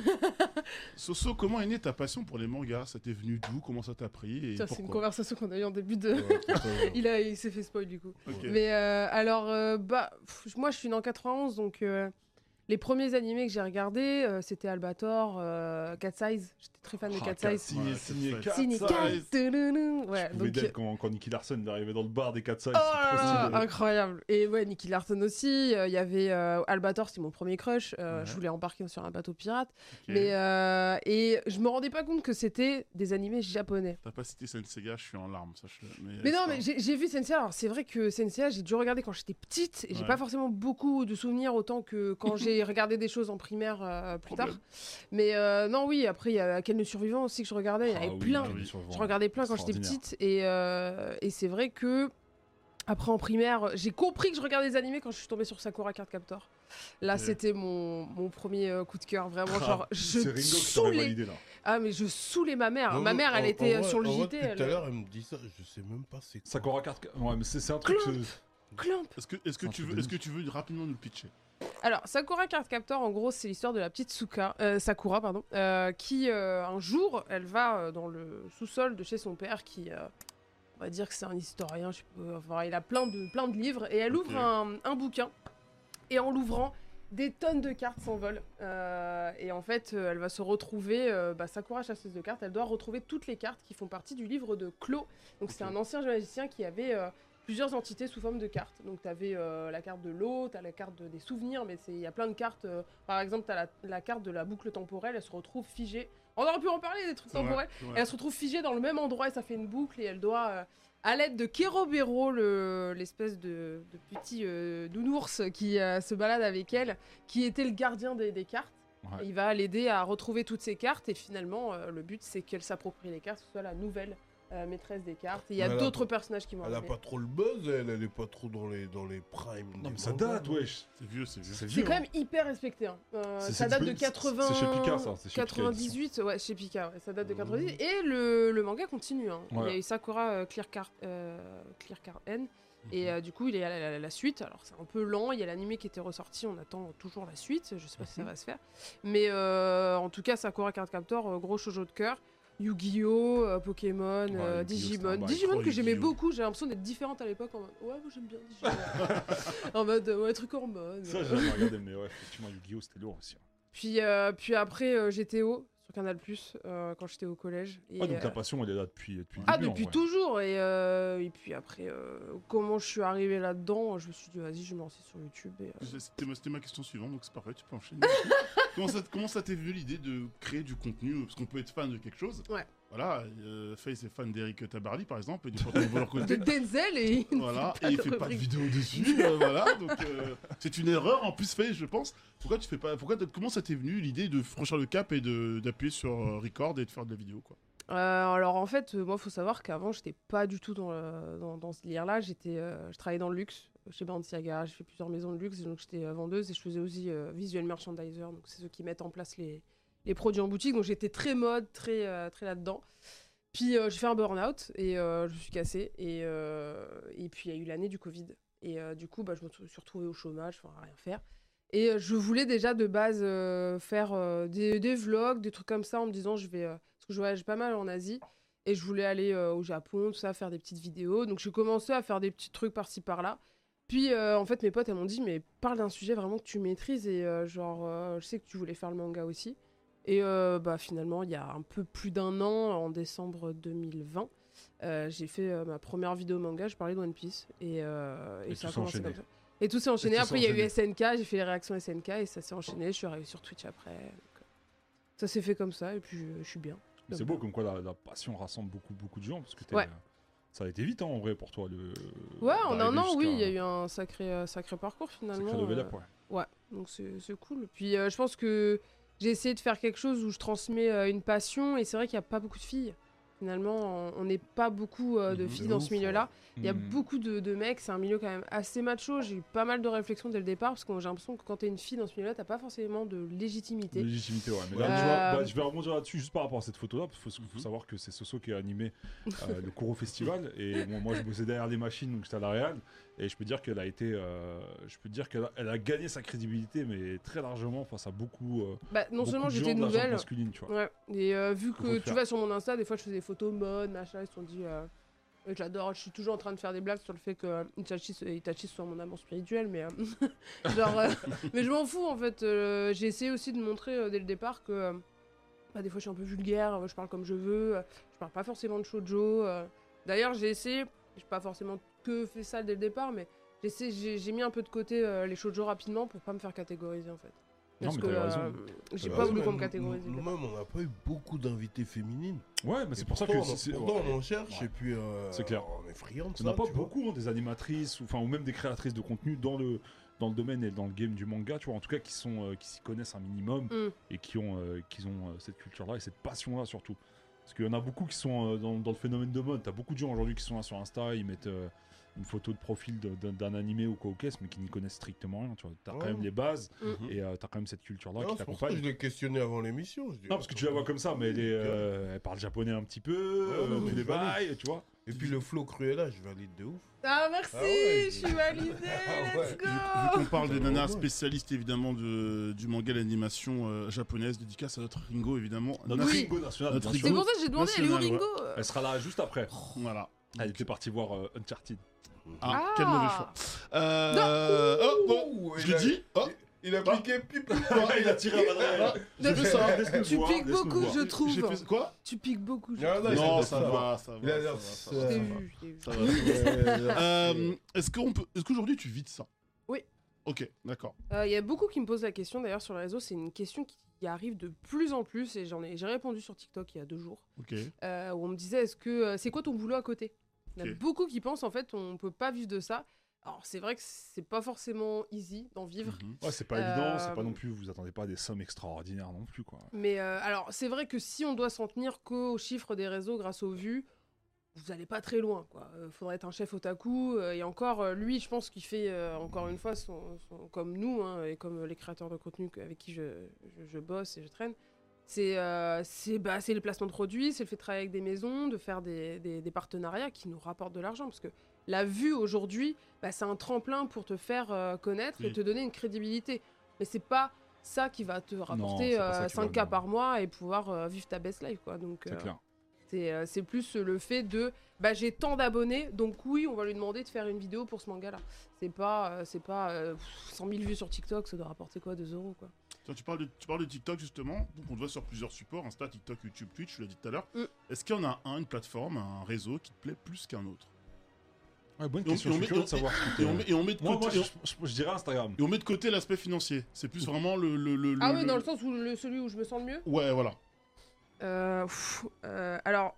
Soso, comment est née ta passion pour les mangas? Ça t'est venu d'où? Comment ça t'a pris et Tiens, c'est une pourquoi conversation qu'on a eue en début de. Ouais, putain, il a, il s'est fait spoil du coup. Ok. Mais euh, alors, euh, bah, pff, moi, je suis née en quatre-vingt-onze, donc euh, Les premiers animés que j'ai regardés, euh, c'était Albator, euh, Cat Size. J'étais très fan de Ah, Cat Cat- Size. signé, Ouais, signé Cat Cat Signé Size. Cat, Size. tudunun. Ouais, Je pouvais donc, d'être quand, quand Nicky Larson est arrivé dans le bar des Cat Size. Oh c'était trop là là, stylé. incroyable. Et ouais, Nicky Larson aussi. Il y avait euh, Albator, c'était mon premier crush. Euh, Ouais. Je voulais embarquer sur un bateau pirate. Ok. Mais euh, et je me rendais pas compte que c'était des animés japonais. T'as pas cité Senseiya, je suis en larmes, sache-le. Mais, Mais non, c'est mais pas- j'ai j'ai vu Senseiya. Alors c'est vrai que Senseiya, j'ai dû regarder quand j'étais petite. Et j'ai Ouais. pas forcément beaucoup de souvenirs autant que quand j'ai regardé des choses en primaire euh, plus Problème. tard. Mais euh, non, oui. Après, il y a Ken le Survivant aussi que je regardais. Il y en Ah avait oui, plein. Ken le Je Survivant. Je regardais plein quand j'étais Extraordinaire. petite et, euh, et c'est vrai que après en primaire, j'ai compris que je regardais des animés quand je suis tombée sur Sakura Card Captor. Là, Ok. c'était mon, mon premier euh, coup de cœur, vraiment genre je C'est Ringo qui t'aurait saoulais. validé là. Ah mais je saoulais ma mère. Non, ma mais mère, elle en- était en euh, vrai- sur le en vrai, J T. depuis elle- tout à l'heure, elle me dit ça, je sais même pas c'est quoi. Sakura Card. Ouais, mais c'est c'est un truc. Clamp. c'est- Clamp. Est-ce que, est-ce que, C'est un tu truc veux, de est-ce que ouf. tu veux rapidement nous le pitcher? Alors, Sakura Card Captor, en gros, c'est l'histoire de la petite Suka, euh, Sakura, pardon, euh, qui, euh, un jour, elle va euh, dans le sous-sol de chez son père, qui, euh, on va dire que c'est un historien, je sais pas, enfin, il a plein de, plein de livres, et elle Ok. ouvre un, un bouquin, et en l'ouvrant, des tonnes de cartes s'envolent. Euh, et en fait, euh, elle va se retrouver, euh, bah, Sakura, chasseuse de cartes, elle doit retrouver toutes les cartes qui font partie du livre de Clos. Donc, c'est Ok. un ancien magicien qui avait... euh, plusieurs entités sous forme de cartes. Donc tu avais la carte de l'eau, tu as la carte de- des souvenirs, mais c'est- il y a plein de cartes. euh, par exemple, tu as la, la carte de la boucle temporelle, elle se retrouve figée. On aurait pu en parler des trucs C'est vrai, temporels. c'est vrai. Elle se retrouve figée dans le même endroit et ça fait une boucle et elle doit, euh, à l'aide de Kerobero, le- l'espèce de, de petit euh, nounours qui euh, se balade avec elle, qui était le gardien des, des cartes. Ouais. Il va l'aider à retrouver toutes ces cartes et finalement, euh, le but c'est qu'elle s'approprie les cartes, que ce soit la nouvelle euh, maîtresse des cartes. Et il y a Mais elle a d'autres pas- personnages qui vont Elle a arriver. pas trop le buzz, elle, elle est pas trop dans les, dans les primes. Non, des mais ça mangas, date, non wesh. C'est vieux, c'est vieux. C'est C'est vieux. quand hein. même hyper respecté. Hein. Euh, C'est- ça c'est date de disponible- quatre-vingts... c'est chez Pika, ça, c'est chez Pika quatre-vingt-dix-huit, ouais, chez Pika, ouais, ça date de Mmh. quatre-vingt-dix-huit. Et le, le manga continue. Hein. Il y a Ouais. eu Sakura euh, Clear Card, euh, Clear Card N. Et euh, du coup, il y a la, la- la suite. Alors, c'est un peu lent. Il y a l'animé qui était ressorti. On attend toujours la suite. Je sais pas si ça va se faire. Mais euh, en tout cas, Sakura Card Captor, euh, gros shoujo de cœur. Yu-Gi-Oh, euh, Pokémon, Ouais, euh, Yu-Gi-Oh, c'était Digimon. un bail. Digimon Oh, que j'aimais Yu-Gi-Oh. beaucoup. J'ai l'impression d'être différente à l'époque. En mode, ouais, moi j'aime bien Digimon. en mode, ouais, truc hormone. Ça, j'ai jamais regardé, mais ouais, effectivement, Yu-Gi-Oh, c'était lourd aussi. Puis, euh, puis après, euh, G T O sur Canal+, euh, quand j'étais au collège. Et, Ah, donc euh, la passion, elle est là depuis, depuis le ah, début, en depuis vrai. toujours. Et, euh, et puis après, euh, comment je suis arrivé là-dedans, je me suis dit, vas-y, je vais me lancer sur YouTube. Et, euh, C'était ma, c'était ma question suivante, donc c'est parfait, tu peux enchaîner. comment ça, comment ça t'est venu l'idée de créer du contenu? Parce qu'on peut être fan de quelque chose. Ouais. Voilà, euh, Faye est fan d'Eric Tabarly par exemple, et du pantalon de leur côté. de Denzel et il ne Voilà, fait pas et il de fait pas de rubrique. vidéo dessus, euh, voilà, donc euh, c'est une erreur en plus Faye, je pense. Pourquoi tu fais pas, pourquoi t'as- comment ça t'est venu l'idée de franchir le cap et de d'appuyer sur euh, record et de faire de la vidéo quoi? Euh, alors en fait, euh, moi, faut savoir qu'avant, j'étais pas du tout dans, le- dans, dans ce délire-là. J'étais, euh, je travaillais dans le luxe chez Balenciaga. J'ai fait plusieurs maisons de luxe, donc j'étais euh, vendeuse et je faisais aussi euh, visual merchandiser. Donc c'est ceux qui mettent en place les, les produits en boutique. Donc j'étais très mode, très, euh, très là-dedans. Puis euh, j'ai fait un burn-out et euh, je me suis cassée. Et, euh, et puis il y a eu l'année du Covid. Et euh, du coup, bah, je me suis retrouvée au chômage, enfin à rien faire. Et euh, je voulais déjà de base euh, faire euh, des, des vlogs, des trucs comme ça, en me disant je vais. euh, parce que je voyage pas mal en Asie. Et je voulais aller euh, au Japon, tout ça, faire des petites vidéos. Donc j'ai commencé à faire des petits trucs par-ci par-là. Puis euh, en fait, mes potes, elles m'ont dit mais parle d'un sujet vraiment que tu maîtrises. Et euh, genre, euh, je sais que tu voulais faire le manga aussi. Et euh, bah, finalement, il y a un peu plus d'un an, en décembre deux mille vingt, euh, j'ai fait euh, ma première vidéo manga, je parlais de One Piece. Et, euh, et, Et ça tout a s'est commencé enchaîné. comme ça. Et tout s'est enchaîné. tout Après, il s'est y a eu enchaîné. S N K, j'ai fait les réactions S N K et ça s'est enchaîné. Je suis arrivé sur Twitch après. Donc, euh, ça s'est fait comme ça et puis je, je suis bien. Mais c'est beau comme quoi la, la passion rassemble beaucoup, beaucoup de gens, parce que t'es- Ouais. ça a été vite hein, en vrai pour toi. Le, Ouais, en un d'arriver an, oui, il y a jusqu'à- eu un sacré, euh, sacré parcours finalement. sacré level euh, up, ouais. Ouais, donc c'est c'est cool. Puis euh, je pense que j'ai essayé de faire quelque chose où je transmets euh, une passion et c'est vrai qu'il n'y a pas beaucoup de filles. Finalement, on on n'est pas beaucoup euh, de Mhm, filles de dans ouf, ce milieu-là. Il y a Hmm. beaucoup de, de mecs, c'est un milieu quand même assez macho. J'ai eu pas mal de réflexions dès le départ parce que j'ai l'impression que quand t'es une fille dans ce milieu-là, t'as pas forcément de légitimité. Légitimité, ouais. Mais là, Euh, tu vois, bah, je vais rebondir là-dessus juste par rapport à cette photo-là, parce qu'il faut, faut Mhm. savoir que c'est Soso qui a animé euh, le Koro Festival, et bon, moi je bossais derrière les machines, donc j'étais à la Real, et je peux dire qu'elle a été, euh, je peux dire qu'elle a, elle a gagné sa crédibilité, mais très largement face à beaucoup, euh, Bah, non beaucoup seulement de j'étais gens de la gente nouvelle, masculine, tu vois. ouais, et euh, vu Faut que le tu faire. vas sur mon Insta, des fois je faisais des photos mode, machin, ils se sont dit. euh, Et j'adore, je suis toujours en train de faire des blagues sur le fait que euh, Itachi, se- Itachi soit mon amour spirituel, mais euh, genre, euh, mais je m'en fous en fait. euh, j'ai essayé aussi de montrer euh, dès le départ que euh, bah, des fois je suis un peu vulgaire, euh, je parle comme je veux, euh, je parle pas forcément de shoujo. euh. D'ailleurs, j'ai essayé, j'ai pas forcément que fait ça dès le départ, mais j'ai essayé- j'ai j'ai mis un peu de côté euh, les shoujo rapidement pour pas me faire catégoriser en fait. Non, Parce mais que t'as raison. euh, j'ai T'as pas raison, voulu mais qu'on me nous- catégorise. dès le départ. Nous-mêmes, on n'a pas eu beaucoup d'invités féminines. Ouais, mais c'est Et pour ça pourtant, que on- c'est. pourtant, ouais. on en cherche Ouais. et puis euh, C'est clair. on est friand de Il ça. n'y en a pas tu vois. beaucoup, hein, des animatrices, ou, enfin, ou même des créatrices de contenu dans le, dans le domaine et dans le game du manga, tu vois, en tout cas qui sont, euh, qui s'y connaissent un minimum Mm. et qui ont, euh, qui ont euh, cette culture-là et cette passion-là surtout. Parce qu'il y en a beaucoup qui sont euh, dans, dans le phénomène de mode. T'as beaucoup de gens aujourd'hui qui sont là sur Insta, ils mettent euh, une photo de profil de- d'un d'un animé ou quoi au caisse, mais qui n'y connaissent strictement rien, tu vois. T'as quand Ouais. même les bases Mm. et euh, t'as quand même cette culture-là Non, qui c'est pour ça que t'accompagne. je l'ai questionné avant l'émission. je dis, Non, parce que tu la vois comme ça, mais elle, est, euh, elle parle japonais un petit peu, euh, non, mais tous les je valide. bails, tu vois. Et puis le flow Cruella, je valide de ouf. Ah merci, Ah ouais, je suis validée, Ah ouais. let's go. Vu qu'on parle des Ouais, nanas ouais. spécialistes évidemment de, du manga et l'animation euh, japonaise, dédicace à notre Ringo évidemment. Notre Oui. Ringo national, Notre bien C'est sûr. pour ça que j'ai demandé, elle est où National, Ringo Elle sera là juste après. Voilà. Elle était partie voir euh, Uncharted. Ah, Ah. quel mauvais choix. Euh, oh, bon, Ouh, je il l'ai a- dit. Oh, Il a Ah. piqué pipi. Il a tiré à Madrid. j'ai fait ça. Laisse-nous Tu voir, piques laisse-nous beaucoup, voir. je trouve. J'ai fait quoi Tu piques beaucoup. je Non, trouve. non, Non, ça ça va. va, ça Il a va. l'air ça ça va, Je ça t'ai va. vu, je t'ai vu. Ça va, ça va. Euh, Est-ce qu'on peut, est-ce qu'aujourd'hui tu vis de ça? Oui. Ok, d'accord. Euh, Il y a beaucoup qui me posent la question d'ailleurs sur les réseaux. C'est une question qui arrive de plus en plus et j'en ai, j'ai répondu sur TikTok il y a deux jours Ok. euh, où on me disait est-ce que euh, c'est quoi ton boulot à côté? Il y en a Ok. beaucoup qui pensent en fait on peut pas vivre de ça. Alors c'est vrai que c'est pas forcément easy d'en vivre. Mhm. Ouais, c'est pas Euh, évident, c'est pas non plus, vous attendez pas à des sommes extraordinaires non plus, quoi. Mais euh, alors, c'est vrai que si on doit s'en tenir qu'aux chiffres des réseaux grâce aux vues, vous allez pas très loin, quoi. Euh, faudrait être un chef otaku. euh, et encore, euh, lui, je pense qu'il fait, euh, encore une fois, son, son- comme nous, hein, et comme les créateurs de contenu que- avec qui je, je- je bosse et je traîne. C'est euh, c'est bah, c'est le placement de produits, c'est le fait de travailler avec des maisons, de faire des, des- des partenariats qui nous rapportent de l'argent. Parce que la vue, aujourd'hui, bah, c'est un tremplin pour te faire euh, connaître et Oui. te donner une crédibilité. Mais c'est pas ça qui va te rapporter c'est pas ça euh, qui va cinq K le- par mois et pouvoir euh, vivre ta best life, quoi. Donc, C'est euh, clair. c'est euh, c'est plus le fait de bah, j'ai tant d'abonnés, donc oui, on va lui demander de faire une vidéo pour ce manga-là. C'est pas, euh, c'est pas euh, pff, cent mille vues sur TikTok, ça doit rapporter quoi, deux euros, quoi. Tiens, tu parles de, tu parles de TikTok justement. Donc on te voit sur plusieurs supports, Insta, TikTok, YouTube, Twitch. Tu l'as dit tout à l'heure. Mm. Est-ce qu'il y en a un, une plateforme, un réseau qui te plaît plus qu'un autre? Ouais, bonne Et on- question, et on je suis met- curieux et de savoir ce que Et on met, et on met de Moi, côté. moi, et je, on- je- je dirais Instagram. et on met de côté l'aspect financier. C'est plus vraiment le. le, le Ah le- oui, dans le sens où le, celui où je me sens le mieux. Ouais, voilà. Euh, pff, euh, alors,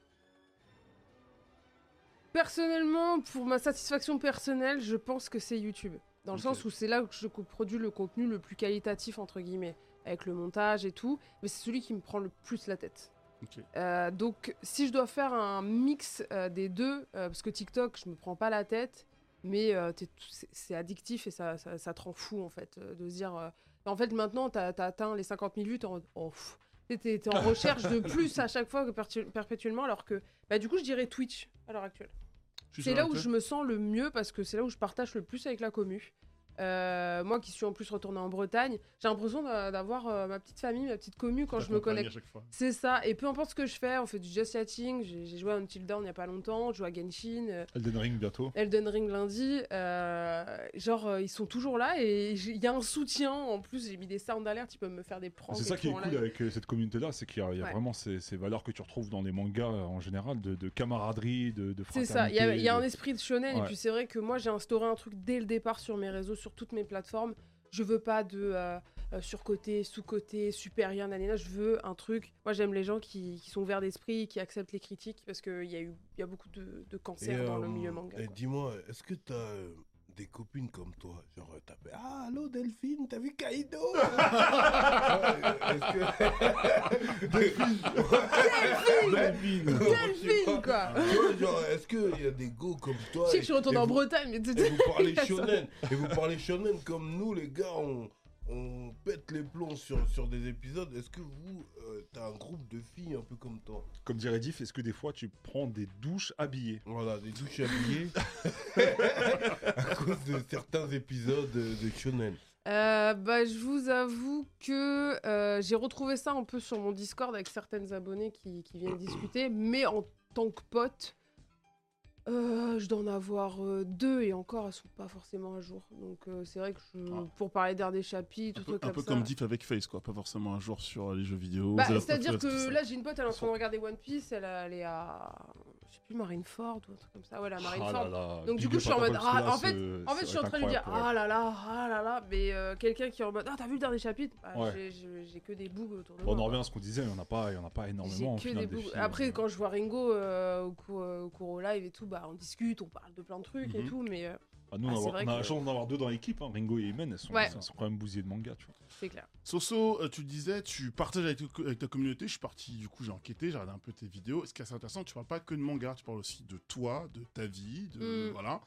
personnellement, pour ma satisfaction personnelle, je pense que c'est YouTube. Dans le Ok. sens où c'est là que je co- produis le contenu le plus qualitatif, entre guillemets, avec le montage et tout. Mais c'est celui qui me prend le plus la tête. Ok. Euh, donc, si je dois faire un mix euh, des deux, euh, parce que TikTok, je me prends pas la tête, mais euh, t'es tout- c'est c'est addictif et ça, ça, ça te rend fou, en fait, euh, de se dire... euh, en fait, maintenant, t'as as atteint les cinquante mille vues, t'es en... Oh, pff. T'es- T'es t'es en recherche de plus à chaque fois que pertu- perpétuellement, alors que... Bah, du coup, je dirais Twitch, à l'heure actuelle. Je suis C'est sur là la où tête. je me sens le mieux, parce que c'est là où je partage le plus avec la commu. Euh, moi qui suis en plus retournée en Bretagne, j'ai l'impression d'a- d'avoir euh, ma petite famille, ma petite commu quand je me T'accompagnes connecte. à chaque fois. C'est ça, et peu importe ce que je fais, on fait du just chatting, j'ai j'ai joué à Until Dawn il y a pas longtemps, je joue à Genshin, euh, Elden Ring bientôt. Elden Ring lundi, euh, genre euh, ils sont toujours là et j'ai- il y a un soutien, en plus j'ai mis des sound alertes, ils peuvent me faire des pranks. C'est et ça tout qui est en cool live. avec euh, cette communauté-là, c'est qu'il y a, il y a Ouais. vraiment ces, ces valeurs que tu retrouves dans les mangas euh, en général, de, de camaraderie, de, de C'est fraternité. ça, il y a, il y a un de- esprit de shonen, et Ouais. puis c'est vrai que moi j'ai instauré un truc dès le départ sur mes réseaux, sur toutes mes plateformes. Je veux pas de euh, euh, surcoté, sous-côté, supérieur, nanana, je veux un truc. Moi j'aime les gens qui, qui sont ouverts d'esprit, qui acceptent les critiques, parce qu'il y a eu il y a beaucoup de, de cancers dans le euh, milieu manga. et quoi. dis-moi, est-ce que t'as euh, des copines comme toi? Genre, euh, t'as fait ah, allô Delphine, t'as vu Kaido? Est-ce que. Delphine! Delphine Delphine, quoi. Tu vois, genre, est-ce qu'il y a des go comme toi? Je sais que et- je suis retournée et en vous- Bretagne, mais tu Et vous parlez Ça- shonen. Et vous parlez shonen comme nous, les gars, on, on pète les plombs sur, sur des épisodes. Est-ce que vous, euh, t'as un groupe de filles un peu comme toi? Comme dirait Diff, est-ce que des fois tu prends des douches habillées? Voilà, des douches habillées. À cause de certains épisodes de, de shonen. Euh, bah, je vous avoue que euh, j'ai retrouvé ça un peu sur mon Discord avec certaines abonnées qui, qui viennent discuter, mais en tant que pote, Euh, je dois en avoir euh, deux et encore elles sont pas forcément à jour. Donc euh, c'est vrai que je, Ah. pour parler d'air des chapitres, Un tout peu, truc un comme peu ça. comme Diff avec Face, quoi. Pas forcément un jour sur les jeux vidéo. Bah, Zelda c'est-à-dire Breath of the Wild, que tout là j'ai une pote, elle est en train de regarder One Piece, elle, a- elle est à, je sais plus, Marineford ou un truc comme ça. Ouais, la Marineford. Ah là là, Donc, du big coup, up je suis en à toi, mode, parce que ah, là, en fait- ce- En fait, je ça suis en va train être de lui dire, incroyable pour ah là là, ah là là, mais euh, quelqu'un qui est en mode, ah t'as vu le dernier chapitre Bah, Ouais. j'ai- J'ai j'ai que des bugs autour de elle. Bon, moi. on en revient à ce qu'on disait, il n'y en a pas, il y en a pas J'ai énormément au que final des des bugs. films. Après, quand je vois Ringo euh, au, cours, euh, au cours au live et tout, bah on discute, on parle de plein de trucs et Mhm. tout, mais euh, Ah, nous, Ah, on, a- c'est vrai on a la que- chance d'en avoir deux dans l'équipe, hein. Ringo et Imen, elles sont, Ouais. elles sont quand même bousillées de manga, tu vois. c'est clair. Soso, euh, tu disais, tu partages avec, avec ta communauté. Je suis parti, du coup, j'ai enquêté, j'ai regardé un peu tes vidéos. Ce qui est assez intéressant, tu parles pas que de manga, tu parles aussi de toi, de ta vie, de Mm. voilà,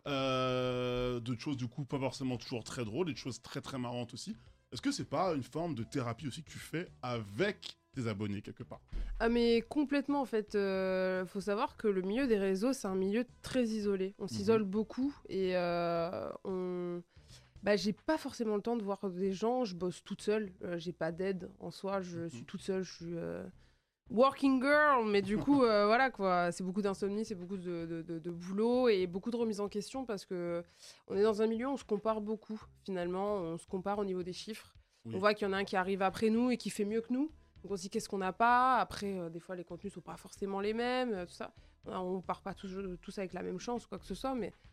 euh, de choses du coup pas forcément toujours très drôles, et de choses très très marrantes aussi. Est-ce que c'est pas une forme de thérapie aussi que tu fais avec tes abonnés quelque part? Ah mais complètement en fait, euh, faut savoir que le milieu des réseaux c'est un milieu très isolé, on s'isole beaucoup et euh, on... Bah, j'ai pas forcément le temps de voir des gens, je bosse toute seule, euh, j'ai pas d'aide en soi, je suis toute seule, je suis euh, working girl, mais du coup euh, voilà quoi, c'est beaucoup d'insomnie, c'est beaucoup de, de, de- de boulot et beaucoup de remise en question parce que on est dans un milieu où on se compare beaucoup finalement, on se compare au niveau des chiffres, Oui. on voit qu'il y en a un qui arrive après nous et qui fait mieux que nous. Donc on se dit qu'est-ce qu'on n'a pas. Après, euh, des fois, les contenus sont pas forcément les mêmes, euh, tout ça. On, on part pas tous, tous avec la même chance, quoi que ce soit. Mais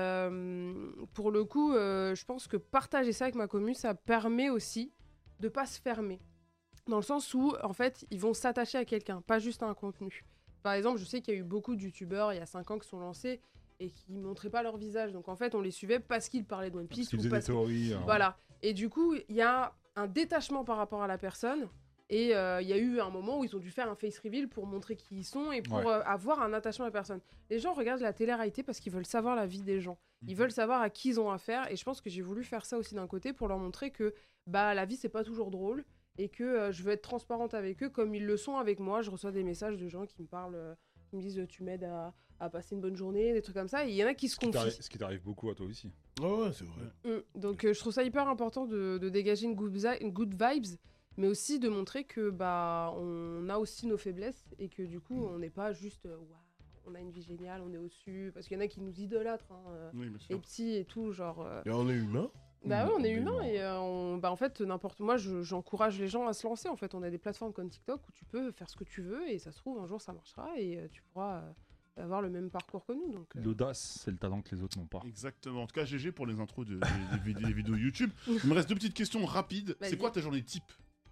euh, pour le coup, euh, je pense que partager ça avec ma commu, ça permet aussi de pas se fermer. Dans le sens où, en fait, ils vont s'attacher à quelqu'un, pas juste à un contenu. Par exemple, je sais qu'il y a eu beaucoup de youtubeurs il y a cinq ans qui sont lancés et qui montraient pas leur visage. Donc en fait, on les suivait parce qu'ils parlaient de One Parce Piece qu'ils ou faisaient des parce que- théories. hein. voilà. Et du coup, il y a un détachement par rapport à la personne. Et euh, il y a eu un moment où ils ont dû faire un face reveal pour montrer qui ils sont et pour Ouais. euh, avoir un attachement à la personne. Les gens regardent la télé-réalité parce qu'ils veulent savoir la vie des gens. Ils Mhm. veulent savoir à qui ils ont affaire. Et je pense que j'ai voulu faire ça aussi d'un côté pour leur montrer que bah, la vie, c'est pas toujours drôle. Et que euh, je veux être transparente avec eux comme ils le sont avec moi. Je reçois des messages de gens qui me parlent, euh, qui me disent tu m'aides à, à passer une bonne journée, des trucs comme ça. Et il y en a qui se Ce qui confient. t'arrive- ce qui t'arrive beaucoup à toi aussi. Ah ouais, c'est vrai. Mm. Donc euh, je trouve ça hyper important de, de dégager une good, zi- une good vibes, mais aussi de montrer que bah on a aussi nos faiblesses et que du coup on n'est pas juste euh, waouh, on a une vie géniale, on est au-dessus, parce qu'il y en a qui nous idolâtrent, hein, euh, Oui, bien les sûr. petits et tout, genre. euh, Et on est humain. Bah ouais, on est on est humain humain. et euh, on... bah en fait n'importe moi je- j'encourage les gens à se lancer en fait. On a des plateformes comme TikTok où tu peux faire ce que tu veux et ça se trouve un jour ça marchera et euh, tu pourras euh, avoir le même parcours que nous donc. euh. L'audace, c'est le talent que les autres n'ont pas. Exactement. En tout cas, G G pour les intros de- des, des vid- des vidéos YouTube. Il me reste deux petites questions rapides. Vas-y. C'est quoi ta journée type?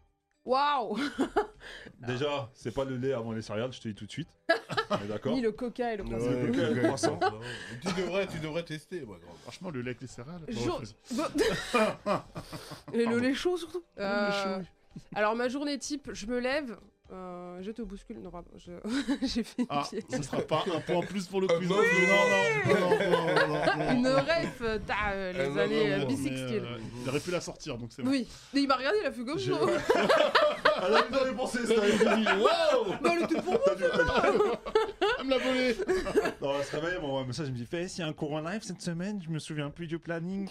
Waouh. Déjà, c'est pas le lait avant les céréales, je te dis tout de suite. On est d'accord? Ni le coca et le Ouais, principe. le coca et le ouais, croissant. ouais. Tu devrais, tu devrais tester, moi, grand. Franchement, le lait avec les céréales. Jour- Ouais, Et le Pardon. lait chaud surtout. Le lait Euh, chaud, oui. Alors ma journée type, je me lève, euh, je te bouscule. Non pardon, je... j'ai fait une, Ah, pied- ce sera pas un point en plus pour le Ah, quiz. non, non, oui. non, non, non, non, non, non, une non. ref, euh, t'as euh, les Ah, non, années non, euh, non, bisextiles. Mais, euh, il aurait pu la sortir, donc c'est bon. Oui, mais il m'a regardé, il a fait comme J'ai- ça. Elle a bien pensé, ça. Wow! Bah elle était pour moi. Elle me l'a volé. Non, elle se réveille, elle m'envoie un message, je me dis, fais, s'il y a un cours en live cette semaine, je me souviens plus du planning.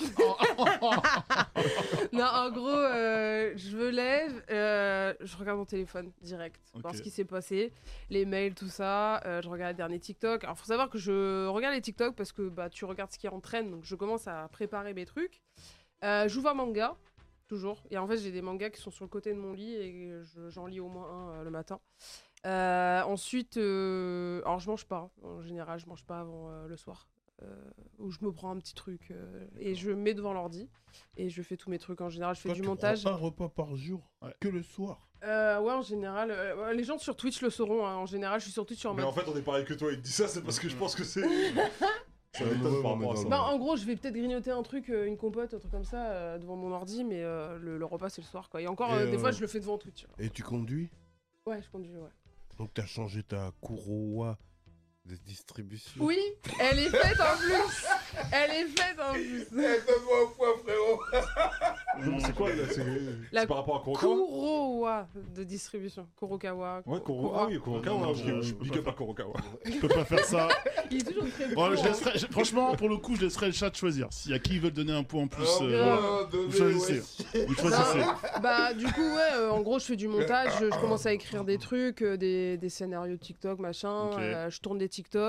Non, en gros, euh, je me lève, euh, je regarde mon téléphone direct, voir Ok. ce qui s'est passé, les mails, tout ça. euh, je regarde les derniers TikTok. Alors, faut savoir que je regarde les TikTok parce que bah, tu regardes ce qui est en trend, donc je commence à préparer mes trucs. Euh, J'ouvre un manga, toujours. Et en fait, j'ai des mangas qui sont sur le côté de mon lit et je- j'en lis au moins un euh, le matin. Euh, ensuite, euh, alors je mange pas. En général, je mange pas avant euh, le soir. Euh, où je me prends un petit truc euh, et je mets devant l'ordi et je fais tous mes trucs. En général, je fais Toi, du tu montage. prends un repas par jour, Ouais. que le soir. Euh, ouais, en général, euh, ouais, les gens sur Twitch le sauront. Hein. En général, je suis sur Twitch sur Mais mode. en fait, on est pareil que toi, il te dit ça, c'est parce que je pense que c'est. Ça Ouais, m'étonne ouais, par ouais, rapport à mais ça. non, Bah, en gros, je vais peut-être grignoter un truc, euh, une compote, un truc comme ça, euh, devant mon ordi, mais euh, le, le repas c'est le soir quoi. Et encore, Et, euh, des euh, fois, je le fais devant Twitch. Et tu conduis. Ouais, je conduis, ouais. Donc t'as changé ta Kurowa de distribution. Oui, elle est faite en plus. Elle est faite en plus. Donne-moi un point, frérot. Non, c'est quoi là? C'est La c'est par rapport à Kurokawa? Kurowa de distribution. Kurokawa. Ouais, Kuro- Kuro... Ah oui, Kurokawa, Non, ok, je- je peux big pas up faire. à Kurokawa. Je peux pas faire ça. Il est toujours très Bon, bon, je hein. laisserai, je- franchement, pour le coup, je laisserai le chat choisir. S'il y a qui veut donner un point en plus, Oh, euh, oh, donnez, vous choisissez. ouais. vous choisissez. Bah du coup ouais, euh, en gros je fais du montage, je, je commence à écrire des trucs, euh, des, des scénarios de TikTok machin, Ok. euh, je tourne des TikTok.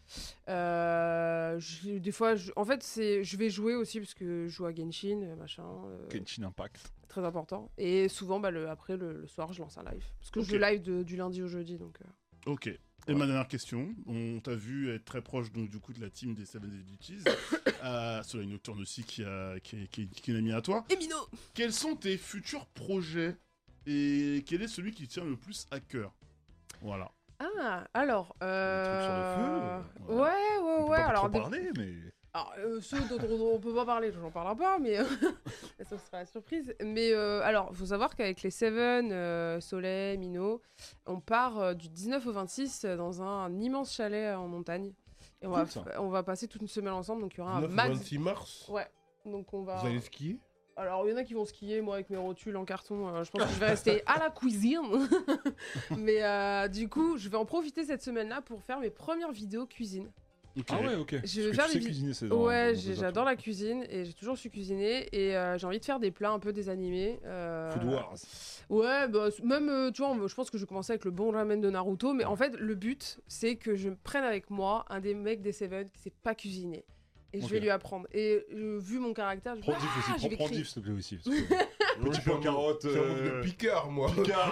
Euh, je- des fois, je- en fait, c'est, je vais jouer aussi parce que je joue à Genshin, euh, machin. euh, Genshin Impact. Très important. Et souvent, bah, le, après, le, le soir, je lance un live. Parce que Ok. je live de- du lundi au jeudi. Donc, euh. Ok. Et ma dernière question, on t'a vu être très proche donc, du coup de la team des Seven Duties, euh, Soleil Nocturne aussi qui, a, qui, est- qui, est- qui est une amie à toi. Et Mino. Quels sont tes futurs projets et quel est celui qui te tient le plus à cœur? Voilà. Ah, alors. Euh... trucs sur le feu, euh, Ouais, ouais, On peut ouais. pas Alors, trop des- parler, mais. alors euh, ceux dont on, on peut pas parler, j'en parlerai pas, mais ça sera la surprise. Mais euh, alors, faut savoir qu'avec les Seven, euh, Soleil, Mino, on part euh, du dix-neuf au vingt-six euh, dans un, immense chalet euh, en montagne. Et on, Cool, va, ça. f- on va passer toute une semaine ensemble, donc il y aura un neuf au max. vingt-six mars. Ouais. Donc on va. Vous allez skier? Alors, il y en a qui vont skier, moi avec mes rotules en carton, euh, je pense que je vais rester à la cuisine. Mais euh, du coup, je vais en profiter cette semaine-là pour faire mes premières vidéos cuisine. Ok. Ah ouais, ok. Je Parce que vais faire tu des sais vid- cuisiner, c'est dans- Ouais, dans j'ai- tes j'adore atouts. la cuisine et j'ai toujours su cuisiner et euh, j'ai envie de faire des plats un peu des animés. euh, Food Wars. Ouais, bah, c- même, euh, tu vois, je pense que je vais commencer avec le bon ramen de Naruto, mais en fait, le but, c'est que je prenne avec moi un des mecs des Seven qui sait pas cuisiner. Et je Ok. vais lui apprendre. Et euh, vu mon caractère, je Prends vais diff ah, je aussi, vais prends, prends crier. diff s'il te plaît aussi. parce que- Moi, Petit je suis peu un carotte, manque- je suis un manque euh, de picard, moi. Picard,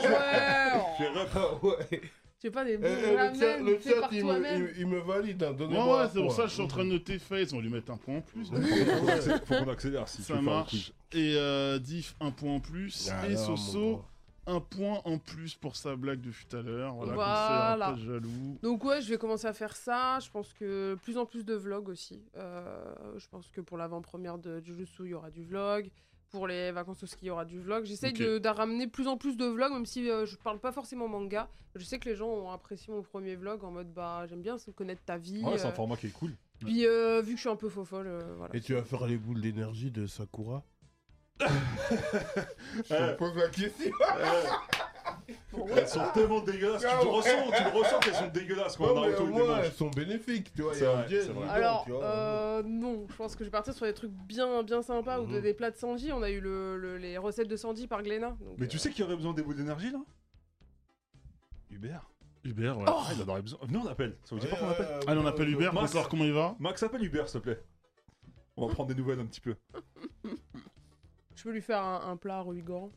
Ah ouais. Fais rep. Ah ouais. Tu sais pas des Eh, bons eh, le ramen chat, le faits chat, par il, me, toi-même. il, il me valide. Hein. Ouais, Donnez-moi ouais, un c'est pour point. ça que je suis en train de noter Face, on va lui mettre un point en plus. Faut qu'on accélère- Faut qu'on accélère si tu Ça veux faire le marche. quiz. Et euh, Diff, un point en plus. Ah et non, mon Soso, gars. un point en plus pour sa blague de tout à l'heure. Voilà, Voilà. comme ça, on est pas jaloux. Donc ouais, je vais commencer à faire ça. Je pense que plus en plus de vlogs aussi. Euh, je pense que pour l'avant-première de Jujutsu, il y aura du vlog. Pour les vacances au ski, il y aura du vlog. J'essaye Ok. de, de ramener plus en plus de vlogs, même si euh, je parle pas forcément manga. Je sais que les gens ont apprécié mon premier vlog en mode bah j'aime bien connaître ta vie. Ouais, c'est un euh. format qui est cool. Puis euh, vu que je suis un peu faux folle, euh, voilà. Et tu vas faire les boules d'énergie de Sakura? Eh. Je te pose la question. Elles sont tellement dégueulasses. Tu Ah le ouais. ressens, tu le ressens qu'elles sont dégueulasses quand Non, mais Naruto au il moins, les elles mange. sont bénéfiques, tu vois. C'est il y a vrai, un gel c'est vrai. dedans, Alors, tu vois. euh, non, je pense que je vais partir sur des trucs bien, bien sympas ou de, Mhm. des plats de Sanji. On a eu le, le- les recettes de Sanji par Glénat. donc, Mais tu euh, sais qui aurait besoin des bouts d'énergie là Hubert. Hubert, ouais. Oh Ah, il en aurait besoin. Venez, on appelle. Ça vous dit Ouais, pas qu'on ouais, appelle ouais, Allez, on ouais, appelle ouais. Hubert pour Max. savoir comment il va. Max, appelle Hubert s'il te plaît. On va prendre des nouvelles un petit peu. Je peux lui faire un, un plat revigorant.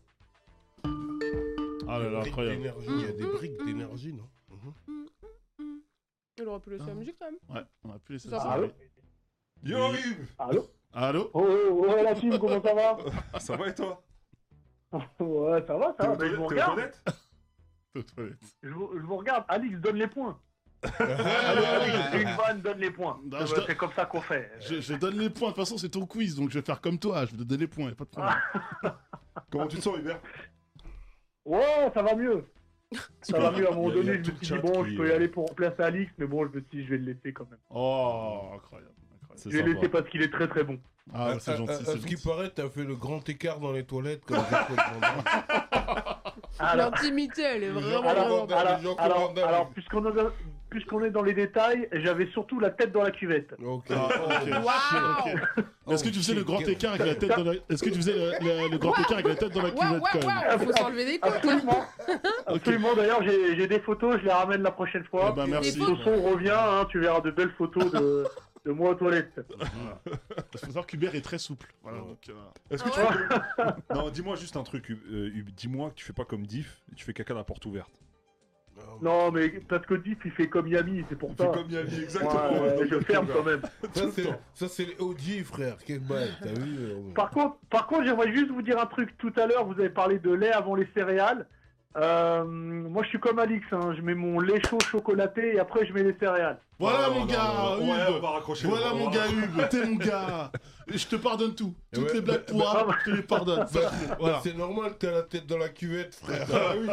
Ah là là, Briques incroyable. d'énergie, Il y a des briques d'énergie, non? Mhm. Il aurait pu laisser la Ah. musique quand même. Ouais, on a pu laisser Ça ça. va. aller. Yo Oui. Hub Allô? Allô Oh, oh, ouais, la team, comment ça va? Ça va et toi Ouais, ça va, T'es ça aux va. Ben, je toilettes vous T'es aux regarde. toilettes Aux toilettes. Je vous, je vous regarde. Alix, donne les points. Allez, allez, Alix, fais une vanne, donne les points. Non, C'est- je dois- C'est comme ça qu'on fait. Je, je donne les points, de toute façon c'est ton quiz, donc je vais faire comme toi, je vais te donner les points, y a pas de problème. Comment tu te sens Hubert Ouais, ça va mieux. Ça va mieux. À un moment Il y a- il y a donné, je tout me le suis dit, chat bon, qui- je peux y aller pour remplacer Alix, mais bon, je me suis dit, je vais le laisser quand même. Oh, incroyable, incroyable. C'est Je vais le laisser sympa. parce qu'il est très très bon. Ah, c'est À- gentil, à- c'est À ce qui gentil. paraît, t'as fait le grand écart dans les toilettes comme Jean-Claude Van Damme. Alors, L'intimité, elle est Les gens vraiment. commandent- vraiment- les gens alors, commandent alors, Alix. alors, puisqu'on est dans- puisqu'on est dans les détails, j'avais surtout la tête dans la cuvette. Ok. Ah, ok. Waouh. Ok. Est-ce que tu faisais Oh, le grand shit. écart avec la tête dans la... Est-ce que tu faisais le, le- le grand écart avec la tête dans la Waouh, cuvette waouh, quand même waouh, faut s'enlever des couilles. Absolument. Absolument. D'ailleurs, j'ai j'ai des photos, je les ramène la prochaine fois. Eh ben, merci. Des photos. Soso revient, hein, tu verras de belles photos de, de moi aux toilettes. Voilà. Il faut savoir qu'Hubert est très souple. Voilà, donc, euh, Est-ce que Ah tu ouais fais comme- Non, dis-moi juste un truc, Hub. Euh, Hub, dis-moi que tu fais pas comme Diff et tu fais caca à la porte ouverte. Non, mais parce que Diff, il fait comme Yami, c'est pour Tu ça. fais comme Yami, exactement. Ouais, ouais, je ferme quand même. Ça, c'est- ça, c'est les O G, frère. Quel bail, t'as vu euh, Par contre, par contre, j'aimerais juste vous dire un truc. Tout à l'heure, vous avez parlé de lait avant les céréales. Euh, moi, je suis comme Alix. Hein. Je mets mon lait chaud chocolaté et après, je mets les céréales. Voilà Non, mon non, gars, non, non. Ouais, on Hub. va raccrocher. Voilà on va mon gars raccrocher. Hub, t'es mon gars. Et je te pardonne tout. Toutes Ouais, les blagues bah, pourras, bah, je te les pardonne. Bah, Voilà. C'est normal que t'as la tête dans la cuvette, frère. Ah oui.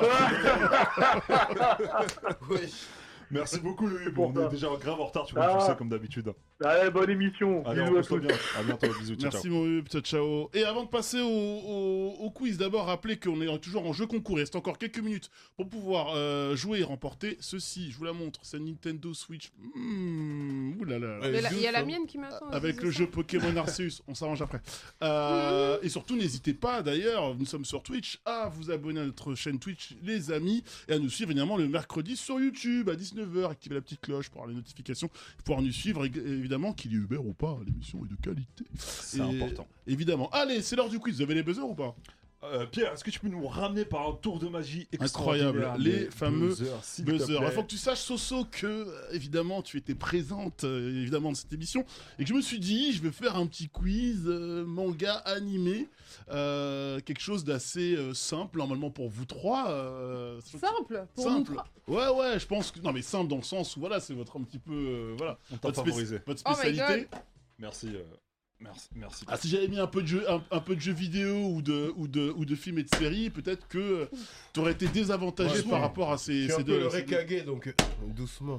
Ouais. Merci beaucoup le Hub. pour On ça. est déjà grave en retard, tu Ah. vois, tu le sais comme d'habitude. Allez, bonne émission. Allez, on Bisous à pousse-toi tous. bien. À bientôt, bisous, ciao, Merci ciao. mon Hub, ciao ciao. Et avant de passer au, au- au quiz, d'abord rappelez qu'on est toujours en jeu concours. Il reste encore quelques minutes pour pouvoir euh, jouer et remporter ceci. Je vous la montre, c'est Nintendo Switch. Mmh, ouh là là. Ouais. Mais la- Il y a la Juste, mienne qui m'attend. Avec c'est le ça jeu Pokémon Arceus, on s'arrange après. Euh, et surtout, n'hésitez pas, d'ailleurs, nous sommes sur Twitch, à vous abonner à notre chaîne Twitch, les amis, et à nous suivre évidemment le mercredi sur YouTube à dix-neuf heures. dix-neuf heures, activez la petite cloche pour avoir les notifications, pour pouvoir nous suivre, et, évidemment, qu'il est Uber ou pas, l'émission est de qualité. C'est Et- important. Évidemment. Allez, c'est l'heure du quiz, vous avez les buzzers ou pas? Euh, Pierre, est-ce que tu peux nous ramener par un tour de magie Incroyable, extraordinaire, les les fameux buzzers, s'il te Buzzer. plaît. Il faut que tu saches, Soso, que euh, évidemment tu étais présente euh, évidemment dans cette émission et que je me suis dit, je vais faire un petit quiz euh, manga animé, euh, quelque chose d'assez euh, simple normalement pour vous trois. euh, Simple pour Simple. nous trois. Ouais, ouais, je pense que non mais simple dans le sens où voilà, c'est votre un petit peu euh, voilà On t'a votre, spé- favorisé. votre Oh my spécialité. Merci. euh, Merci. Merci. Ah, si j'avais mis un peu de jeux, un, un peu de jeux vidéo ou de ou de ou de films et de séries, peut-être que tu aurais été désavantagé Ouais, par ouais. rapport à Je ces, suis ces un peu deux. le ces deux- Rekage, donc euh, doucement.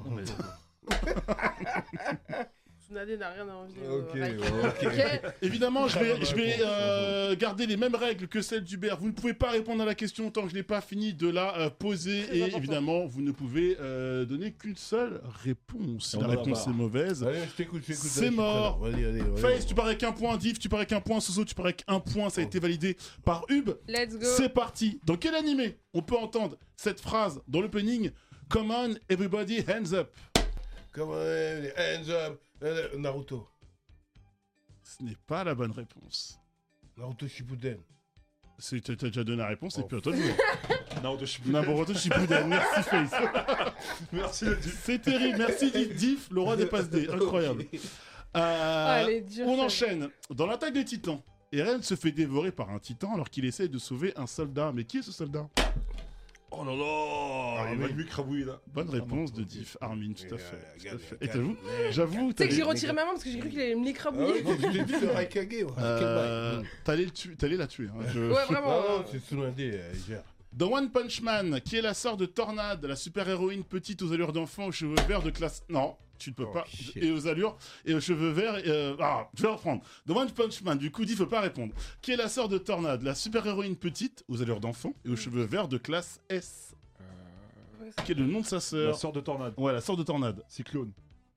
Tsunade n'a rien à envier. Ok, au reste. ok. Ok. Évidemment, je vais, Bonne je vais réponse. euh, garder les mêmes règles que celles d'Hubert. Vous ne pouvez pas répondre à la question tant que je n'ai pas fini de la euh, poser. Très Et important. évidemment, vous ne pouvez euh, donner qu'une seule réponse. Si Et la on en a réponse marre. est mauvaise. Allez, je t'écoute, je t'écoute. C'est je suis mort. prêt, là. Vas-y, allez, vas-y. Face, tu parais qu'un point. Div, tu parais qu'un point. Soso, tu parais qu'un point. Ça a été validé par Hub. Let's go. C'est parti. Dans quel animé on peut entendre cette phrase dans l'opening? Come on, everybody, hands up. Come on, hands up. Euh, Naruto. Ce n'est pas la bonne réponse. Naruto Shippuden. C'est- T'as t'as déjà donné la réponse et Oh. puis à toi de jouer. Naruto Shippuden. Naruto Shippuden. Merci Face. Merci le Dieu. C'est terrible, merci Diff, Diff, le roi des passes D, incroyable. Euh, Ah, elle est dure, on celle-là. enchaîne. Dans l'attaque des titans, Eren se fait dévorer par un titan alors qu'il essaie de sauver un soldat. Mais qui est ce soldat? Oh là là. Il va lui crabouiller là. Bonne réponse de ok. Diff, Armin, tout à fait. Euh, Tout à regarde, fait. Et regarde. t'avoue, Mais- j'avoue, Tu sais que j'ai t'allais retiré ma main parce que j'ai cru qu'il allait me Ah ouais, l'écrabouiller. j'ai j'ai dit le Raikage, ouais. euh, Quel bail. t'allais le tu- t'allais la tuer. hein, je- Ouais, vraiment. Non, euh, non, c'est Tsunade, euh, il gère. Dans One Punch Man, qui est la sœur de Tornade, la super-héroïne petite aux allures d'enfant aux cheveux verts de classe... Non, tu ne peux Oh, pas. shit. Et aux allures et aux cheveux verts... et, euh, Ah, je vais reprendre. Dans One Punch Man, du coup, il ne faut pas répondre. Qui est la sœur de Tornade, la super-héroïne petite aux allures d'enfant et aux cheveux verts de classe S. ouais, c'est- Qui est le nom de sa La sœur. sœur de Tornade. Ouais, la sœur de Tornade. Cyclone.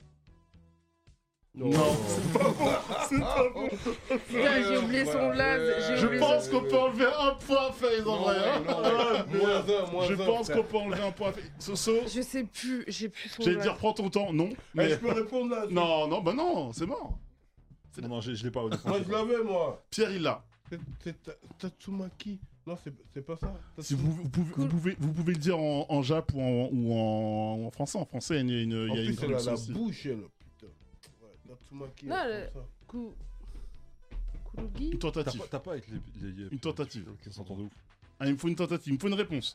Non. Putain, j'ai oublié son blaze. J'ai Je oublié pense son- qu'on peut enlever un point, Faye, en Non, vrai. hein. non, Ah, moins un, moins Je un, pense frère. qu'on peut enlever un point. Soso, Je sais plus, j'ai plus son j'allais blaze. dire prends ton temps. Non. Eh, Mais... je peux répondre là. Non, non, bah non, c'est mort. Non, non, je je l'ai pas honnêtement. Moi, je l'avais, moi. Pierre, il l'a. C'est- C'est Ta- Tatsumaki. Non, c'est c'est pas ça. Si vous, vous, pouvez, vous, pouvez, vous pouvez le dire en, en jap ou en, ou en, en français. En français, il y a une, il En y a plus, une c'est la, traduction la aussi. bouche, elle. Putain. Ouais, Tatsumaki. Non, elle, le- comme ça. Ku- Kurugi Une T'as tentative. pas, t'as pas avec les, les- les- Une tentative. Qui s'entendent de ouf. Ah, il me faut une tentative, il me faut une réponse.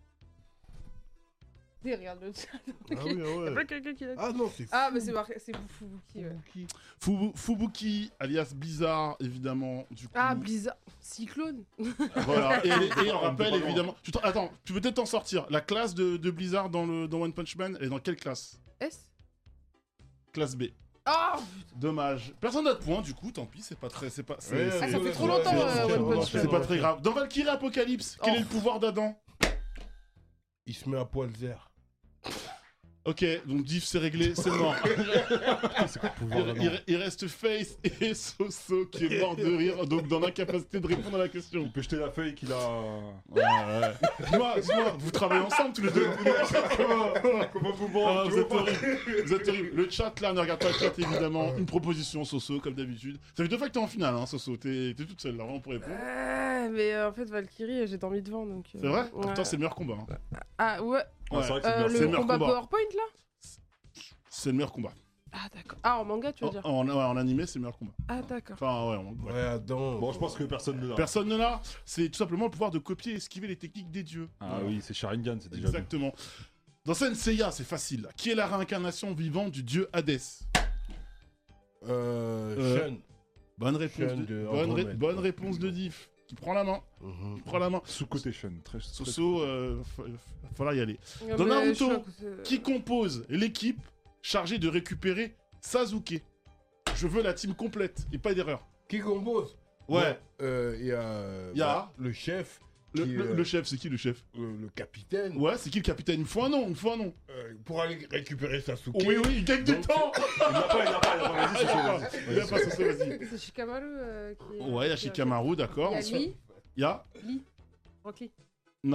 Et regarde le chat. Ah oui, ah Y'a ouais. pas quelqu'un qui l'a dit. Ah non, c'est Ah, mais c'est marqué, c'est Fubuki. Ouais. Fubuki. Fubu- Fubuki, alias Blizzard, évidemment. Du coup. Ah, Blizzard. Cyclone. Voilà. Et, et on On peut rappelle pas loin. évidemment. Tu te- Attends, tu peux peut-être t'en sortir. La classe de, de Blizzard dans, le, dans One Punch Man, elle est dans quelle classe? S. Classe B. Ah, Dommage. Personne n'a de points, du coup, tant pis, c'est pas très. C'est pas, c'est- Ouais, c'est- Ah, ça fait ouais, trop ouais, longtemps, ouais, euh, ouais, One ouais, Punch ouais, c'est pas ouais. très grave. Dans Valkyrie Apocalypse, quel Oh. est le pouvoir d'Adam? Il se met à poil vert. Ok, donc Diff, c'est réglé, c'est mort. C'est quoi le pouvoir Il, il- il reste Face et Soso qui est mort de rire, donc dans l'incapacité de répondre à la question. On peut jeter la feuille qu'il a. Ouais, ouais. Dis-moi, dis-moi, vous travaillez ensemble tous les deux. Comment vous Ah, vous êtes horrible. Vous êtes horrible. Le chat là, ne regarde pas le chat évidemment. Une proposition, Soso, comme d'habitude. Ça fait deux fois que t'es en finale, hein, Soso. T'es t'es toute seule là, vraiment pour répondre. Ah, mais euh, en fait, Valkyrie, j'ai dormi devant. Donc, euh, C'est vrai ouais. Putain, c'est le meilleur combat. hein. Ah, ouais. Ah, c'est vrai que c'est Euh, bien. c'est le le meilleur combat combat. PowerPoint là C'est le meilleur combat. Ah, d'accord. Ah, en manga, tu veux En, dire en- ouais, en animé, c'est le meilleur combat. Ah, d'accord. Enfin, ouais. en- ouais. Ouais, Adam. Bon, je pense que personne ne l'a. Personne ne l'a. C'est tout simplement le pouvoir de copier et esquiver les techniques des dieux. Ah oui, c'est Sharingan, c'est déjà. Exactement. Dans Senseiya, c'est facile. Là. Qui est la réincarnation vivante du dieu Hadès? Euh. Euh, Sean. Bonne réponse. Sean De, de bonne, ré- Andromède. bonne réponse de Diff. Qui prend la main. Mhm. Qui prend la main. Sous-côté Shun. Très, très- Soso, euh, fa- fa- falloir y aller. Ah, Dans mais Naruto, je crois que c'est- Qui compose l'équipe chargée de récupérer Sasuke? Je veux la team complète et pas d'erreur. Qui compose? Ouais. Euh, Il y a. euh, Il y a- bah, le chef. Le, qui, le- euh, le chef, c'est qui le chef? euh, le capitaine. Ouais, c'est qui le capitaine? Il me faut un nom, il me faut un nom. Euh, pour aller récupérer Sasuke. Oui, oui, il gagne du Donc, temps. Il n'a pas, il n'a pas, il n'a pas. Vas-y, Il Soso, a pas, vas-y. il a pas, Soso, vas-y. C'est Shikamaru euh, qui. Ouais, il y a qui Shikamaru, Il d'accord. y a Ensuite- Lee, Il y a Lee, Rock Lee. Non.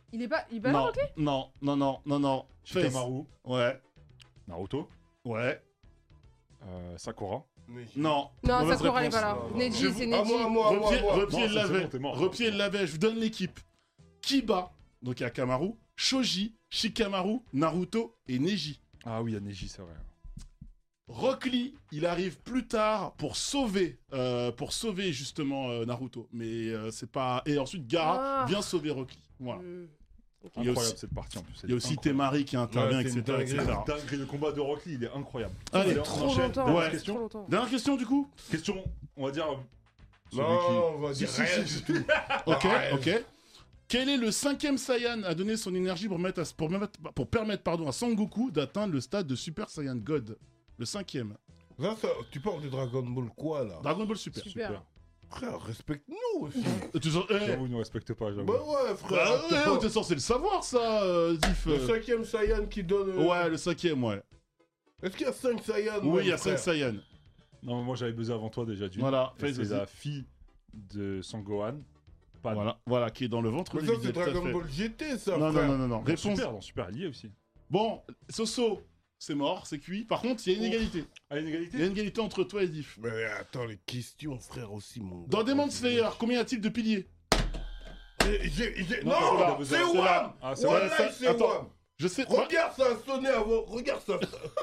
Il est pas. Il est pas Non, là, ok. non, non, non, non, non. Face. Shikamaru, Ouais, Naruto, ouais. euh, Sakura. Non. Non, Mauvaise Sakura, elle est réponse. pas là. Non, non. Neji, Je c'est vous- À Neji. moi, à moi, à moi, Repied, à moi. repied Non, il c'est l'avait. bon, t'es mort. Repied il l'avait. Je vous donne l'équipe. Kiba, donc il y a Kamaru, Shoji, Shikamaru, Naruto et Neji. Ah oui, il y a Neji, c'est vrai. Rock Lee, il arrive plus tard pour sauver, euh, pour sauver justement euh, Naruto. Mais euh, c'est pas. Et ensuite Gaara Ah. vient sauver Rock Lee. Voilà. Hmm. Il y a Incroyable aussi- cette partie en plus. Il y a aussi incroyable. Temari qui intervient, Ouais, c'est une et cetera, et dinguerie. cetera. Dinguerie, le combat de Rock Lee, il est incroyable. Allez, Allez, on Trop enchaîne. longtemps. Dernière Ouais. question. Trop longtemps. Dernière question du coup. Question, on va dire. euh, celui Non, qui- on va Si, dire si, rien si, du tout. Ok, Ouais. ok. Quel est le cinquième Saiyan à donner son énergie pour, mettre à- pour, mettre- pour permettre pardon, à Sangoku d'atteindre le stade de Super Saiyan God? Le cinquième. Ça, ça, tu parles de Dragon Ball quoi là? Dragon Ball Super. Super. Frère, respecte-nous aussi. Euh, tu sens- eh, J'avoue, il ne respecte pas, j'avoue. Bah ouais, bah, frère. ouais, attends. t'es censé le savoir ça, euh, Diff. Le euh. cinquième Saiyan qui donne. euh, Ouais, le cinquième, ouais. Est-ce qu'il y a cinq Saiyans? Oui, même, il y a cinq frère Saiyans. Non, mais moi j'avais buzzé avant toi déjà d'une. Voilà, Et fais c'est vas-y. la fille de Sangohan. Pas Voilà, voilà, qui est dans le ventre Mais de ça, Videl, c'est tout à Dragon fait. Ball G T, ça, Non, non, frère. non, non, non. Dans Réponse. Super, dans Super lié aussi. Bon, Soso, c'est mort, c'est cuit. Par contre, il y a une égalité. Ah, une Il y a égalité une égalité entre toi et Diff. Mais attends, les questions, frère, aussi, mon gars. Dans Demon Slayer, combien y a-t-il de piliers? J'ai- j'ai- j'ai- Non, Non, c'est là, c'est c'est Wam. là. Ah, c'est Wallah, vrai, ça- c'est attends. Wam. Je sais. Regarde, ça a sonné avant. Regarde ça.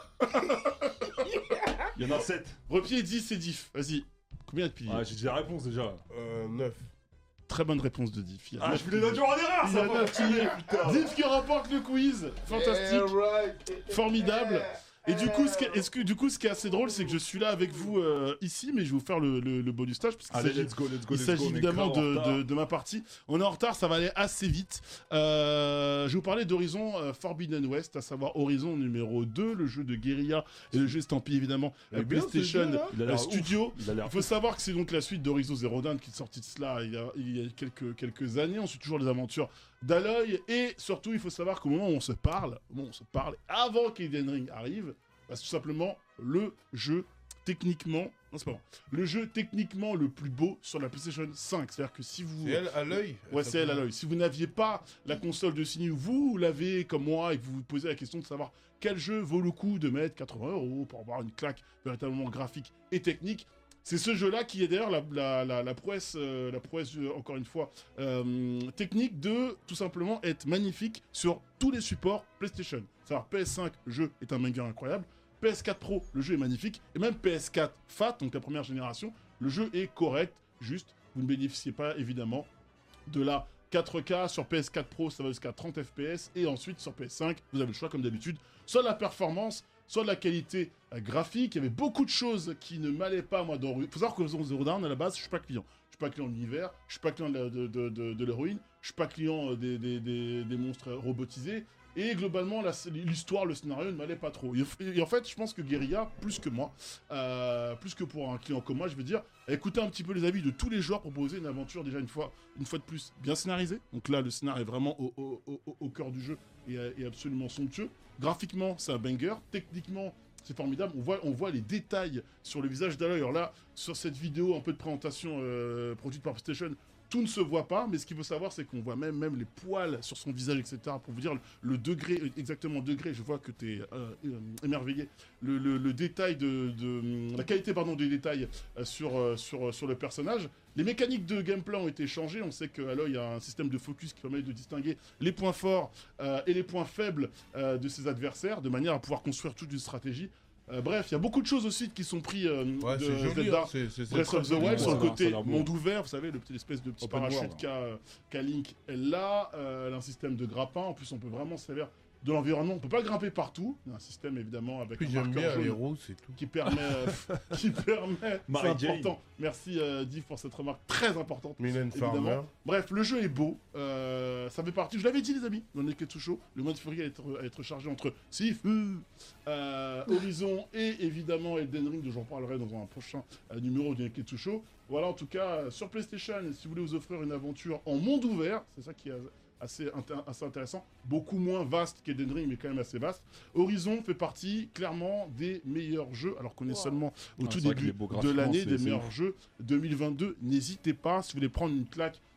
Il y en a sept. Repied dit c'est Diff. Vas-y. Combien y a de piliers? Ah, j'ai dit la réponse déjà. Euh, neuf. Très bonne réponse de Diff. Il y a Ah, neuf je voulais piliers. la dire en erreur, Il y a ça va neuf piliers, putain. Diff qui remporte le quiz. Fantastique. Eh, right. Formidable. Et du coup, ce qui est, est-ce que, du coup, ce qui est assez drôle, c'est que je suis là avec vous euh, ici, mais je vais vous faire le, le, le bonus stage. Parce qu'il Allez, s'agit- let's go, let's go, Il let's s'agit go. on est évidemment grave en de, retard. de- de ma partie. On est en retard, ça va aller assez vite. Euh, je vais vous parler d'Horizon euh, Forbidden West, à savoir Horizon numéro deux, le jeu de guérilla et le jeu estampillé évidemment Eh euh, bien, PlayStation ce jeu-là. Il a euh, l'air Studio. ouf. Il a l'air Il faut savoir que c'est donc la suite d'Horizon Zero Dawn qui est sortie de cela il y a, il y a quelques, quelques années. On suit toujours les aventures d'Aloy et surtout il faut savoir qu'au moment où on se parle, au moment où on se parle, avant qu'Elden Ring arrive, bah, c'est tout simplement le jeu techniquement, non c'est pas bon, le jeu techniquement le plus beau sur la PlayStation cinq. C'est-à-dire que si vous... C'est elle à l'œil. Ouais, c'est elle à l'œil. Si vous n'aviez pas la console de Sony, vous l'avez comme moi et que vous vous posez la question de savoir quel jeu vaut le coup de mettre quatre-vingts euros pour avoir une claque véritablement graphique et technique, c'est ce jeu-là qui est d'ailleurs la, la, la, la prouesse, euh, la prouesse euh, encore une fois, euh, technique de tout simplement être magnifique sur tous les supports PlayStation. C'est-à-dire P S cinq, le jeu est un banger incroyable. P S quatre Pro, le jeu est magnifique. Et même P S quatre Fat, donc la première génération, le jeu est correct, juste, vous ne bénéficiez pas évidemment de la quatre K. Sur P S quatre Pro, ça va jusqu'à trente F P S. Et ensuite, sur P S cinq, vous avez le choix comme d'habitude, soit de la performance, soit de la qualité euh, graphique. Il y avait beaucoup de choses qui ne m'allaient pas, moi, dans... Il faut savoir que Horizon Zero Dawn, à la base, je suis pas client. Je suis pas client de l'univers, je suis pas client de, la- de, de, de, de l'héroïne, je suis pas client euh, des, des, des, des monstres robotisés. Et globalement, la- l'histoire, le scénario ne m'allait pas trop. Et, et en fait, je pense que Guerrilla, plus que moi, euh, plus que pour un client comme moi, je veux dire, écouter un petit peu les avis de tous les joueurs, proposer une aventure déjà une fois, une fois de plus bien scénarisée. Donc là, le scénario est vraiment au, au, au, au cœur du jeu et, et absolument somptueux. Graphiquement, c'est un banger. Techniquement, c'est formidable. On voit, on voit les détails sur le visage d'Aloy. Alors là, sur cette vidéo, un peu de présentation euh, produite par PlayStation, tout ne se voit pas, mais ce qu'il faut savoir, c'est qu'on voit même, même les poils sur son visage, et cetera. Pour vous dire le, le degré, exactement degré, je vois que tu es euh, euh, émerveillé. Le, le, le détail de, de. La qualité, pardon, des détails euh, sur, euh, sur, sur le personnage. Les mécaniques de gameplay ont été changées. On sait qu'à l'œil, il y a un système de focus qui permet de distinguer les points forts euh, et les points faibles euh, de ses adversaires, de manière à pouvoir construire toute une stratégie. Euh, bref, il y a beaucoup de choses aussi qui sont prises euh, Ouais, de c'est joli. Zelda. hein, c'est- c'est- c'est Breath très of the joli. Wild, sur le ça a l'air- côté ça a l'air beau. monde ouvert, vous savez, le petit espèce de petit Open parachute world. qu'a euh, qu'a Link, elle l'a. Euh, elle a un système de grappin. En plus, on peut vraiment se servir de l'environnement. On peut pas grimper partout. Il y a un système évidemment avec Puis un j'aime marqueur bien les jaune roues, c'est tout. qui permet, euh, qui permet. Mary C'est Jane. important. Merci euh, Div pour cette remarque très importante. Mylène Évidemment. Farmer. Bref, le jeu est beau. Euh, ça fait partie. Je l'avais dit, les amis, dans le Neketsu Show. Le mode Fury à être, à être chargé entre Sifu, euh, Horizon et évidemment Elden Ring, dont j'en parlerai dans un prochain euh, numéro du Neketsu Show. Voilà, en tout cas, euh, sur PlayStation, si vous voulez vous offrir une aventure en monde ouvert, c'est ça qui est assez, intér- assez intéressant. Beaucoup moins vaste qu'Elden Ring, mais quand même assez vaste. Horizon fait partie clairement des meilleurs jeux, alors qu'on est Wow. seulement au Ah, tout c'est vrai début qu'il est beau de graphiquement, l'année c'est- des c'est meilleurs ouf. jeux deux mille vingt-deux. N'hésitez pas, si vous voulez prendre une claque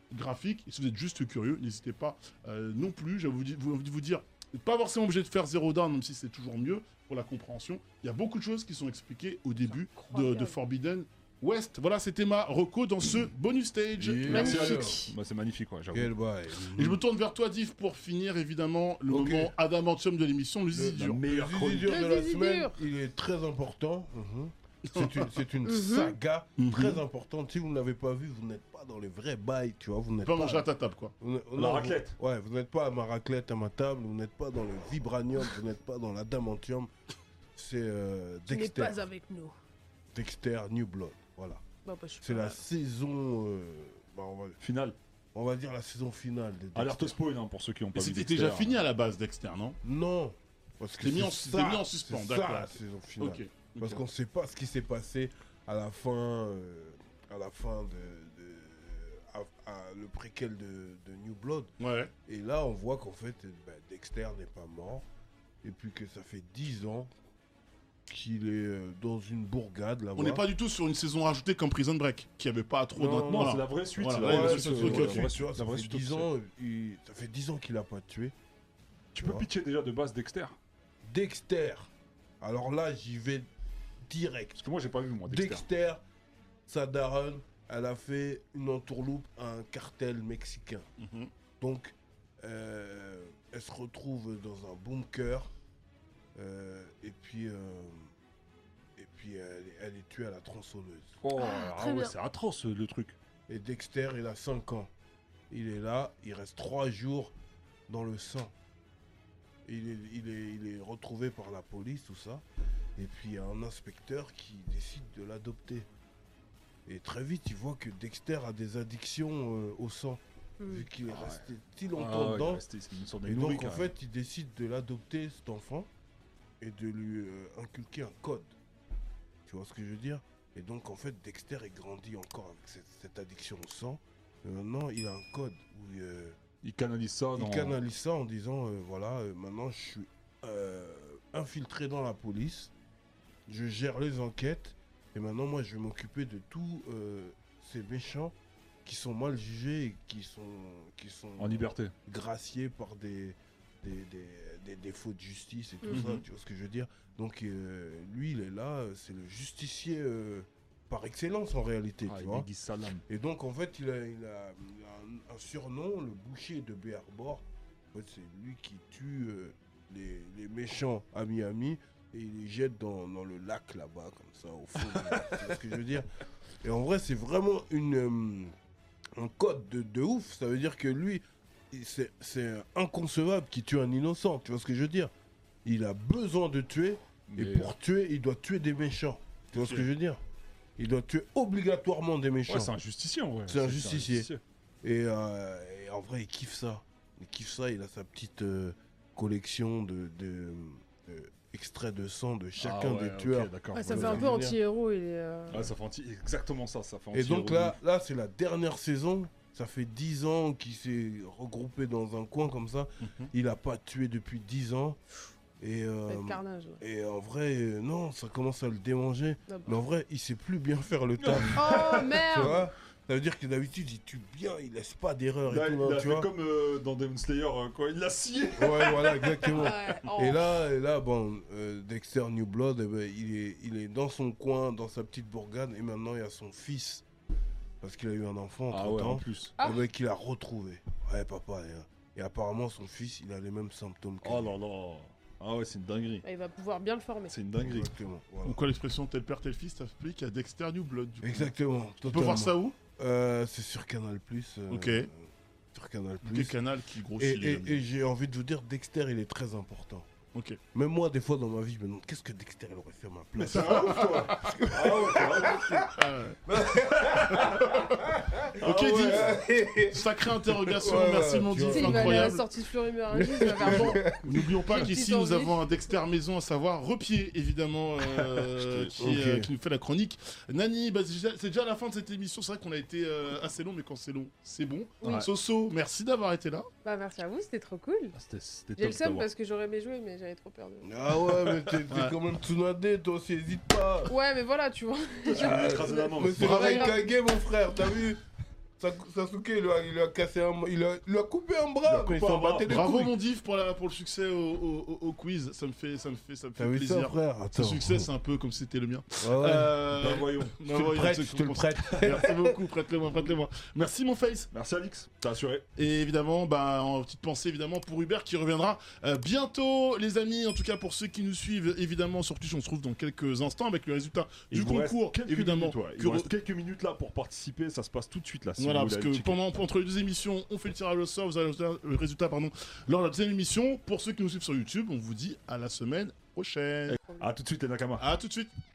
graphique. Et si vous êtes juste curieux, n'hésitez pas euh, non plus. J'ai envie de vous, vous, vous dire, pas forcément obligé de faire Zero Dawn, même si c'est toujours mieux pour la compréhension. Il y a beaucoup de choses qui sont expliquées au début de, de Forbidden West. Voilà, c'était ma reco dans ce bonus stage. Yeah. Merci Bien sûr. Alex. Bah, c'est magnifique, ouais, j'avoue. Quel bail. Et je me tourne vers toi, Div, pour finir évidemment le Ok. moment adamantium de l'émission, le zizi Le dur. meilleur Le chronique. zizi dur Le de la zizi semaine, dur. il est très important. Mhm. C'est une, c'est une Mhm. saga Mhm. très importante. Si vous ne l'avez pas vu, vous n'êtes pas dans les vrais bails, tu vois. Vous n'êtes Pas pas manger à ta table, quoi. vous n'êtes- La non, raclette. vous- ouais, vous n'êtes pas à ma raclette, à ma table. Vous n'êtes pas dans le vibranium. Vous n'êtes pas dans l'adamantium. C'est euh, Tu n'es Dexter. pas avec nous. Dexter New Blood. Voilà. Bah, bah, je suis C'est pas- la saison. euh, bah, on, va, Final. on va dire la saison finale de Dexter. Alerte spoil hein, pour ceux qui n'ont Mais pas vu. c'était Dexter. déjà fini à la base, Dexter, non? Non. Parce que C'était mis, en- c'est c'était ça, mis en suspens, c'est ça, d'accord. la saison finale. Ok. Parce ok. qu'on ne sait pas ce qui s'est passé à la fin, euh, à la fin de, de- à- à le préquel de, de New Blood. Ouais. Et là, on voit qu'en fait, ben, Dexter n'est pas mort, et puis que ça fait dix ans qu'il est euh, dans une bourgade là-bas. On n'est pas du tout sur une saison rajoutée comme Prison Break, qui avait pas trop Non, d'autres. Non, voilà. c'est la vraie suite. Voilà, c'est ouais, la vraie c'est- suite, c'est- euh, ok, la ok. vraie Tu suite, vois, la ça vraie fait suite dix officielle. ans, il- ça fait dix ans qu'il a pas tué. Tu peux vois. pitcher déjà de base Dexter. Dexter. Alors là, j'y vais direct. Parce que moi j'ai pas vu moi Dexter. Dexter, sa daronne, elle a fait une entourloupe à un cartel mexicain. Mhm. Donc, euh, elle se retrouve dans un bunker. euh, et puis, euh, et puis elle, est- elle est tuée à la tronçonneuse. Oh, Ah, ah très ouais, bien. c'est atroce le truc. Et Dexter, il a cinq ans. Il est là, il reste trois jours dans le sang. Il est, il est, il est retrouvé par la police, tout ça. Et puis il y a un inspecteur qui décide de l'adopter. Et très vite, il voit que Dexter a des addictions euh, au sang, Hmm. vu qu'il est Ah ouais. resté si Ah, longtemps ouais, dedans. c'est c'est une sorte Et de donc, en fait, il décide de l'adopter, cet enfant, et de lui euh, inculquer un code. Tu vois ce que je veux dire? Et donc, en fait, Dexter est grandi encore avec cette, cette addiction au sang. Mais maintenant, il a un code où euh, il canalise ça il dans. canalise ça en disant euh, voilà, euh, maintenant, je suis euh, infiltré dans la police, je gère les enquêtes, et maintenant, moi, je vais m'occuper de tous euh, ces méchants qui sont mal jugés et qui sont, qui sont En liberté. graciés par des, des, des, des défauts de justice et tout Mhm. ça, tu vois ce que je veux dire? Donc euh, lui, il est là, euh, c'est le justicier euh, par excellence en réalité, Ah, tu il vois. déguise salam. Et donc en fait, il a, il a, il a un, un surnom, le boucher de Bay Harbor. En fait, c'est lui qui tue euh, les, les méchants à Miami et il les jette dans, dans le lac là-bas, comme ça, au fond. Tu vois ce que je veux dire? Et en vrai, c'est vraiment une... euh, un code de, de ouf, ça veut dire que lui, il- c'est c'est inconcevable qu'il tue un innocent, tu vois ce que je veux dire? Il a besoin de tuer, et Mais, pour tuer, il doit tuer des méchants, tu vois ce Ok. que je veux dire? Il doit tuer obligatoirement des méchants. Ouais, c'est un justicier en vrai. C'est un justicier. Et, euh, et en vrai, il kiffe ça. Il kiffe ça, il a sa petite euh, collection de, de, de extraits de sang de chacun Ah ouais, des ok, tueurs. d'accord. Ouais, ça Ouais, fait un je peu veux dire. anti-héros. Il est. euh, Ouais, ça fait anti... exactement ça, ça fait Et donc anti-héros là, là c'est la dernière saison. Ça fait dix ans qu'il s'est regroupé dans un coin comme ça. Mhm. Il a pas tué depuis dix ans. Et, ça va euh, être carnage. ouais. et en vrai, euh, non, ça commence à le démanger. Ah bah. Mais en vrai, il sait plus bien faire le taf. Oh Tu merde! vois? Ça veut dire que d'habitude, il tue bien, il laisse pas d'erreur Là, et il tout. hein, a tu fait vois? comme euh, dans Demon Slayer euh, quand il l'a scié. Ouais, voilà, exactement. Ouais, oh. Et là, et là bon, euh, Dexter New Blood, eh ben, il, est, il est dans son coin, dans sa petite bourgade, et maintenant il y a son fils, parce qu'il a eu un enfant Ah entre ouais, en temps, plus. Ah. qu'il a retrouvé. Ouais, papa. Et, euh, et apparemment, son fils, il a les mêmes symptômes que Oh lui. là là. Ah ouais, c'est une dinguerie. Il va pouvoir bien le former. C'est une dinguerie. Exactement. Voilà. Donc quoi l'expression tel père tel fils s'applique à Dexter New Blood du coup. Exactement. On peut voir ça où? euh, C'est sur Canal Plus. euh, Ok. euh, sur Canal Quel Plus. canal qui Et, grossit les et, amis. et j'ai envie de vous dire, Dexter, il est très important. Ok. Même moi, des fois, dans ma vie, je me demande qu'est-ce que Dexter il aurait fait à ma place. Ah ouais, carrément. Ok, Ah Div. ouais. Sacrée interrogation, Ouais, merci ouais, mon tu Div, vois. Tu sais, il va aller à la incroyable. sortie de Fleury Mérogis, il va faire bon. N'oublions pas J'ai une qu'ici petite nous envie. avons un Dexter maison, à savoir Repied évidemment, euh, qui, Ok. euh, qui nous fait la chronique. Nani, bah, c'est déjà- c'est déjà la fin de cette émission, c'est vrai qu'on a été euh, assez long, mais quand c'est long, c'est bon. Oui. Ouais. Soso, merci d'avoir été là. Bah, merci à vous, c'était trop cool. C'était c'était J'ai le top seum d'avoir. parce que j'aurais aimé jouer, mais j'avais trop peur de. Ah ouais, mais t'es t'es Ouais. quand même Tsunade, toi aussi, hésite pas. Ouais, mais voilà, tu vois. Tu vas écraser la main. Mais c'est Bravo. vrai Kage, mon frère, t'as vu? Sasuke, il lui a, il lui a cassé un, il a, il lui a coupé un bras quand il s'en battait les Bravo couilles. mon div pour, la, pour le succès au, au, au, au quiz, ça me fait, ça me fait, ça me fait T'as vu plaisir. ça, frère? Ce succès, c'est un peu comme si c'était le mien. Ouais, ouais. Euh, Bah, voyons. bah, Je te le voyons, prête, c'est je te le qu'on- prête. Merci beaucoup, prête-le-moi, prête-le-moi. Merci mon face. Merci Alix, t'as assuré. Et évidemment, bah, en petite pensée évidemment pour Hubert qui reviendra euh, bientôt, les amis. En tout cas pour ceux qui nous suivent, évidemment sur Twitch, on se retrouve dans quelques instants avec le résultat Il du vous reste concours, quelques évidemment. minutes, ouais. Il que vous re- reste quelques minutes là pour participer, ça se passe tout de suite là. Si Voilà, vous parce voulez que aller checker. pendant, entre les deux émissions, on fait le tirage au sort, vous avez le résultat, le résultat, pardon, lors de la deuxième émission. Pour ceux qui nous suivent sur YouTube, on vous dit à la semaine prochaine. À tout de suite les Nakama. À tout de suite.